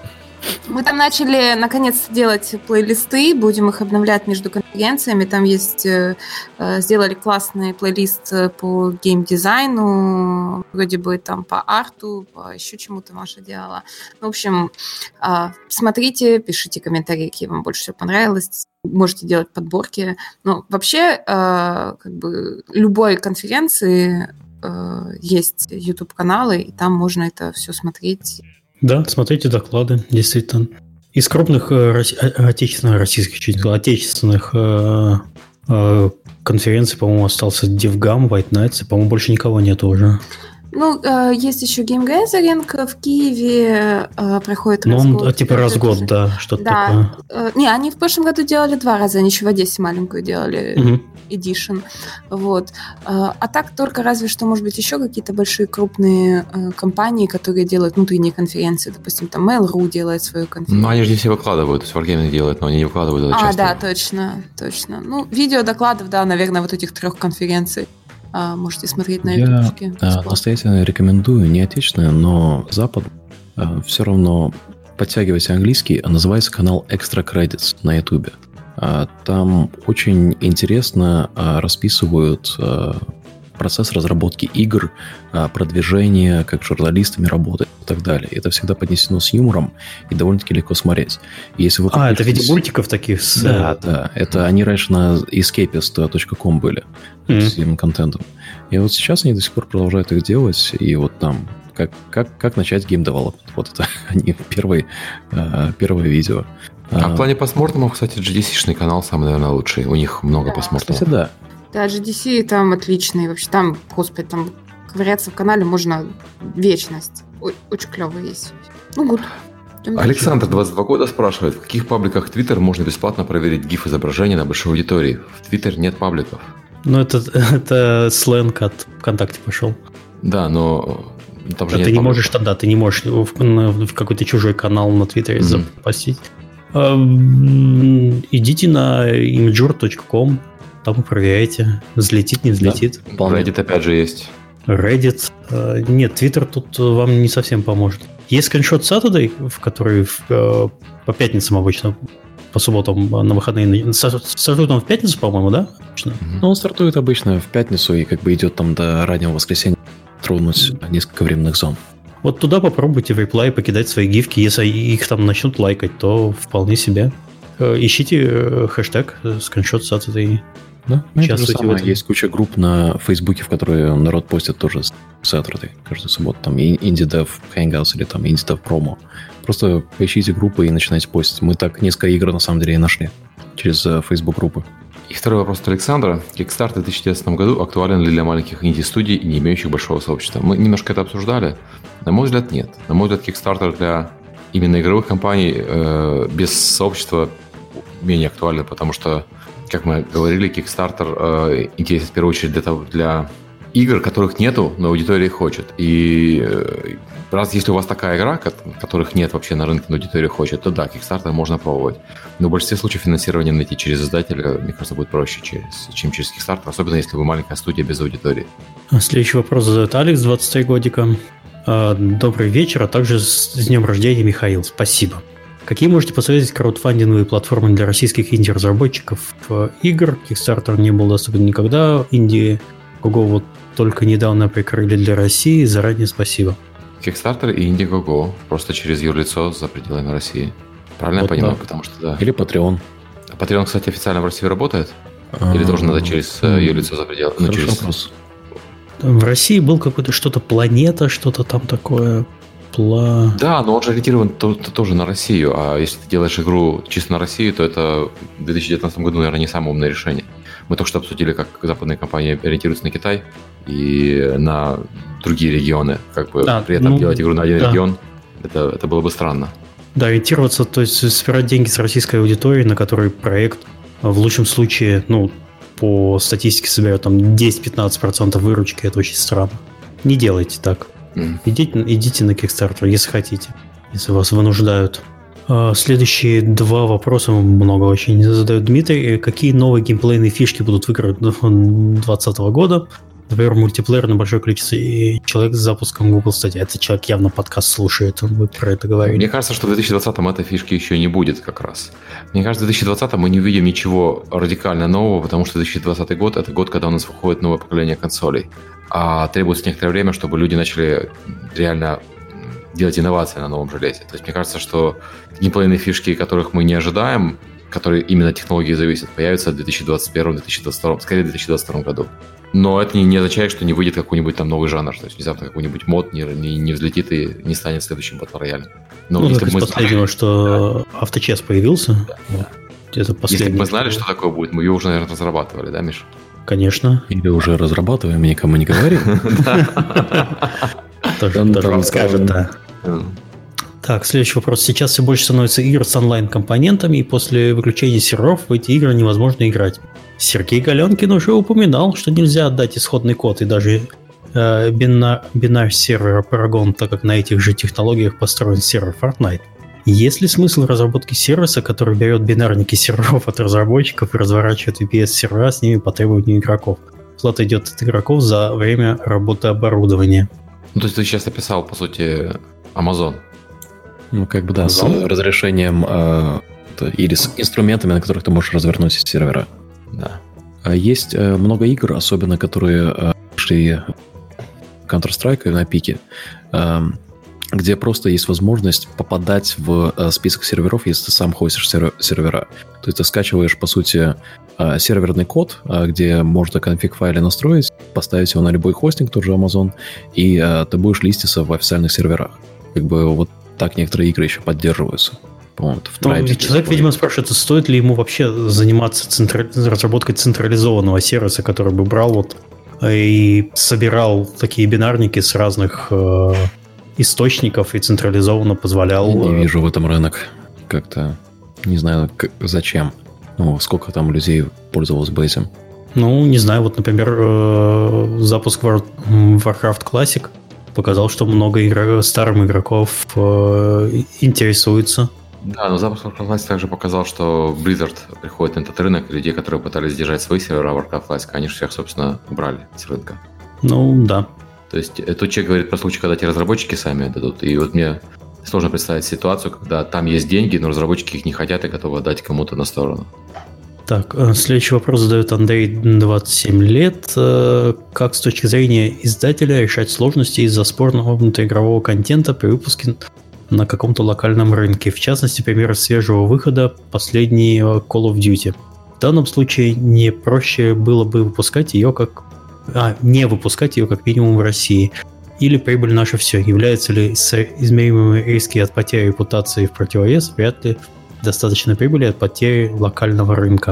Speaker 4: Мы там начали, наконец, делать плейлисты, будем их обновлять между конференциями. Там есть, э, сделали классный плейлист по геймдизайну, вроде бы там по арту, по еще чему-то Маша делала. В общем, э, смотрите, пишите комментарии, какие вам больше всего понравилось. Можете делать подборки. Но вообще, э, как бы, любой конференции э, есть YouTube-каналы, и там можно это все смотреть.
Speaker 1: Да, смотрите доклады, действительно. Из крупных э, отечественных, российских, чуть не отечественных э, э, конференций, по-моему, остался DevGam, White Nights, и, по-моему, больше никого нету уже.
Speaker 4: Ну, э, есть еще Game Gathering в Киеве, э, проходит
Speaker 1: ну,
Speaker 4: раз
Speaker 1: он,
Speaker 4: в год.
Speaker 1: типа раз в год, да, что-то
Speaker 4: да.
Speaker 1: такое.
Speaker 4: Э, не, они в прошлом году делали два раза, они еще в Одессе маленькую делали, угу. Edition. Вот. Э, а так только разве что, может быть, еще какие-то большие крупные э, компании, которые делают внутренние конференции. Допустим, там Mail.ru делает свою конференцию.
Speaker 2: Ну, они же не все выкладывают, то есть Wargaming делает, но они не выкладывают это
Speaker 4: а,
Speaker 2: часто.
Speaker 4: А, да, точно, точно. Ну, видео докладов, да, наверное, вот этих трех конференций. А, можете смотреть на ютубчике.
Speaker 3: Я настоятельно рекомендую не отечественное, но Запад. А, все равно подтягивайте английский, а называется канал Extra Credits на ютубе. А, там очень интересно а, расписывают а, процесс разработки игр, а, продвижение, как журналистами работать и так далее. Это всегда поднесено с юмором и довольно-таки легко смотреть. Если вы
Speaker 1: а, это в виде мультиков таких? С...
Speaker 3: Да, да. Это они раньше на escapist точка ком были. Mm-hmm. С этим контентом. И вот сейчас они до сих пор продолжают их делать. И вот там, как, как, как начать гейм-девелопмент. Вот это они первые, uh, первое видео.
Speaker 2: А uh, в плане посмортумов, кстати, джи ди си-шный канал самый, наверное, лучший. У них много да. посмортумов.
Speaker 3: Кстати, да.
Speaker 4: Да, джи ди си там отличный. Вообще там, господи, там ковыряться в канале можно вечность. Ой, очень клевый есть. Ну, гуд.
Speaker 2: Александр, двадцать два года, спрашивает, в каких пабликах Twitter можно бесплатно проверить гиф-изображение на большой аудитории? В Twitter нет пабликов.
Speaker 1: Ну, это, это сленг от ВКонтакте пошел.
Speaker 2: Да, но там же
Speaker 1: да,
Speaker 2: нет
Speaker 1: ты не
Speaker 2: пабликов.
Speaker 1: можешь тогда, ты не можешь в, в какой-то чужой канал на Твиттере mm-hmm. запостить. Идите на imgur точка ком, там и проверяйте, взлетит, не взлетит.
Speaker 2: Да. Reddit опять же есть.
Speaker 1: Reddit. Нет, Twitter тут вам не совсем поможет. Есть скриншот Saturday, в который в, по пятницам обычно, по субботам на выходные. Стартует он в пятницу, по-моему, да?
Speaker 3: Mm-hmm. Ну, он стартует обычно в пятницу и как бы идет там до раннего воскресенья, тронуть mm-hmm. несколько временных зон.
Speaker 1: Вот туда попробуйте в реплай покидать свои гифки. Если их там начнут лайкать, то вполне себе. Ищите хэштег скриншот Saturday.
Speaker 3: Да, самое. Есть куча групп на Фейсбуке, в которые народ постит тоже Saturday каждую субботу. Там Indie Dev Hangouts или там Indie Dev Promo. Просто поищите группы и начинайте постить. Мы так несколько игр на самом деле и нашли через Facebook группы.
Speaker 2: И второй вопрос от Александра. Kickstarter в две тысячи девятнадцатом году актуален ли для маленьких инди-студий и не имеющих большого сообщества? Мы немножко это обсуждали. На мой взгляд, нет. На мой взгляд, Kickstarter для именно игровых компаний э, без сообщества менее актуален, потому что, как мы говорили, Kickstarter э, интересен в первую очередь для, того, для игр, которых нету, но аудитория хочет. И э, раз если у вас такая игра, которых нет вообще на рынке, но аудитория хочет, то да, Kickstarter можно пробовать. Но в большинстве случаев финансирование найти через издателя, мне кажется, будет проще, через, чем через Kickstarter, особенно если вы маленькая студия без аудитории.
Speaker 1: Следующий вопрос задает Алекс, двадцать три годика. Добрый вечер, а также с днем рождения, Михаил. Спасибо. Какие можете посоветовать краудфандинговые платформы для российских инди-разработчиков игр? Kickstarter не был доступен никогда. Инди Go вот только недавно прикрыли для России. Заранее спасибо.
Speaker 2: Kickstarter и Indiegogo просто через юрлицо за пределами России. Правильно вот я понимаю? Да. Потому что да.
Speaker 3: Или Patreon.
Speaker 2: Patreon, кстати, официально в России работает? А-а-а. Или тоже надо через юрлицо за пределами? Ну, через...
Speaker 3: вопрос.
Speaker 1: В России был какой-то что-то Планета, что-то там такое. Пла...
Speaker 2: Да, но он же ориентирован то, то, тоже на Россию. А если ты делаешь игру чисто на Россию, то это в две тысячи девятнадцатом году, наверное, не самое умное решение. Мы только что обсудили, как западные компании ориентируются на Китай и на другие регионы. Как бы а, при этом ну, делать игру на один да. регион, это, это было бы странно.
Speaker 1: Да, ориентироваться, то есть собирать деньги с российской аудиторией, на которой проект в лучшем случае, ну, по статистике соберет там десять-пятнадцать процентов выручки, это очень странно. Не делайте так. Mm. Идите, идите на Kickstarter, если хотите, если вас вынуждают. Следующие два вопроса много очень задает Дмитрий. Какие новые геймплейные фишки будут в играх две тысячи двадцатого года? Например, мультиплеер на большое количество человек с запуском Google Stadia. Этот человек явно подкаст слушает, вы про это говорили.
Speaker 2: Мне кажется, что в две тысячи двадцатом этой фишки еще не будет как раз. Мне кажется, в две тысячи двадцатом мы не увидим ничего радикально нового, потому что две тысячи двадцатый год – это год, когда у нас выходит новое поколение консолей. А требуется некоторое время, чтобы люди начали реально делать инновации на новом железе. То есть мне кажется, что геймплейные фишки, которых мы не ожидаем, которые именно от технологии зависят, появятся в две тысячи двадцать первом - две тысячи двадцать втором, скорее в две тысячи двадцать втором году. Но это не, не означает, что не выйдет какой-нибудь там новый жанр, то есть внезапно какой-нибудь мод не, не, не взлетит и не станет следующим батл-роялем.
Speaker 1: Но ну, если бы мы последнего, знали, что да. авточес появился, да, да. Это
Speaker 2: если бы мы знали, что такое будет, мы ее уже, наверное, разрабатывали, да, Миш?
Speaker 1: Конечно.
Speaker 3: Или уже разрабатываем, никому не говорим.
Speaker 1: Тоже вам скажет, да. Так, следующий вопрос. Сейчас все больше становится игр с онлайн-компонентами, и после выключения серверов в эти игры невозможно играть. Сергей Галенкин уже упоминал, что нельзя отдать исходный код и даже э, бинар, бинар сервера Paragon, так как на этих же технологиях построен сервер Fortnite. Есть ли смысл разработки сервиса, который берет бинарники серверов от разработчиков и разворачивает ви пи эс-сервера с ними по требованию игроков? Плата идет от игроков за время работы оборудования.
Speaker 2: Ну, то есть ты сейчас описал, по сути, Amazon.
Speaker 3: Ну, как бы, да, с разрешением э, или с инструментами, на которых ты можешь развернуть сервера.
Speaker 2: Да.
Speaker 3: Есть э, много игр, особенно которые э, шли Counter-Strike на пике, э, где просто есть возможность попадать в э, список серверов, если ты сам хостишь сервера. То есть ты скачиваешь, по сути, э, серверный код, э, где можно конфиг-файлы настроить, поставить его на любой хостинг, тот же Amazon, и э, ты будешь листиться в официальных серверах. Как бы вот так некоторые игры еще поддерживаются. По-моему, в
Speaker 1: ну, человек, видимо, спрашивает, стоит ли ему вообще заниматься центра... разработкой централизованного сервиса, который бы брал вот и собирал такие бинарники с разных э, источников и централизованно позволял...
Speaker 3: Я не вижу в этом рынок. Как-то не знаю, как, зачем. Ну, сколько там людей пользовалось бы этим.
Speaker 1: Ну, не знаю, вот, например, э, запуск War... Warcraft Classic показал, что много игр... старым игроков э, интересуются.
Speaker 2: Да, но запуск Warcraft Classic также показал, что Blizzard приходит на этот рынок, и людей, которые пытались держать свои сервера Warcraft Classic, они же всех, собственно, убрали с рынка.
Speaker 1: Ну, да.
Speaker 2: То есть, тут человек говорит про случай, когда те разработчики сами отдадут. И вот мне сложно представить ситуацию, когда там есть деньги, но разработчики их не хотят и готовы отдать кому-то на сторону.
Speaker 1: Так, следующий вопрос задает Андрей, двадцать семь лет. Как с точки зрения издателя решать сложности из-за спорного внутриигрового контента при выпуске на каком-то локальном рынке? В частности, пример свежего выхода последнего Call of Duty. В данном случае не проще было бы выпускать ее как... А, не выпускать ее как минимум в России. Или прибыль наша все. Являются ли измеримые риски от потери репутации в противовес? Вряд ли достаточно прибыли от потери локального рынка.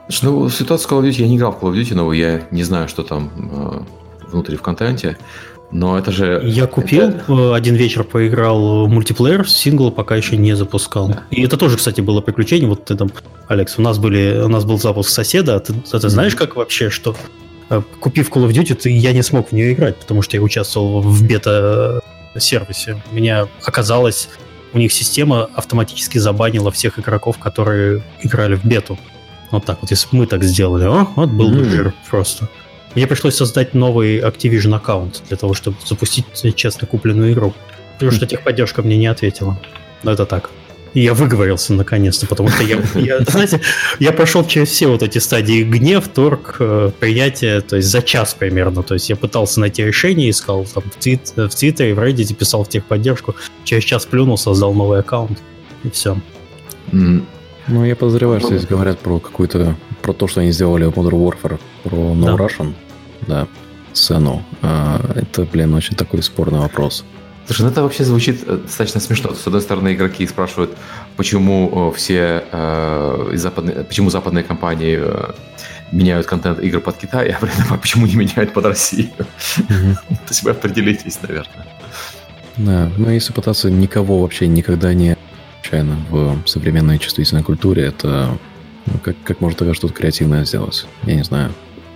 Speaker 2: Ну, ситуация с Call of Duty, я не играл в Call of Duty, но я не знаю, что там э, внутри в контенте. Но это же...
Speaker 1: Я купил, это... один вечер поиграл в мультиплеер, сингл пока еще не запускал. Да. И это тоже, кстати, было приключение. Вот ты там, Алекс, у нас, были, у нас был запуск соседа. Ты, а ты знаешь, как вообще, что купив Call of Duty, ты, я не смог в нее играть, потому что я участвовал в бета-сервисе. У меня оказалось, у них система автоматически забанила всех игроков, которые играли в бету. Вот так вот, если бы мы так сделали. О, вот был бы жир просто. Мне пришлось создать новый Activision аккаунт для того, чтобы запустить честно купленную игру. Потому что техподдержка мне не ответила. Но это так. И я выговорился наконец-то, потому что я, я, знаете, я прошел через все вот эти стадии: гнев, торг, принятие, то есть за час примерно. То есть я пытался найти решение, искал там в, твит, в Твиттере, в Reddit, писал в техподдержку. Через час плюнул, создал новый аккаунт. И все.
Speaker 3: Mm. Ну, я подозреваю, что здесь говорят про какую-то... Про то, что они сделали в Modern Warfare, про No да. Russian. Да, сцену. А, это, блин, очень такой спорный вопрос.
Speaker 2: Слушай, ну это вообще звучит достаточно смешно. С одной стороны, игроки спрашивают, почему все э, западные, почему западные компании э, меняют контент игр под Китай, а при этом почему не меняют под Россию. То есть вы определитесь, наверное.
Speaker 3: Да, но если пытаться никого вообще никогда не случайно в современной чувствительной культуре, это ну, как, как можно тогда что-то креативное сделать? Я не знаю.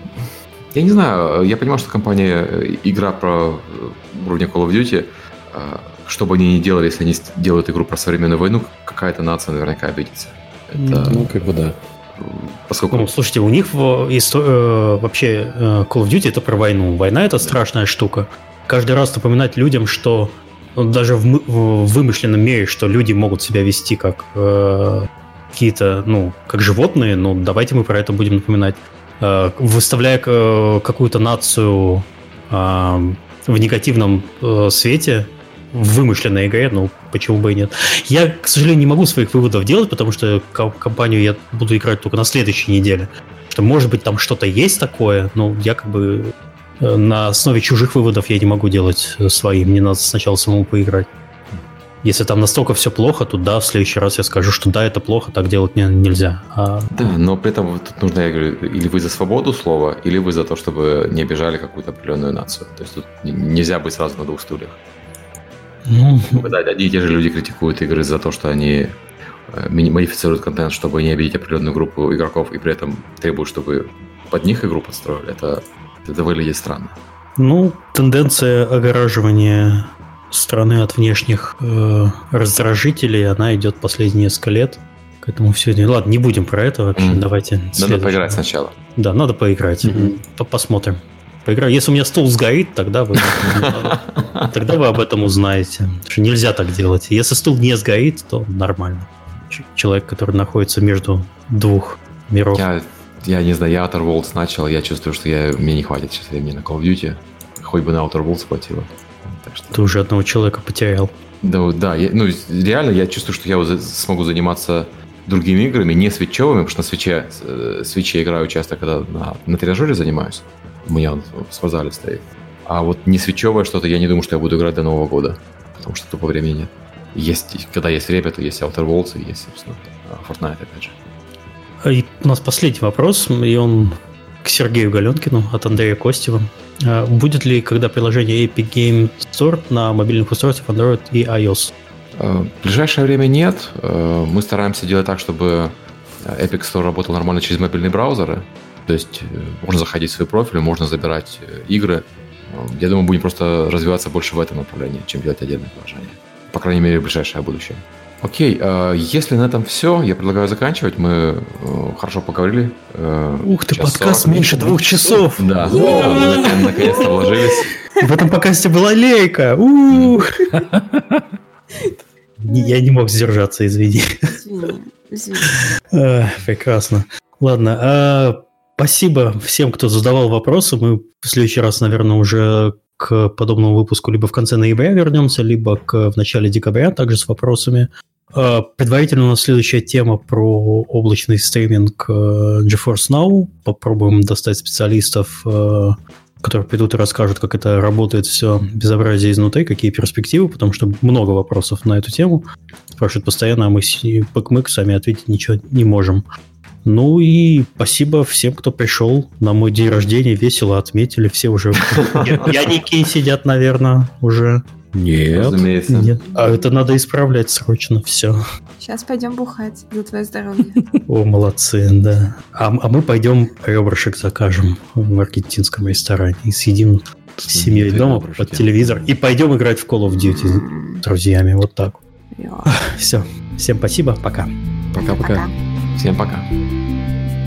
Speaker 2: Я не знаю, я понимаю, что компания, игра про уровня Call of Duty, что бы они ни делали, если они делают игру про современную войну, какая-то нация наверняка обидится.
Speaker 3: Это... Ну, как бы да.
Speaker 1: Поскольку... Ну, слушайте, у них исто... вообще Call of Duty это про войну. Война это страшная штука. Каждый раз напоминать людям, что даже в, мы... в вымышленном мире, что люди могут себя вести как э, какие-то, ну, как животные, ну, давайте мы про это будем напоминать. Выставляя какую-то нацию э, в негативном э, свете в вымышленной игре, ну, почему бы и нет. Я, к сожалению, не могу своих выводов делать, потому что компанию я буду играть только на следующей неделе. Что, может быть, там что-то есть такое, но я как бы э, на основе чужих выводов я не могу делать свои. Мне надо сначала самому поиграть. Если там настолько все плохо, то да, в следующий раз я скажу, что да, это плохо, так делать не, нельзя. А...
Speaker 2: Да, но при этом тут нужно, я говорю, или вы за свободу слова, или вы за то, чтобы не обижали какую-то определенную нацию. То есть тут нельзя быть сразу на двух стульях. Ну... Да, одни и те же люди критикуют игры за то, что они модифицируют контент, чтобы не обидеть определенную группу игроков, и при этом требуют, чтобы под них игру подстроили. Это, это выглядит странно.
Speaker 1: Ну, тенденция огораживания страны от внешних э, раздражителей, она идет последние несколько лет. К этому все. Ладно, не будем про это вообще. Mm. Давайте.
Speaker 2: Надо поиграть сначала.
Speaker 1: Да, надо поиграть. Mm-hmm. Посмотрим. Поиграть. Если у меня стул сгорит, тогда вы, тогда вы об этом узнаете. Потому что нельзя так делать. Если стул не сгорит, то нормально. Человек, который находится между двух миров.
Speaker 2: Я, я не знаю, я Outer Worlds начал, я чувствую, что я, мне не хватит сейчас времени на Call of Duty. Хоть бы на Outer Worlds хватило.
Speaker 1: Что... Ты уже одного человека потерял.
Speaker 2: Да, да. Я, ну, реально, я чувствую, что я смогу заниматься другими играми, не свитчевыми, потому что на свитче, э, свитче играю часто, когда на, на тренажере занимаюсь. У меня он в спортзале стоит. А вот не свитчевое что-то, я не думаю, что я буду играть до Нового года. Потому что тупо времени нет. Есть, когда есть ребят, то есть Outer Worlds и есть, собственно, Fortnite, опять же.
Speaker 1: И у нас последний вопрос, и он к Сергею Галенкину от Андрея Костева. Будет ли, когда приложение Epic Game Store на мобильных устройствах Android и iOS?
Speaker 2: В ближайшее время нет. Мы стараемся делать так, чтобы Epic Store работал нормально через мобильные браузеры. То есть можно заходить в свой профиль, можно забирать игры. Я думаю, будем просто развиваться больше в этом направлении, чем делать отдельное приложение. По крайней мере, в ближайшее будущее. Окей, если на этом все, я предлагаю заканчивать. Мы хорошо поговорили.
Speaker 1: Ух ты, подкаст меньше двух часов.
Speaker 2: Да, мы наконец-то вложились.
Speaker 1: В этом подкасте была лейка. Я не мог сдержаться, извини. Прекрасно. Ладно, спасибо всем, кто задавал вопросы. Мы в следующий раз, наверное, уже к подобному выпуску либо в конце ноября вернемся, либо к, в начале декабря, также с вопросами. Предварительно у нас следующая тема про облачный стриминг GeForce Now. Попробуем достать специалистов, которые придут и расскажут, как это работает все безобразие изнутри, какие перспективы, потому что много вопросов на эту тему. Спрашивают постоянно, а мы, мы сами ответить ничего не можем. Ну и спасибо всем, кто пришел на мой день рождения, весело отметили. Все уже пьяненькие сидят, наверное, уже.
Speaker 3: Нет.
Speaker 2: Разумеется.
Speaker 1: Нет. А это надо исправлять срочно, все.
Speaker 4: Сейчас пойдем бухать за твое здоровье.
Speaker 1: О, молодцы, да. А, а мы пойдем ребрышек закажем в аргентинском ресторане и съедим с семьей дома
Speaker 3: ребрышки.
Speaker 1: под телевизор. И пойдем играть в Call of Duty с друзьями. Вот так. Все. Всем спасибо. Пока.
Speaker 3: Пока-пока.
Speaker 2: Всем пока.